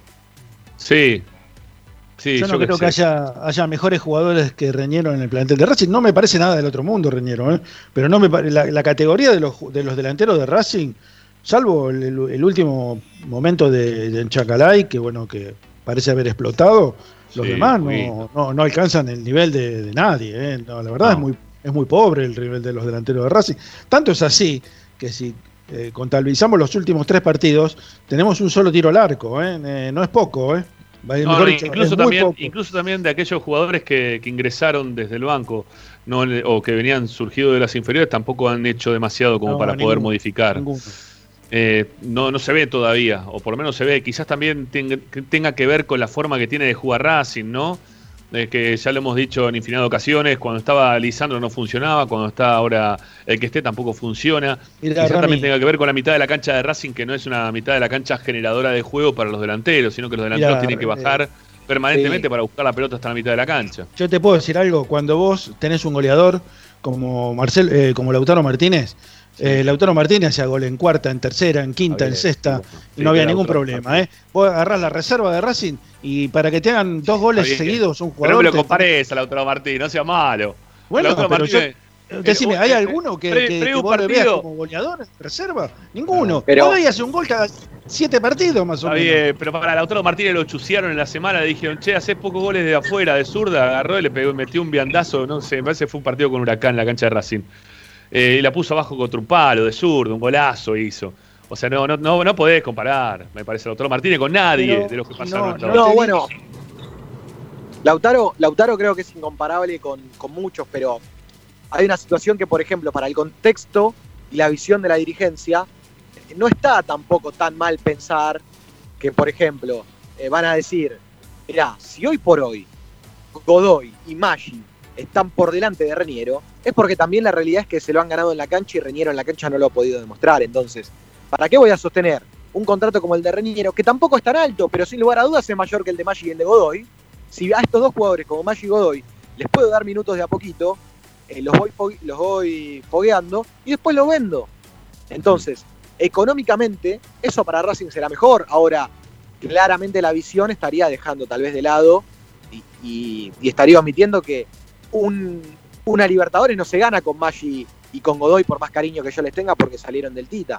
[SPEAKER 2] Sí. Sí,
[SPEAKER 4] yo no
[SPEAKER 2] yo
[SPEAKER 4] creo
[SPEAKER 2] que
[SPEAKER 4] que
[SPEAKER 2] sé.
[SPEAKER 4] haya, haya mejores jugadores que Reñero en el plantel de Racing. No me parece nada del otro mundo, Reñero, ¿eh? Pero no me pare- la, la categoría de los, de los delanteros de Racing, salvo el, el- el último momento de, de Chacalay, que bueno, que parece haber explotado, los
[SPEAKER 2] Sí,
[SPEAKER 4] demás
[SPEAKER 2] muy-
[SPEAKER 4] no, no, no alcanzan el nivel de, de nadie, ¿eh? No, la verdad
[SPEAKER 2] No.
[SPEAKER 4] es muy, es muy pobre el nivel de los delanteros de Racing. Tanto es así que si eh, contabilizamos los últimos tres partidos, tenemos un solo tiro al arco, ¿eh? Eh, no es poco, ¿eh?
[SPEAKER 2] No,
[SPEAKER 4] Mejor
[SPEAKER 2] no,
[SPEAKER 4] dicho,
[SPEAKER 2] incluso,
[SPEAKER 4] es muy
[SPEAKER 2] también,
[SPEAKER 4] poco.
[SPEAKER 2] incluso también de aquellos jugadores que, que ingresaron desde el banco no, le- o que venían surgidos de las inferiores tampoco han hecho demasiado como
[SPEAKER 4] No,
[SPEAKER 2] para poder
[SPEAKER 4] ninguno,
[SPEAKER 2] modificar.
[SPEAKER 4] ninguno.
[SPEAKER 2] Eh, no, no se ve todavía, o por lo menos se ve, quizás también tenga, que tenga que ver con la forma que tiene de jugar Racing, ¿no? Eh, que ya lo hemos dicho en infinidad de ocasiones, cuando estaba Lisandro no funcionaba, cuando está ahora el que esté tampoco funciona.
[SPEAKER 4] Mira,
[SPEAKER 2] Quizás
[SPEAKER 4] Rami,
[SPEAKER 2] también tenga que ver con la mitad de la cancha de Racing, que no es una mitad de la cancha generadora de juego para los delanteros, sino que los delanteros
[SPEAKER 4] Mira,
[SPEAKER 2] tienen que bajar
[SPEAKER 4] eh,
[SPEAKER 2] permanentemente
[SPEAKER 4] sí.
[SPEAKER 2] para buscar la pelota hasta la mitad de la cancha.
[SPEAKER 4] Yo te puedo decir algo, cuando vos tenés un goleador como Marcel, eh, como Lautaro Martínez, eh, Lautaro Martínez hacía gol en cuarta, en tercera, en quinta, en sexta, y
[SPEAKER 2] Sí,
[SPEAKER 4] no había
[SPEAKER 2] que
[SPEAKER 4] ningún
[SPEAKER 2] Lautaro
[SPEAKER 4] problema. ¿eh? Vos agarrás la reserva de Racing y para que te hagan dos goles
[SPEAKER 2] Está bien.
[SPEAKER 4] seguidos un
[SPEAKER 2] Pero
[SPEAKER 4] jugador...
[SPEAKER 2] no me lo
[SPEAKER 4] te-
[SPEAKER 2] compares a Lautaro Martínez, no sea malo.
[SPEAKER 4] Bueno,
[SPEAKER 2] Lautaro
[SPEAKER 4] pero yo-
[SPEAKER 2] Martínez-
[SPEAKER 4] Decime, ¿hay
[SPEAKER 2] Eh,
[SPEAKER 4] alguno que,
[SPEAKER 2] pre-
[SPEAKER 4] que-
[SPEAKER 2] pre-
[SPEAKER 4] que
[SPEAKER 2] un
[SPEAKER 4] vos lo veas
[SPEAKER 2] partido.
[SPEAKER 4] como goleador en reserva? Ninguno.
[SPEAKER 16] Pero-
[SPEAKER 4] Godoy hace un gol cada siete partidos más o
[SPEAKER 2] Está
[SPEAKER 4] menos.
[SPEAKER 2] bien, pero para Lautaro Martínez lo chusearon en la semana, le dijeron, che, hace pocos goles de afuera, de zurda, agarró y le pegó, metió un viandazo, no sé, me parece que fue un partido con Huracán en la cancha de Racing. Eh, y la puso abajo contra un palo, de zurda, un golazo hizo. O sea, no, no, no, no podés comparar, me parece, Lautaro Martínez con nadie
[SPEAKER 16] Pero
[SPEAKER 2] de los que pasaron
[SPEAKER 16] no,
[SPEAKER 2] hasta
[SPEAKER 16] no,
[SPEAKER 2] ahora.
[SPEAKER 16] bueno. Lautaro, Lautaro creo que es incomparable con, con muchos, pero hay una situación que, por ejemplo, para el contexto y la visión de la dirigencia, no está tampoco tan mal pensar que, por ejemplo, eh, van a decir, mirá, si hoy por hoy Godoy y Maggi están por delante de Reñero, es porque también la realidad es que se lo han ganado en la cancha y Reñero en la cancha no lo ha podido demostrar. Entonces, ¿para qué voy a sostener un contrato como el de Reñero, que tampoco es tan alto, pero sin lugar a dudas es mayor que el de Maggi y el de Godoy? Si a estos dos jugadores como Maggi y Godoy les puedo dar minutos de a poquito, eh, los, voy fo- los voy fogueando y después los vendo. Entonces, económicamente, eso para Racing será mejor. Ahora, claramente la visión estaría dejando tal vez de lado y, y- y estaría omitiendo que un, una Libertadores no se gana con Maggi y con Godoy, por más cariño que yo les tenga, porque salieron del Tita.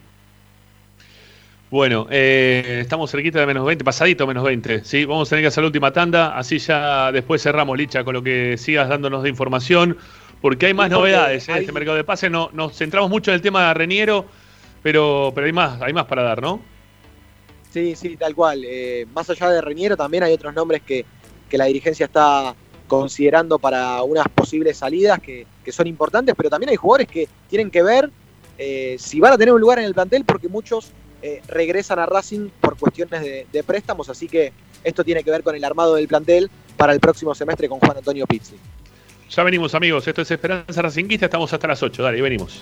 [SPEAKER 2] Bueno, eh, estamos cerquita de menos veinte, pasadito menos veinte, ¿sí? Vamos a tener que hacer la última tanda, así ya después cerramos, Licha, con lo que sigas dándonos de información, porque hay más
[SPEAKER 16] Sí, porque
[SPEAKER 2] novedades en
[SPEAKER 16] hay-
[SPEAKER 2] este mercado de pases. No, nos centramos mucho en el tema de Reñero, pero, pero hay más, hay más para dar, ¿no?
[SPEAKER 16] Sí, sí, tal cual. Eh, más allá de Reñero, también hay otros nombres que, que la dirigencia está considerando para unas posibles salidas que, que son importantes, pero también hay jugadores que tienen que ver eh, si van a tener un lugar en el plantel, porque muchos eh, regresan a Racing por cuestiones de, de préstamos, así que esto tiene que ver con el armado del plantel para el próximo semestre con Juan Antonio Pizzi.
[SPEAKER 2] Ya venimos, amigos, esto es Esperanza Racinguista, estamos hasta las ocho, dale, venimos.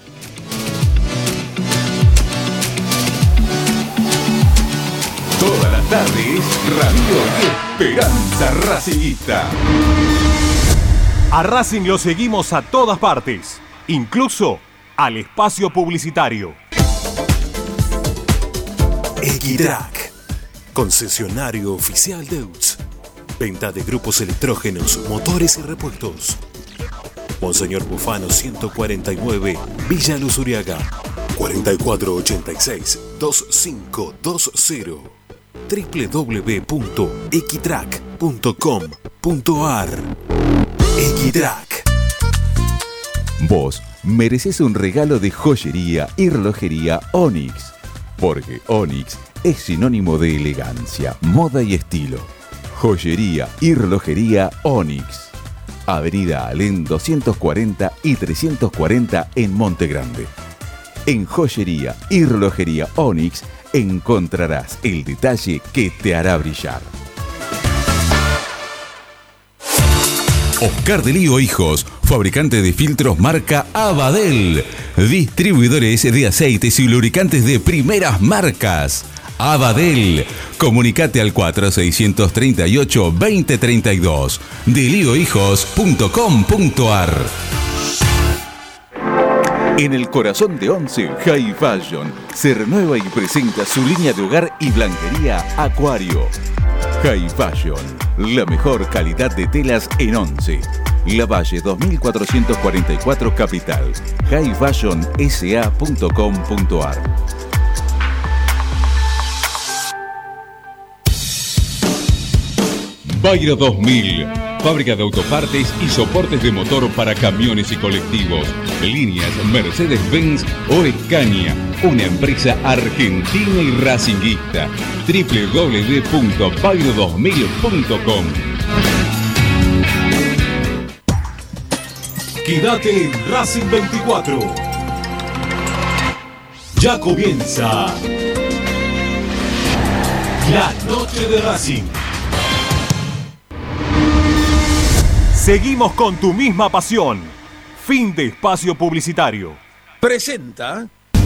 [SPEAKER 3] Todas las tardes, Radio y Esperanza Racingista.
[SPEAKER 5] A Racing lo seguimos a todas partes, incluso al espacio publicitario.
[SPEAKER 6] Equitrack, concesionario oficial de U T S. Venta de grupos electrógenos, motores y repuestos. Monseñor Bufano ciento cuarenta y nueve, Villa Luz Uriaga. cuatro cuatro ocho seis, dos cinco dos cero. doble u doble u doble u punto equitrack punto com punto a r. Equitrack.
[SPEAKER 3] Vos mereces un regalo de joyería y relojería Onyx, porque Onyx es sinónimo de elegancia, moda y estilo. Joyería y relojería Onyx. Avenida Alén doscientos cuarenta y trescientos cuarenta en Monte Grande. En Joyería y Relojería Onyx encontrarás el detalle que te hará brillar. Oscar de Lío Hijos, fabricante de filtros marca Abadel. Distribuidores de aceites y lubricantes de primeras marcas. Abadel. Comunicate al cuatro seis tres ocho, dos cero tres dos. de lío hijos punto com punto ar. En el corazón de Once, High Fashion se renueva y presenta su línea de hogar y blanquería Acuario. High Fashion, la mejor calidad de telas en Once. La Valle dos mil cuatrocientos cuarenta y cuatro Capital. high fashion s a punto com punto ar. Bayro dos mil, fábrica de autopartes y soportes de motor para camiones y colectivos. Líneas Mercedes-Benz o Escaña, una empresa argentina y racinguista. doble u doble u doble u punto bayro dos mil punto com.
[SPEAKER 5] Quédate en Racing veinticuatro. Ya comienza la noche de Racing. Seguimos con tu misma pasión. Fin de espacio publicitario.
[SPEAKER 7] Presenta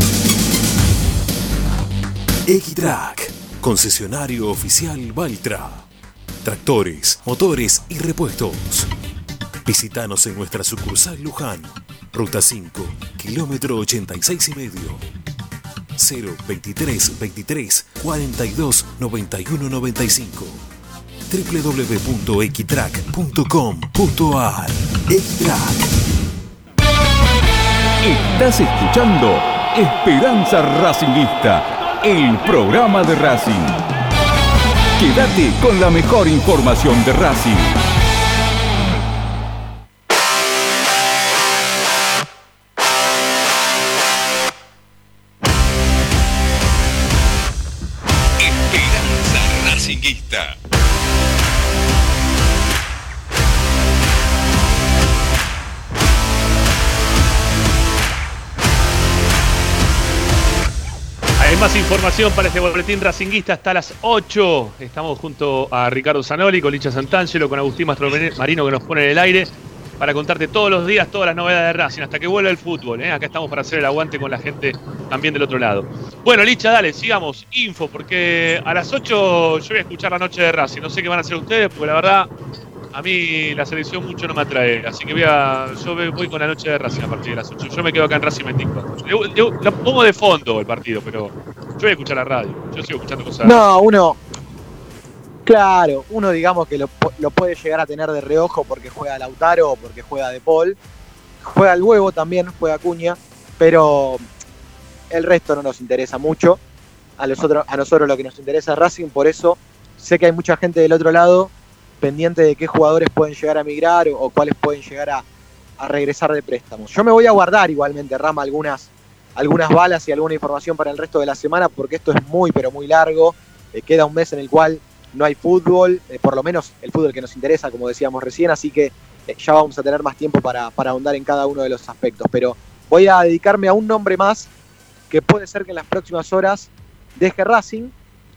[SPEAKER 6] Equitrack, concesionario oficial Valtra. Tractores, motores y repuestos. Visítanos en nuestra sucursal Luján, Ruta cinco, kilómetro ochenta y seis y medio. cero veintitrés veintitrés cuarenta y dos noventa y uno noventa y cinco. doble u doble u doble u punto equitrack punto com punto ar. Equitrack.
[SPEAKER 3] Estás escuchando Esperanza Racingista, el programa de Racing. Quédate con la mejor información de Racing. Esperanza Racingista.
[SPEAKER 2] Hay más información para este boletín racinguista hasta las ocho. Estamos junto a Ricardo Zanoli, con Licha Santangelo, con Agustín Mastromarino que nos pone en el aire para contarte todos los días todas las novedades de Racing hasta que vuelva el fútbol, ¿eh? Acá estamos para hacer el aguante con la gente también del otro lado. Bueno, Licha, dale, sigamos. Info, porque a las ocho yo voy a escuchar la noche de Racing. No sé qué van a hacer ustedes, porque la verdad a mí la selección mucho no me atrae. Así que voy a, yo voy con la noche de Racing a partir de las ocho. Yo me quedo acá en Racing veinticuatro. Yo, yo, lo pongo de fondo el partido, pero yo voy a escuchar la radio. Yo sigo escuchando cosas.
[SPEAKER 16] No, uno... Claro, uno digamos que lo, lo puede llegar a tener de reojo porque juega Lautaro o porque juega De Paul. Juega el Huevo también, juega Acuña, pero el resto no nos interesa mucho. A nosotros, a nosotros lo que nos interesa es Racing, por eso sé que hay mucha gente del otro lado pendiente de qué jugadores pueden llegar a migrar o, o cuáles pueden llegar a, a regresar de préstamos. Yo me voy a guardar igualmente, Rama, algunas, algunas balas y alguna información para el resto de la semana porque esto es muy, pero muy largo. Eh, queda un mes en el cual no hay fútbol, eh, por lo menos el fútbol que nos interesa, como decíamos recién, así que eh, ya vamos a tener más tiempo para, para ahondar en cada uno de los aspectos. Pero voy a dedicarme a un nombre más que puede ser que en las próximas horas deje Racing,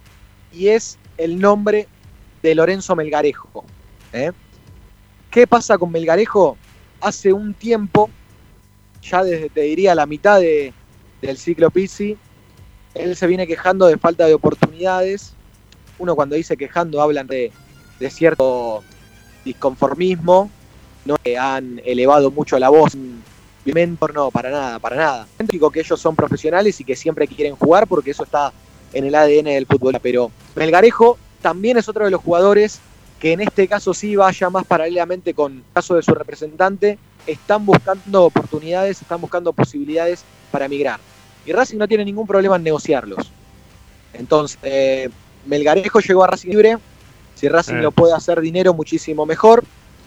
[SPEAKER 16] y es el nombre de Lorenzo Melgarejo. ¿eh? ¿Qué pasa con Melgarejo? Hace un tiempo, ya desde, te diría, la mitad de, del ciclo Pizzi, él se viene quejando de falta de oportunidades. Uno cuando dice quejando hablan de, de cierto disconformismo, no que han elevado mucho la voz. Mentor, no, para nada, para nada. Digo que ellos son profesionales y que siempre quieren jugar porque eso está en el A D N del fútbol. Pero Melgarejo también es otro de los jugadores que en este caso sí vaya más paralelamente con el caso de su representante. Están buscando oportunidades, están buscando posibilidades para migrar. Y Racing no tiene ningún problema en negociarlos. Entonces, eh, Melgarejo llegó a Racing libre. Si Racing eh. lo puede hacer dinero, muchísimo mejor.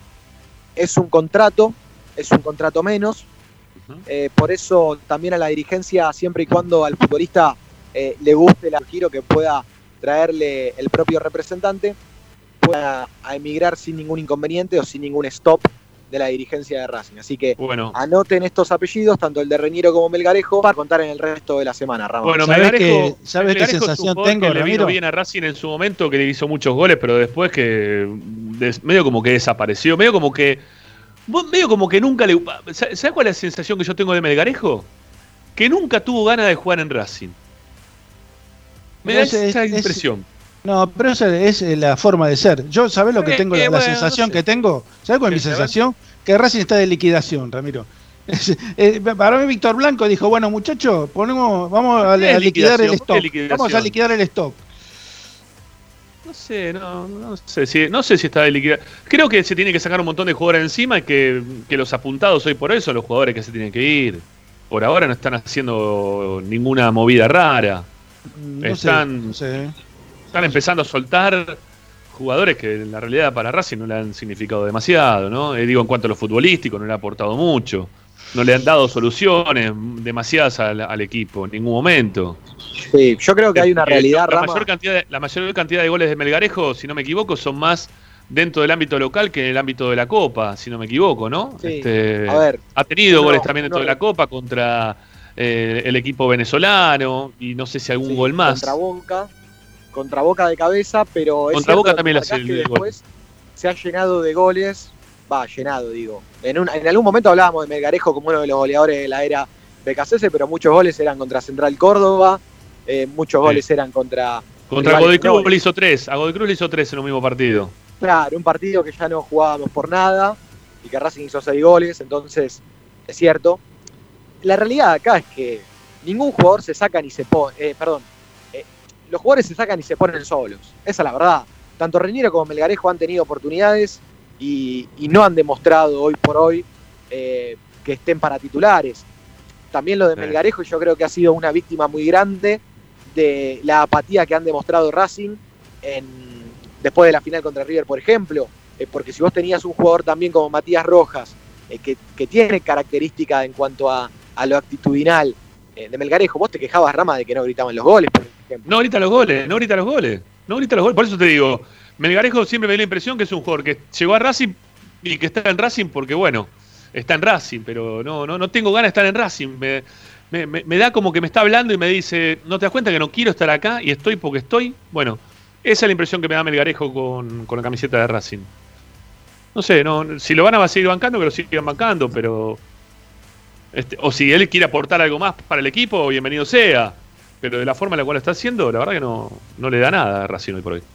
[SPEAKER 16] Es un contrato, es un contrato menos. Uh-huh. Eh, por eso también a la dirigencia, siempre y cuando al futbolista eh, le guste el giro que pueda traerle el propio representante, pueda a emigrar sin ningún inconveniente o sin ningún stop de la dirigencia de Racing. Así que bueno, anoten estos apellidos, tanto el de Reñero como Melgarejo, para contar en el resto de la semana, Ramón.
[SPEAKER 2] Bueno,
[SPEAKER 4] ¿Sabes
[SPEAKER 2] Melgarejo,
[SPEAKER 4] qué, ¿sabes
[SPEAKER 2] Melgarejo
[SPEAKER 4] qué sensación
[SPEAKER 2] es un
[SPEAKER 4] tengo,
[SPEAKER 2] que le vino
[SPEAKER 4] Ramiro?
[SPEAKER 2] bien a Racing en su momento, que le hizo muchos goles, pero después que des, medio como que desapareció, medio como que vos medio como que nunca le... ¿Sabés cuál es la sensación que yo tengo de Melgarejo? Que nunca tuvo ganas de jugar en Racing. Me da
[SPEAKER 4] Ese-
[SPEAKER 2] esa
[SPEAKER 4] es-
[SPEAKER 2] impresión.
[SPEAKER 4] No, pero esa es la forma de ser. Yo, ¿sabés lo que
[SPEAKER 2] Eh,
[SPEAKER 4] tengo?
[SPEAKER 2] eh,
[SPEAKER 4] la, la
[SPEAKER 2] bueno,
[SPEAKER 4] sensación
[SPEAKER 2] no sé.
[SPEAKER 4] que tengo. ¿Sabés cuál es mi
[SPEAKER 2] ¿Qué, a ver?
[SPEAKER 4] sensación? Que Racing está de liquidación, Ramiro. Es- eh, para mí Víctor Blanco dijo, bueno muchachos, ponemos, vamos a,
[SPEAKER 2] ¿Qué
[SPEAKER 4] a
[SPEAKER 2] es
[SPEAKER 4] liquidar el
[SPEAKER 2] liquidación?
[SPEAKER 4] stock.
[SPEAKER 2] ¿Qué liquidación?
[SPEAKER 4] Vamos a liquidar el stock.
[SPEAKER 2] No sé, no, no sé si no sé si está de liquidar. Creo que se tiene que sacar un montón de jugadores encima y que, que los apuntados hoy por hoy son los jugadores que se tienen que ir. Por ahora no están haciendo ninguna movida rara.
[SPEAKER 4] No
[SPEAKER 2] están,
[SPEAKER 4] sé, no sé.
[SPEAKER 2] están empezando a soltar jugadores que en la realidad para Racing no le han significado demasiado, ¿no? Eh, digo, en cuanto a lo futbolístico, no le ha aportado mucho. No le han dado soluciones demasiadas al, al equipo en ningún momento.
[SPEAKER 16] Sí, yo creo que hay una
[SPEAKER 2] Eh,
[SPEAKER 16] realidad,
[SPEAKER 2] la
[SPEAKER 16] Rama.
[SPEAKER 2] mayor cantidad de, la mayor cantidad de goles de Melgarejo, si no me equivoco, son más dentro del ámbito local que en el ámbito de la Copa, si no me equivoco, ¿no?
[SPEAKER 16] Sí,
[SPEAKER 2] Este,
[SPEAKER 16] a ver,
[SPEAKER 2] ha tenido
[SPEAKER 16] uno-
[SPEAKER 2] goles también dentro
[SPEAKER 16] uno-
[SPEAKER 2] de la Copa contra eh, el equipo venezolano y no sé si algún gol más.
[SPEAKER 16] Contra Boca, contra Boca de cabeza, pero es
[SPEAKER 2] Contra
[SPEAKER 16] cierto
[SPEAKER 2] Boca
[SPEAKER 16] lo que
[SPEAKER 2] también le hace
[SPEAKER 16] marcás
[SPEAKER 2] el
[SPEAKER 16] que
[SPEAKER 2] gol.
[SPEAKER 16] después se ha llenado de goles, va, llenado digo. En, un- en algún momento hablábamos de Melgarejo como uno de los goleadores de la era B K C S, pero muchos goles eran contra Central Córdoba, eh, muchos
[SPEAKER 2] Sí.
[SPEAKER 16] goles eran contra...
[SPEAKER 2] Contra
[SPEAKER 16] rivales
[SPEAKER 2] Godoy Cruz
[SPEAKER 16] menores.
[SPEAKER 2] le hizo tres. A Godoy Cruz le hizo tres en un mismo partido.
[SPEAKER 16] Claro, un partido que ya no jugábamos por nada y que Racing hizo seis goles, entonces es cierto. La realidad acá es que ningún jugador se saca ni se pone, eh, perdón, eh, los jugadores se sacan y se ponen solos, esa es la verdad. Tanto Reñero como Melgarejo han tenido oportunidades y, y no han demostrado hoy por hoy eh, que estén para titulares. También lo de
[SPEAKER 2] Sí.
[SPEAKER 16] Melgarejo yo creo que ha sido una víctima muy grande de la apatía que han demostrado Racing en, después de la final contra River, por ejemplo, eh, porque si vos tenías un jugador también como Matías Rojas, eh, que, que tiene características en cuanto a, a lo actitudinal eh, de Melgarejo, vos te quejabas, Rama, de que no gritaban los goles, por ejemplo.
[SPEAKER 2] No grita los goles, no grita los goles. No grita los goles. Por eso te digo, Melgarejo siempre me da la impresión que es un jugador que llegó a Racing y que está en Racing porque, bueno, está en Racing, pero no, no, no tengo ganas de estar en Racing. Me, me, me- me da como que me está hablando y me dice, ¿no te das cuenta que no quiero estar acá y estoy porque estoy? Bueno, esa es la impresión que me da Melgarejo con, con la camiseta de Racing. No sé, no, si lo van a seguir bancando, que lo sigan bancando, pero... Este, o si él quiere aportar algo más para el equipo, bienvenido sea. Pero de la forma en la cual lo está haciendo, la verdad que no, no le da nada a Racing hoy por hoy.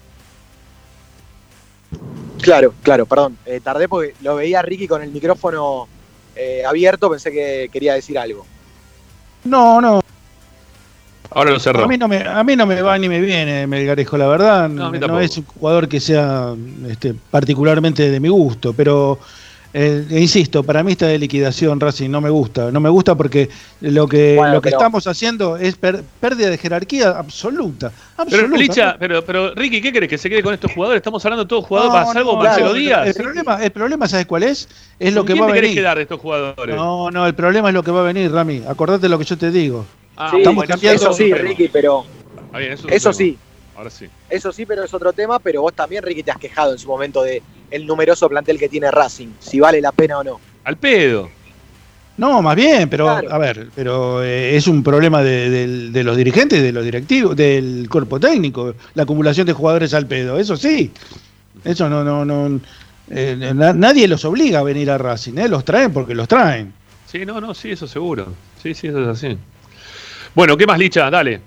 [SPEAKER 16] Claro, claro, perdón, eh, tardé porque lo veía a Ricky con el micrófono eh, abierto, pensé que quería decir algo.
[SPEAKER 4] No, no.
[SPEAKER 2] Ahora lo cerró.
[SPEAKER 4] A mí no me, a mí no me va ni me viene Melgarejo, la verdad.
[SPEAKER 2] No, a mí
[SPEAKER 4] No,
[SPEAKER 2] tampoco.
[SPEAKER 4] es un jugador que sea este, particularmente de mi gusto, pero eh, insisto, para mí está de liquidación Racing, no me gusta. No me gusta porque lo que,
[SPEAKER 16] Bueno,
[SPEAKER 4] lo que
[SPEAKER 16] pero-
[SPEAKER 4] estamos haciendo es per- pérdida de jerarquía absoluta.
[SPEAKER 2] Pero,
[SPEAKER 4] absoluta.
[SPEAKER 2] Licha, pero, pero Ricky, ¿qué crees? ¿Que se quede con estos jugadores? Estamos hablando de todos
[SPEAKER 4] No,
[SPEAKER 2] jugadores, salvo
[SPEAKER 4] no,
[SPEAKER 2] Marcelo
[SPEAKER 4] claro,
[SPEAKER 2] Díaz.
[SPEAKER 4] El problema, el problema, ¿sabes cuál es? Es lo
[SPEAKER 2] ¿Con
[SPEAKER 4] que
[SPEAKER 2] quién
[SPEAKER 4] va a
[SPEAKER 2] te querés
[SPEAKER 4] venir.
[SPEAKER 2] quedar de estos jugadores?
[SPEAKER 4] No, no, el problema es lo que va a venir, Rami. Acordate lo que yo te digo.
[SPEAKER 2] Ah,
[SPEAKER 16] Sí,
[SPEAKER 4] Estamos
[SPEAKER 2] bueno,
[SPEAKER 4] cambiando-
[SPEAKER 16] eso sí,
[SPEAKER 2] es otro tema.
[SPEAKER 16] Ricky, pero
[SPEAKER 2] Ah, bien, eso es
[SPEAKER 16] eso
[SPEAKER 2] otro tema.
[SPEAKER 16] sí,
[SPEAKER 2] Ahora sí.
[SPEAKER 16] eso sí, pero es otro tema, pero vos también, Ricky, te has quejado en su momento de el numeroso plantel que tiene Racing, si vale la pena o no.
[SPEAKER 2] Al pedo.
[SPEAKER 4] No, más bien, pero
[SPEAKER 16] Claro.
[SPEAKER 4] a ver, pero eh, es un problema de, de- de los dirigentes, de los directivos, del cuerpo técnico, la acumulación de jugadores al pedo, eso sí. Eso no, no, no. eh, na- nadie los obliga a venir a Racing, ¿eh? Los traen porque los traen.
[SPEAKER 2] Sí, no, no, sí, eso seguro. Sí, sí, eso es así. Bueno, ¿qué más, Licha? Dale.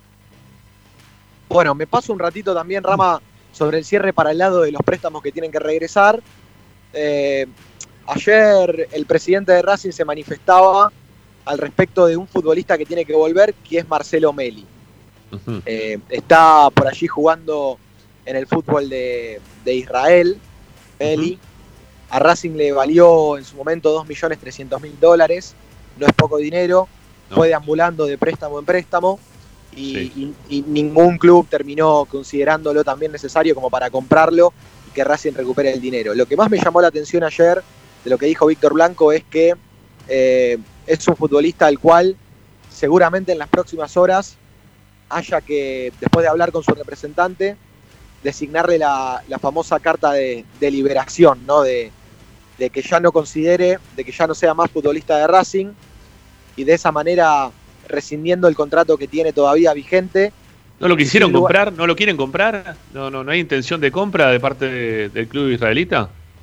[SPEAKER 16] Bueno, me paso un ratito también, Rama, sobre el cierre para el lado de los préstamos que tienen que regresar. Eh, ayer el presidente de Racing se manifestaba al respecto de un futbolista que tiene que volver, que es Marcelo Meli.
[SPEAKER 2] Ujú.
[SPEAKER 16] Eh, está por allí jugando en el fútbol de, de Israel, Meli. A Racing le valió en su momento dos millones trescientos mil dólares, no es poco dinero,
[SPEAKER 2] No.
[SPEAKER 16] fue deambulando de préstamo en préstamo y,
[SPEAKER 2] Sí.
[SPEAKER 16] y- y ningún club terminó considerándolo también necesario como para comprarlo y que Racing recupere el dinero. Lo que más me llamó la atención ayer de lo que dijo Víctor Blanco es que eh, es un futbolista al cual seguramente en las próximas horas haya que, después de hablar con su representante, designarle la, la famosa carta de, de liberación, ¿no? De, de que ya no considere, de que ya no sea más futbolista de Racing y de esa manera rescindiendo el contrato que tiene todavía vigente.
[SPEAKER 2] ¿No lo quisieron
[SPEAKER 16] Sin lugar-
[SPEAKER 2] comprar? ¿No lo quieren comprar? ¿No, no, no hay intención de compra de parte de- del club israelita?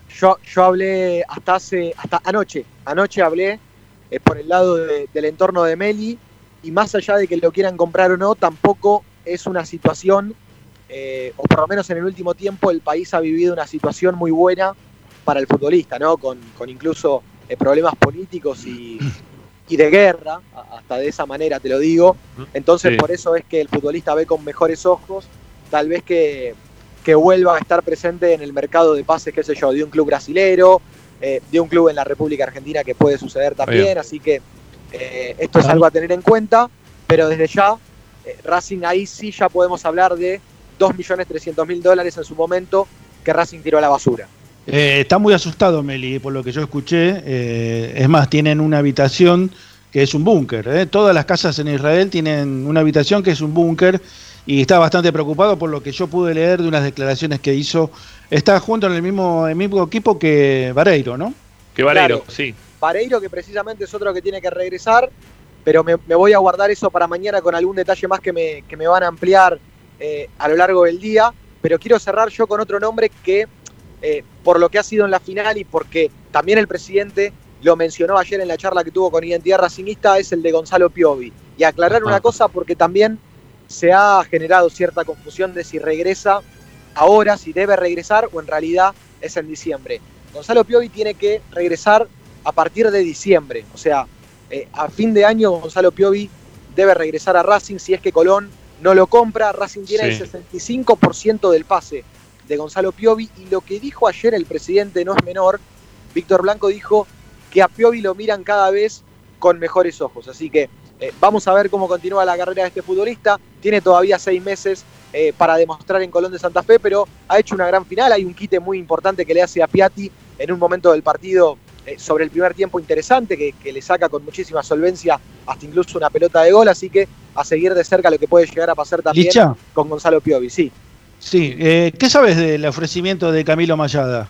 [SPEAKER 16] yo, yo hablé hasta hace, hasta anoche, anoche hablé eh, por el lado de, del entorno de Meli, y más allá de que lo quieran comprar o no, tampoco es una situación, eh, o por lo menos en el último tiempo el país ha vivido una situación muy buena para el futbolista, ¿no? Con, con incluso eh, problemas políticos y, y de guerra, hasta de esa manera te lo digo. Entonces sí. Por eso es que el futbolista ve con mejores ojos, tal vez que, que vuelva a estar presente en el mercado de pases, qué sé yo, de un club brasilero, eh, de un club en la República Argentina, que puede suceder también, Bien. Así que eh, esto es algo a tener en cuenta, pero desde ya, eh, Racing ahí sí ya podemos hablar de dos millones trescientos mil dólares en su momento que Racing tiró a la basura.
[SPEAKER 4] Eh, está muy asustado Meli, por lo que yo escuché. Eh, es más, tienen una habitación que es un búnker. ¿eh? Todas las casas en Israel tienen una habitación que es un búnker, y está bastante preocupado por lo que yo pude leer de unas declaraciones que hizo. Está junto en el mismo, el mismo equipo que Vareiro, ¿no?
[SPEAKER 2] Que Vareiro,
[SPEAKER 16] claro.
[SPEAKER 2] sí.
[SPEAKER 16] Vareiro, que precisamente es otro que tiene que regresar, pero me, me voy a guardar eso para mañana con algún detalle más que me, que me van a ampliar eh, a lo largo del día. Pero quiero cerrar yo con otro nombre que, eh, por lo que ha sido en la final y porque también el presidente lo mencionó ayer en la charla que tuvo con Identidad Racingista, es el de Gonzalo Piovi. Y aclarar Ajá. una cosa, porque también se ha generado cierta confusión de si regresa ahora, si debe regresar, o en realidad es en diciembre. Gonzalo Piovi tiene que regresar a partir de diciembre, o sea, eh, a fin de año Gonzalo Piovi debe regresar a Racing si es que Colón no lo compra. Racing tiene sí. el sesenta y cinco por ciento del pase de Gonzalo Piovi, y lo que dijo ayer el presidente no es menor. Víctor Blanco dijo que a Piovi lo miran cada vez con mejores ojos, así que eh, vamos a ver cómo continúa la carrera de este futbolista. Tiene todavía seis meses eh, para demostrar en Colón de Santa Fe, pero ha hecho una gran final. Hay un quite muy importante que le hace a Piatti en un momento del partido eh, sobre el primer tiempo interesante, que, que le saca con muchísima solvencia hasta incluso una pelota de gol, así que a seguir de cerca lo que puede llegar a pasar también Licha. Con Gonzalo Piovi, sí.
[SPEAKER 4] Sí, eh, ¿qué sabes del ofrecimiento de Camilo Mayada?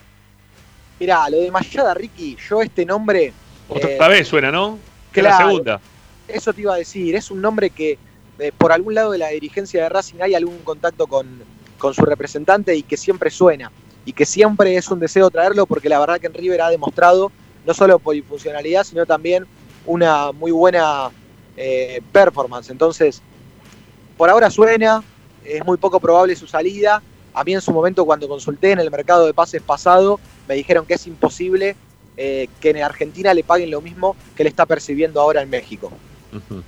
[SPEAKER 16] Mirá, lo de Mayada, Ricky, yo este nombre...
[SPEAKER 2] Otra
[SPEAKER 16] eh,
[SPEAKER 2] vez suena, ¿no? Que
[SPEAKER 16] claro,
[SPEAKER 2] es la segunda.
[SPEAKER 16] Eso te iba a decir, es un nombre que eh, por algún lado de la dirigencia de Racing hay algún contacto con, con su representante y que siempre suena, y que siempre es un deseo traerlo, porque la verdad que en River ha demostrado no solo polifuncionalidad, sino también una muy buena eh, performance. Entonces, por ahora suena, es muy poco probable su salida. A mí en su momento, cuando consulté en el mercado de pases pasado, me dijeron que es imposible eh, que en Argentina le paguen lo mismo que le está percibiendo ahora en México.
[SPEAKER 2] Uh-huh.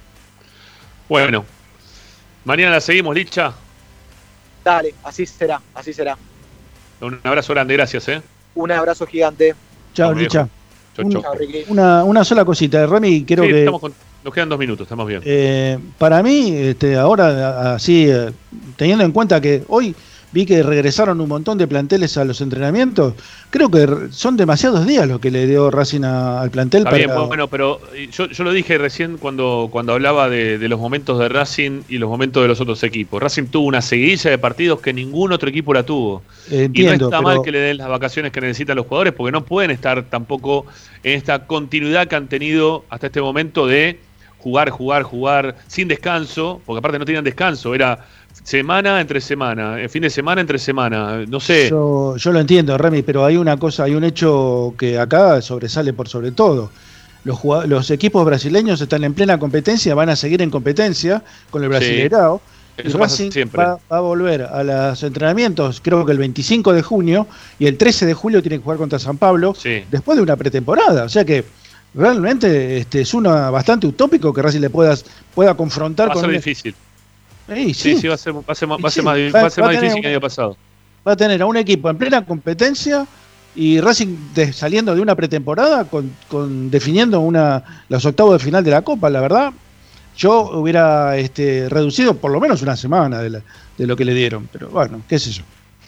[SPEAKER 2] Bueno, mañana la seguimos, Licha.
[SPEAKER 16] Dale, así será, así será.
[SPEAKER 2] Un abrazo grande, gracias, ¿eh?
[SPEAKER 16] Un abrazo gigante.
[SPEAKER 4] Chao, Licha.
[SPEAKER 2] Chau, chau.
[SPEAKER 4] Una, una sola cosita, Rami, creo
[SPEAKER 2] sí,
[SPEAKER 4] que...
[SPEAKER 2] Estamos con, nos quedan dos minutos, estamos bien.
[SPEAKER 4] Eh, para mí, este, ahora, así, eh, teniendo en cuenta que hoy vi que regresaron un montón de planteles a los entrenamientos, creo que son demasiados días lo que le dio Racing a, al plantel.
[SPEAKER 2] Está
[SPEAKER 4] para...
[SPEAKER 2] bien, bueno, pero yo, yo lo dije recién cuando, cuando hablaba de, de los momentos de Racing y los momentos de los otros equipos. Racing tuvo una seguidilla de partidos que ningún otro equipo la tuvo.
[SPEAKER 4] Entiendo,
[SPEAKER 2] y no está
[SPEAKER 4] pero...
[SPEAKER 2] mal que le den las vacaciones que necesitan los jugadores, porque no pueden estar tampoco en esta continuidad que han tenido hasta este momento de jugar, jugar, jugar sin descanso, porque aparte no tenían descanso, era semana entre semana, fin de semana entre semana, no sé.
[SPEAKER 4] Yo, yo lo entiendo, Remy, pero hay una cosa, hay un hecho que acá sobresale por sobre todo. Los, los equipos brasileños están en plena competencia, van a seguir en competencia con el Brasileirao.
[SPEAKER 2] Sí, eso pasa siempre.
[SPEAKER 4] Va, va a volver a los entrenamientos, creo que el veinticinco de junio, y el trece de julio tiene que jugar contra San Pablo,
[SPEAKER 2] sí.
[SPEAKER 4] después de una pretemporada. O sea que realmente este, es una bastante utópico que Racing le pueda, pueda confrontar
[SPEAKER 2] va
[SPEAKER 4] con...
[SPEAKER 2] Va a ser
[SPEAKER 4] un...
[SPEAKER 2] difícil.
[SPEAKER 4] Sí,
[SPEAKER 2] sí,
[SPEAKER 4] sí,
[SPEAKER 2] sí, va a ser, va a ser, va a ser
[SPEAKER 4] sí,
[SPEAKER 2] más,
[SPEAKER 4] va,
[SPEAKER 2] va a ser más difícil
[SPEAKER 4] un,
[SPEAKER 2] que el año pasado.
[SPEAKER 4] Va a tener a un equipo en plena competencia y Racing de, saliendo de una pretemporada con, con definiendo una los octavos de final de la Copa. La verdad, yo hubiera este, reducido por lo menos una semana de, la, de lo que le dieron, pero bueno, qué sé yo.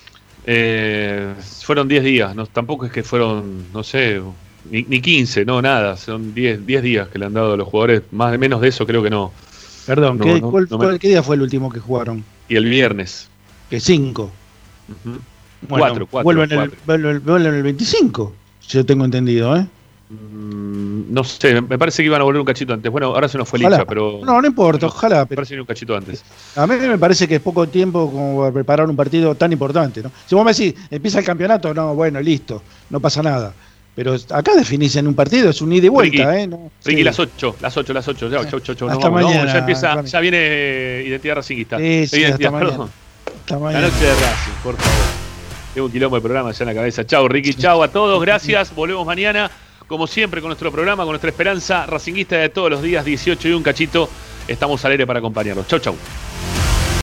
[SPEAKER 2] Eh, fueron diez días, no, tampoco es que fueron, no sé, ni, ni quince, no, nada, son diez días que le han dado a los jugadores, más de menos de eso creo que no.
[SPEAKER 4] Perdón,
[SPEAKER 2] no,
[SPEAKER 4] ¿qué,
[SPEAKER 2] no,
[SPEAKER 4] cuál,
[SPEAKER 2] no me...
[SPEAKER 4] cuál, ¿qué día fue el último que jugaron?
[SPEAKER 2] Y el viernes.
[SPEAKER 4] Que cinco.
[SPEAKER 2] Uh-huh.
[SPEAKER 4] Bueno,
[SPEAKER 2] cuatro, cuatro,
[SPEAKER 4] vuelven,
[SPEAKER 2] cuatro.
[SPEAKER 4] El, vuelven, vuelven el veinticinco, si yo tengo entendido, ¿eh?
[SPEAKER 2] Mm, no sé, me parece que iban a volver un cachito antes. Bueno, ahora se nos fue
[SPEAKER 4] Ojalá.
[SPEAKER 2] Licha, pero...
[SPEAKER 4] No, no importa, ojalá.
[SPEAKER 2] Me parece que un cachito antes.
[SPEAKER 4] A mí me parece que es poco tiempo como para preparar un partido tan importante, ¿no? Si vos me decís, empieza el campeonato, no, bueno, listo, no pasa nada. Pero acá definís en un partido, es un ida y vuelta,
[SPEAKER 2] Ricky,
[SPEAKER 4] ¿eh? No,
[SPEAKER 2] Ricky,
[SPEAKER 4] sí.
[SPEAKER 2] las ocho, las ocho, las ocho, ya, ocho, ocho, ocho,
[SPEAKER 4] Hasta
[SPEAKER 2] no, vamos,
[SPEAKER 4] mañana,
[SPEAKER 2] no, ya empieza,
[SPEAKER 4] Rami.
[SPEAKER 2] ya viene eh, Identidad Racinguista.
[SPEAKER 4] Sí, sí,
[SPEAKER 2] Identidad,
[SPEAKER 4] hasta mañana.
[SPEAKER 2] perdón.
[SPEAKER 4] Hasta
[SPEAKER 2] La
[SPEAKER 4] mañana.
[SPEAKER 2] noche de Racing, por favor. Tengo un quilombo de programa ya en la cabeza. Chao, Ricky, chao a todos, gracias. Volvemos mañana, como siempre, con nuestro programa, con nuestra esperanza racinguista de todos los días, dieciocho y un cachito. Estamos al aire para acompañarlos. Chau, chau.